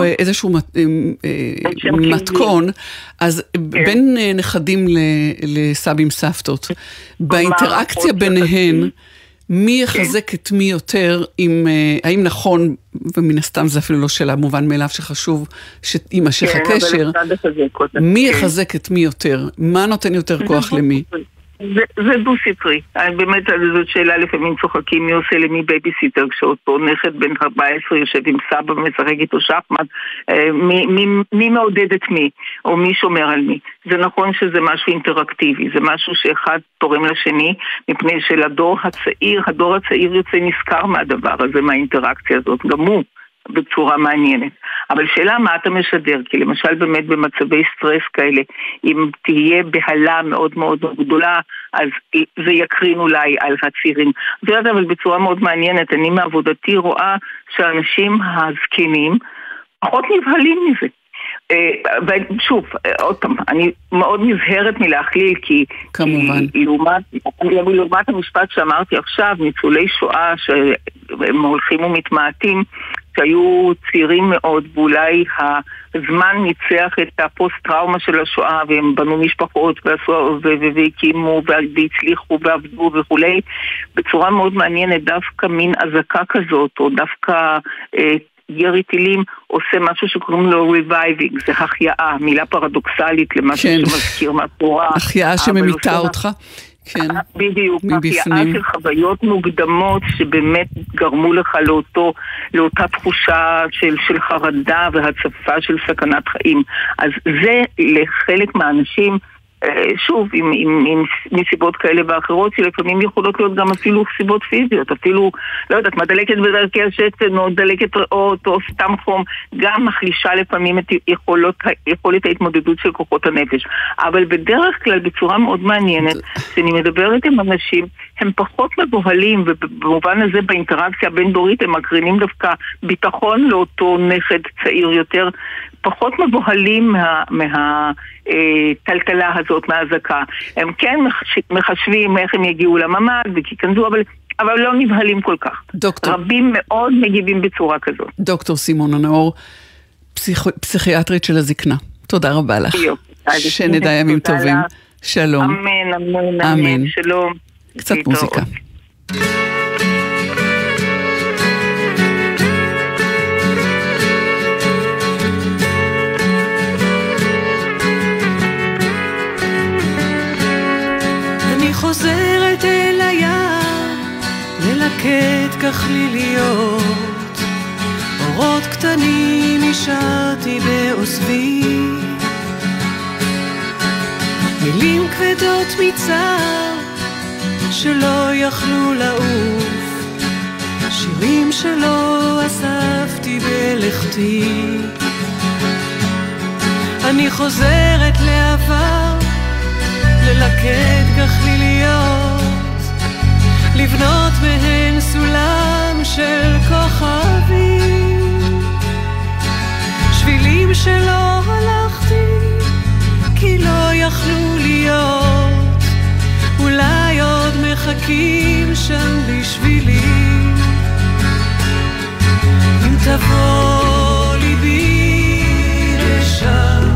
מתכון. אז בין נכדים לסבים סבתות, באינטראקציה ביניהן, מי יחזק את מי יותר, האם נכון, ומן הסתם זה אפילו לא שאלה מובן מאליו שחשוב שימשך הקשר, מי יחזק את מי יותר? מה נותן יותר כוח למי? זה דו-סטרי. באמת זאת שאלה, לפעמים צוחקים מי עושה למי בייביסיטר, כשאותו נכד בן 14 יושב עם סבא ומשחק איתו שחמט, מי מעודד את מי, או מי שומר על מי. זה נכון שזה משהו אינטראקטיבי, זה משהו שאחד תורם לשני, מפני שלדור הצעיר יוצא נזכר מהדבר הזה, מהאינטראקציה הזאת, גם הוא בצורה מעניינת. אבל שאלה מה אתה משדר, כי למשל באמת במצבי סטרס כאלה, אם תהיה בהלה מאוד מאוד גדולה, אז זה יקרין אולי על הצעירים. אבל בצורה מאוד מעניינת, אני מעבודתי רואה שהאנשים הזקנים פחות נבהלים מזה. ושוב, עוד פעם, אני מאוד נזהרת מלהכליל, כי לעומת המשפט שאמרתי עכשיו, ניצולי שואה שהם הולכים ומתמעטים, שהיו צעירים מאוד, ואולי הזמן ניצח את הפוסט-טראומה של השואה, והם בנו משפחות והקימו והצליחו ועבדו וכולי, בצורה מאוד מעניינת, דווקא מין הזקה כזאת, או דווקא ירי טילים עושה משהו שקוראים לו reviving, זה החייאה, מילה פרדוקסלית למשהו שמזכיר מהתורה. החייאה שממיתה אותך. כן. בדיוק, החייאה של חוויות מוקדמות שבאמת גרמו לך לאותה תחושה של חרדה והצפה של סכנת חיים. אז זה לחלק מהאנשים, שוב, עם מסיבות כאלה ואחרות, שלפעמים יכולות להיות גם אפילו סיבות פיזיות, אפילו, לא יודעת, דלקת בדרכי השתן, או דלקת ריאות, או סתם חום, גם מחלישה לפעמים את יכולת ההתמודדות של כוחות הנפש. אבל בדרך כלל, בצורה מאוד מעניינת, כשאני מדברת עם אנשים, הם פחות מבוהלים, ובמובן הזה באינטראקציה הבין-דורית הם מקרינים דווקא ביטחון לאותו נכד צעיר יותר, פחות מבוהלים מהטלטלה הזאת, מהזקה. הם כן מחשבים איך הם יגיעו לממד וכיכנסו, אבל לא נבהלים כל כך. רבים מאוד מגיבים בצורה כזאת. דוקטור סימונה נאור, פסיכיאטרית של הזקנה. תודה רבה לך. שנדע ימים טובים. שלום. אמן. שלום. קצת מוזיקה. שנים נשארתי בעוזבי, מילים כבדות מצער שלא יכלו לעוף, שירים שלא אספתי בלכתי. אני חוזרת לעבר, ללקט גחליליות, לבנות מהן סולם של כוכבים, שבילים שלא הלכתי כי לא יכלו להיות, אולי עוד מחכים שם בשבילי. אם תבוא ליבי לשם,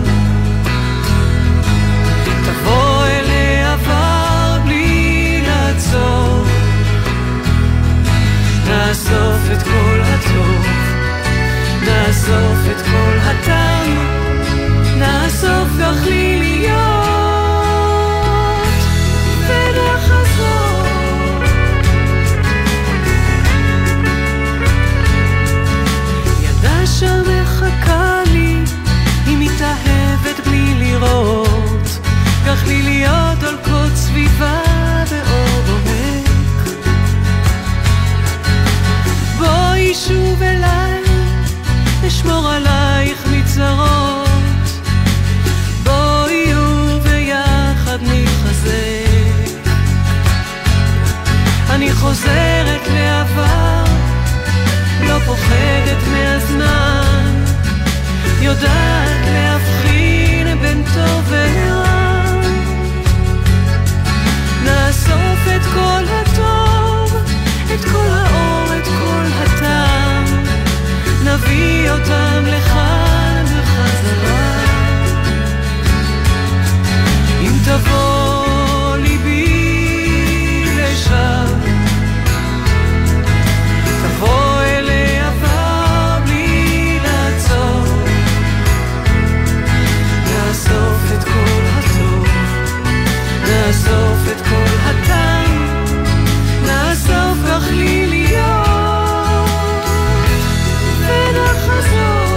תבוא אל העבר בלי לעצור, נאסוף את כל הטוב, נאסוף את כל הטעם, נאסוף גחליליות ונחזור. ידה שם מחכה לי, היא מתאהבת בלי לראות, גחליליות דולקות סביבה באור עומק. בואי שוב אליי, אשמור עלייך מצרות, בואי וביחד נתחזק. אני חוזרת לעבר, לא פוחדת מהזמן, יודעת להבחין בין טוב ורע, נאסוף את כל הטוב, את כל האור, את כל הטעם, נביא אותם לכאן בחזרה. אם תבוא ליבי לשם, תבוא אל העבר בלי לעצור, נאסוף את כל הטוב, נאסוף את כל הטעם, נאסוף גחליליות ונחזור.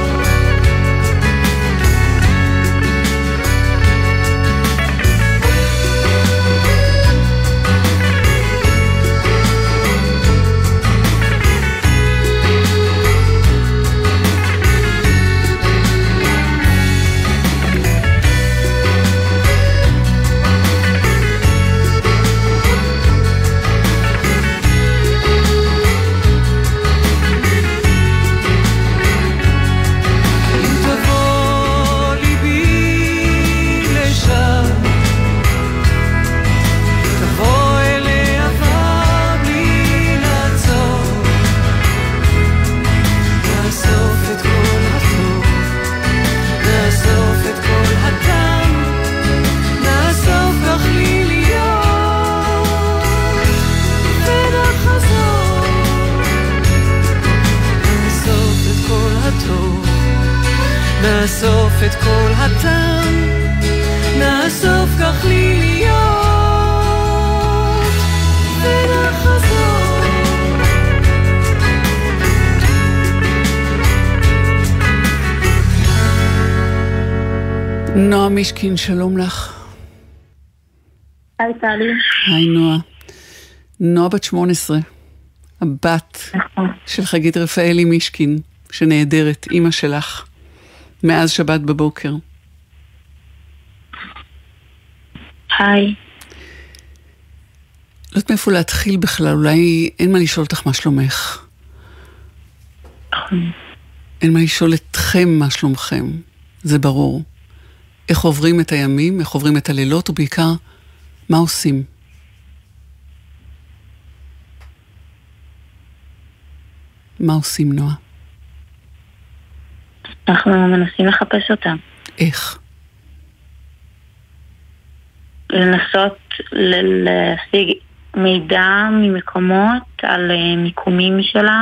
נאסוף את כל הטעם, נאסוף גחליליות ונחזור. נועה מישקין, שלום לך. היי טלי. היי נועה. נועה בת 18, הבת של חגית רפאלי מישקין, שנהדרת, אמא שלך. מאז שבת בבוקר. היי. לא יודעת מאיפה להתחיל בכלל, אולי אין מה לשאול אותך מה שלומך. אין מה לשאול אתכם מה שלומכם, זה ברור. איך עוברים את הימים, איך עוברים את הלילות, ובעיקר, מה עושים? מה עושים, נועה? אנחנו מנסים לחפש אותם. איך? לנסות להשיג מידע ממקומות על מיקומים שלה,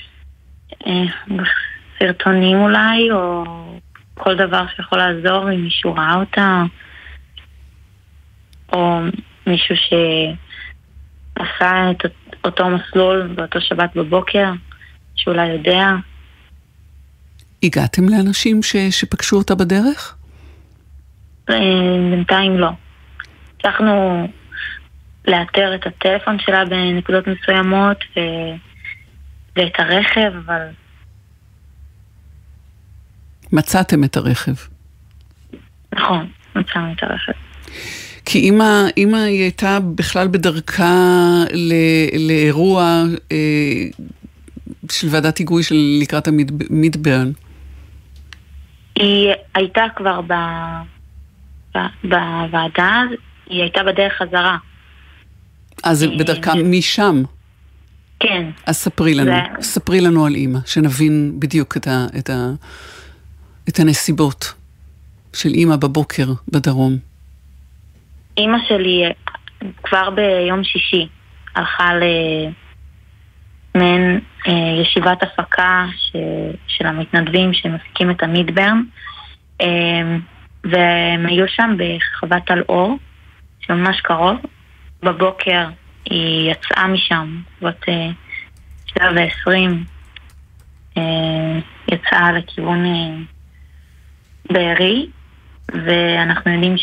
סרטונים אולי, או כל דבר שיכול לעזור אם מישהו ראה אותה, או מישהו שעשה את אותו מסלול באותו שבת בבוקר, שאולי יודע. הגעתם לאנשים שפגשו אותה בדרך? בינתיים לא. הצלחנו לאתר את הטלפון שלה בנקודות מסוימות ואת הרכב, אבל... מצאתם את הרכב. נכון, מצאנו את הרכב. כי אמא היא הייתה בכלל בדרכה לאירוע של ועדת היגוי של לקראת המידברן. היא הייתה כבר בוועדה, היא הייתה בדרך חזרה. אז בדרכה משם? כן. אז ספרי לנו על אמא, שנבין בדיוק את הנסיבות של אמא בבוקר בדרום. אמא שלי כבר ביום שישי הלכה למעין ישיבת הפקה של המתנדבים שמפיקים את המידברן, והם היו שם בחוות על אור, שממש קרוב. בבוקר היא יצאה משם, בת 7:20, יצאה לכיוון בארי, ואנחנו יודעים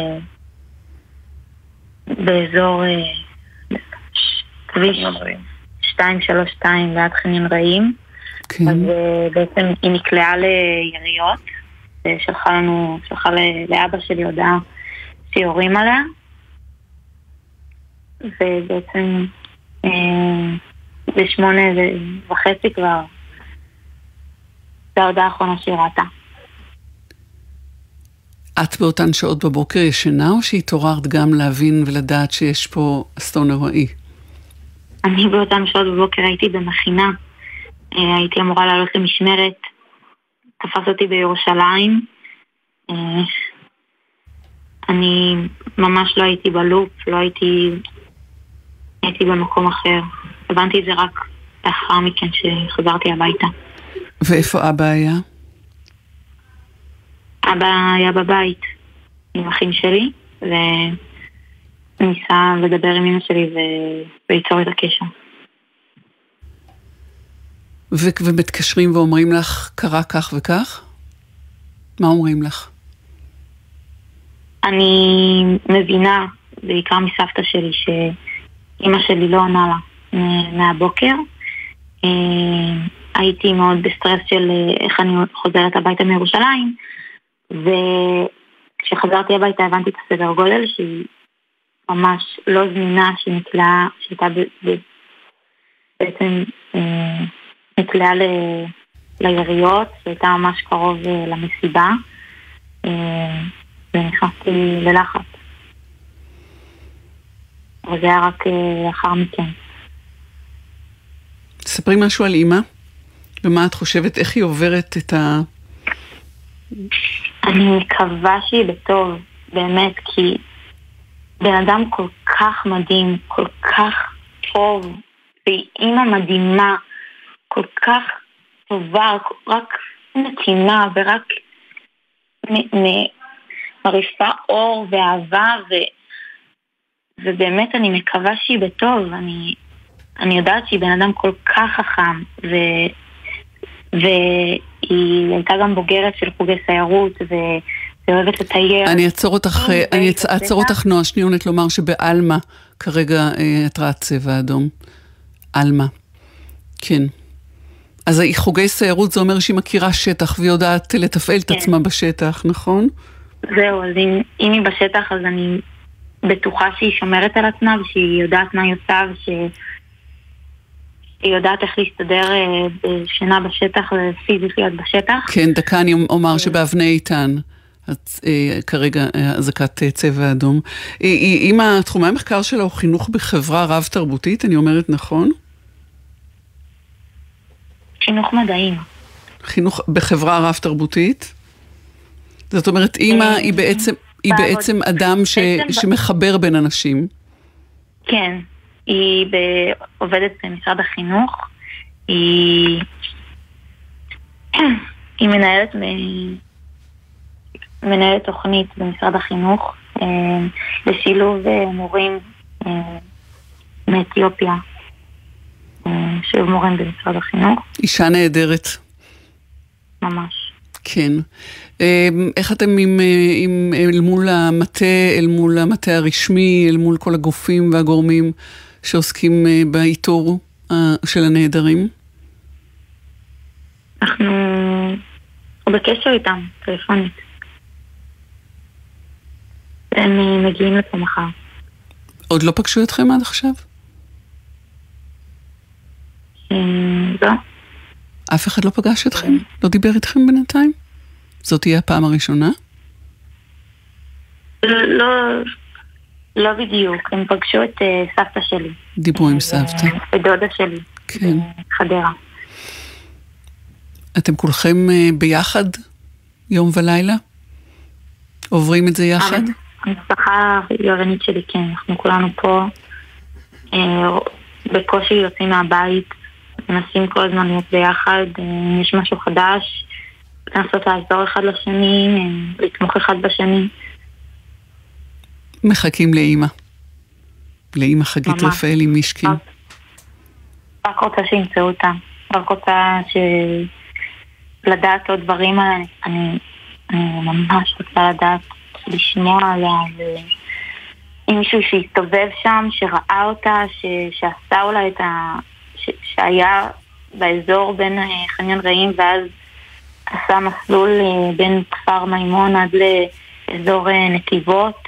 שבאזור כביש 232 ליד חניון רעים, אז בעצם היא נקלעה ליריות, ושלחה לאבא שלי הודעה שיורים עליה, ובעצם ב8:30 כבר זו ההודעה האחרונה שהיא ראתה. את באותן שעות בבוקר ישנה, או שהתעוררת גם להבין ולדעת שיש פה אסון נוראי? אני באותן שעות בבוקר הייתי במכינה. הייתי אמורה לעלות למשמרת. תפס אותי בירושלים. אני ממש לא הייתי בלופ, לא הייתי במקום אחר. הבנתי את זה רק לאחר מכן שחזרתי הביתה. ואיפה אבא היה? אבא היה בבית עם אחים שלי, וניסה לדבר עם אמא שלי וליצור את הקשר. ומתקשרים ואומרים לך, קרה כך וכך? מה אומרים לך? אני מבינה, בעיקר מסבתא שלי, שאמא שלי לא עונה לה מהבוקר. הייתי מאוד בסטרס של איך אני חוזרת הביתה מירושלים, וכשחזרתי הביתה הבנתי את הסדר גודל שהיא ממש לא זמינה, שהייתה בעצם נקלעה ליריות, שהייתה ממש קרוב למסיבה, ונכנסתי ללחץ. אבל זה היה רק לאחר מכן. ספרי משהו על אמא, ומה את חושבת, איך היא עוברת את אני מקווה שהיא בטוב, באמת, כי בן אדם כל כך מדהים, כל כך טוב, והיא אימא מדהימה, כל כך טובה, רק נתינה ורק מרעיפה אור ואהבה, ובאמת אני מקווה שהיא בטוב. אני יודעת שהיא בן אדם כל כך חכם, והיא הייתה גם בוגרת של חוגי סיירות, ואוהבת לטייר. אני אעצור אותך נועה, שניונת לומר שבאלמה כרגע התרעת צבע אדום. אלמה. כן. אז חוגי סיירות זה אומר שהיא מכירה שטח, והיא יודעת לתפעל את עצמה בשטח, נכון? זהו, אז אם היא בשטח, אז אני בטוחה שהיא שומרת על עצמה, ושהיא יודעת מה היא עושה, היא יודעת איך להסתדר בשינה בשטח ופיזית להיות בשטח. כן, דקה אני אומר שבאבני איתן, כרגע הזקת צבע אדום. אם תחומי המחקר שלה הוא חינוך בחברה רב-תרבותית, אני אומרת נכון? חינוך מדעים. חינוך בחברה רב-תרבותית? זאת אומרת, אמא היא בעצם אדם שמחבר בין אנשים. כן. היא עובדת במשרד החינוך, היא מנהלת תוכנית במשרד החינוך לשילוב מורים מאתיופיה, שילוב מורים במשרד החינוך. אישה נהדרת. ממש. כן. איך אתם אל מול המטה הרשמי, אל מול כל הגופים והגורמים שעוסקים באיתור של הנהדרים? אנחנו בקשר איתם, טלפונית. הם מגיעים לפה מחר. עוד לא פגשו אתכם עד עכשיו? לא. אף אחד לא פגש אתכם? לא דיבר איתכם בינתיים? זאת תהיה הפעם הראשונה? לא בדיוק. הם פגשו את סבתא שלי. דיברו עם סבתא. את דודה שלי. כן. חדרה. אתם כולכם ביחד? יום ולילה? עוברים את זה יחד? המשפחה היוונית שלי, כן. אנחנו כולנו פה. בקושי יוצאים מהבית. מנסים כל הזמן להיות ביחד. יש משהו חדש. לנסות לעזור אחד לשני. לתמוך אחד בשני. מחכים לאמא. לאמא חגית רפאלי מישקין. רק רוצה שימצאו אותה. רק רוצה לדעת עוד דברים עליה. אני ממש רוצה לדעת, לשמוע עליה. עם מישהו שהסתובב שם, שראה אותה, שעשה אולי את שהיה באזור בין חניון רעים, ואז עשה מסלול בין כפר מימון עד לאזור נתיבות,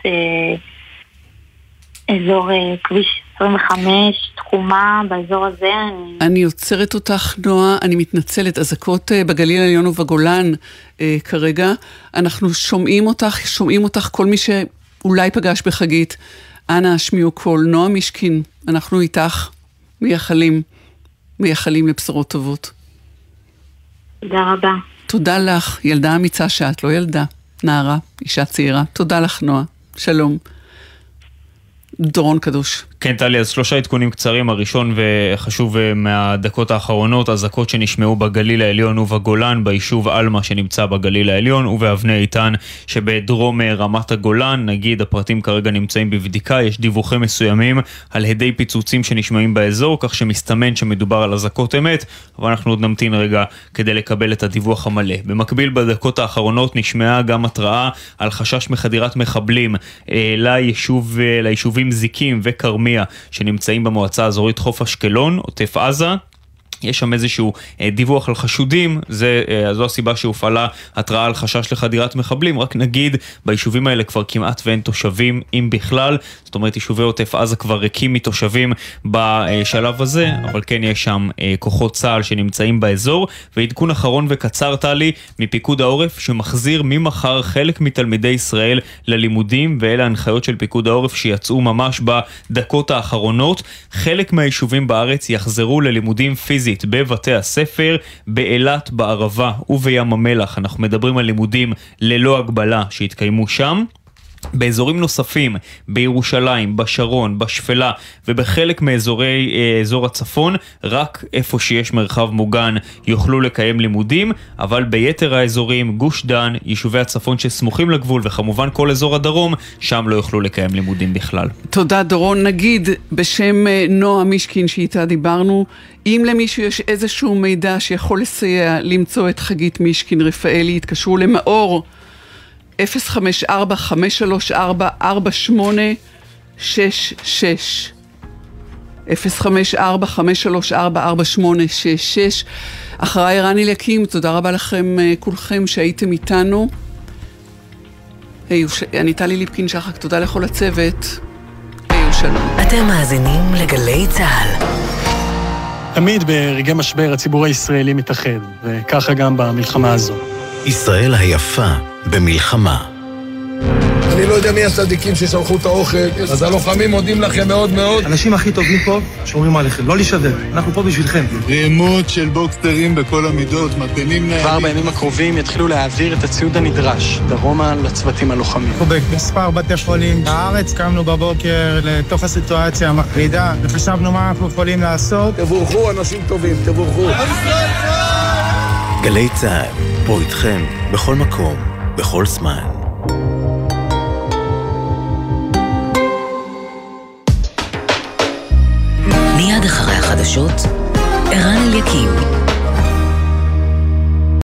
אזור כביש 25, תחומה באזור הזה. אני עוצרת אותך, נועה, אני מתנצלת, אזעקות בגליל העליון ובגולן כרגע. אנחנו שומעים אותך, כל מי שאולי פגש בחגית. אנא השמיעו קול. נועה מישקין, אנחנו איתך, מייחלים לבשורות טובות. תודה רבה. תודה לך, ילדה אמיצה שאת, לא ילדה, נערה, אישה צעירה. תודה לך, נועה. שלום. דורון קדוש. כן, טלי, אז 3 עדכונים קצרים. הראשון וחשוב מהדקות האחרונות, אזעקות שנשמעו בגליל העליון ובגולן, ביישוב אלמה שנמצא בגליל העליון, ובאבני איתן שבדרום רמת הגולן. נגיד, הפרטים כרגע נמצאים בבדיקה, יש דיווחים מסוימים על הדי פיצוצים שנשמעים באזור, כך שמסתמן שמדובר על אזעקות אמת, אבל אנחנו עוד נמתין רגע כדי לקבל את הדיווח המלא. במקביל, בדקות האחרונות נשמעה גם התראה על חשש מחדירת מחבלים ליישובים זיקים וקרמיה שנמצאים במועצה האזורית חוף אשקלון, עוטף עזה. יש שם איזשהו דיווח על חשודים, זו הסיבה שהופעלה התראה על חשש לחדירת מחבלים. רק נגיד, ביישובים האלה כבר כמעט ואין תושבים, אם בכלל, זאת אומרת, יישובי עוטף עזה כבר ריקים מתושבים בשלב הזה, אבל כן יש שם כוחות צה"ל שנמצאים באזור. ועדכון אחרון וקצר, טלי, מפיקוד העורף, שמחזיר ממחר חלק מתלמידי ישראל ללימודים, ואלה ההנחיות של פיקוד העורף שיצאו ממש בדקות האחרונות. חלק מהיישובים בארץ יחזרו ללימודים פיזיים בבתי הספר, באילת, בערבה ובים המלח. אנחנו מדברים על לימודים ללא הגבלה שהתקיימו שם. באזורים נוספים, בירושלים, בשרון, בשפלה ובחלק מאזור הצפון, רק איפה שיש מרחב מוגן יוכלו לקיים לימודים, אבל ביתר האזורים, גוש דן, יישובי הצפון שסמוכים לגבול וכמובן כל אזור הדרום, שם לא יוכלו לקיים לימודים בכלל. תודה דורון. נגיד בשם נועה מישקין שאיתה דיברנו, אם למישהו יש איזשהו מידע שיכול לסייע למצוא את חגית מישקין רפאלי, התקשרו למאור 054-534-4866 054-534-4866. אחריי רני לקים, תודה רבה לכם כולכם שהייתם איתנו. אני טלי ליפקין שחק, תודה לכל הצוות. שלום. אתם מאזינים לגלי צהל. תמיד ברגעי משבר הציבור הישראלי מתאחד, וככה גם במלחמה הזו. ישראל היפה במלחמה. אני לא יודע מי הצדיקים ששלחו את האוכל, אז הלוחמים מודים לכם מאוד מאוד. האנשים הכי טובים פה שומרים עליכם, לא להישבר, אנחנו פה בשבילכם. רימות של בוקסטרים בכל המידות, מתנים להם. כבר בימים הקרובים יתחילו להעביר את הציוד הנדרש, דרומה לצוותים הלוחמים. אנחנו במספר בתי חולים בארץ, קמנו בבוקר לתוך הסיטואציה המחרידה, וחשבנו מה אנחנו יכולים לעשות. תבורכו אנשים טובים, תבורכו. גלי צהל, פה איתכם, בכל מקום, בכל זמן. מיד אחרי החדשות, ערן אליקים.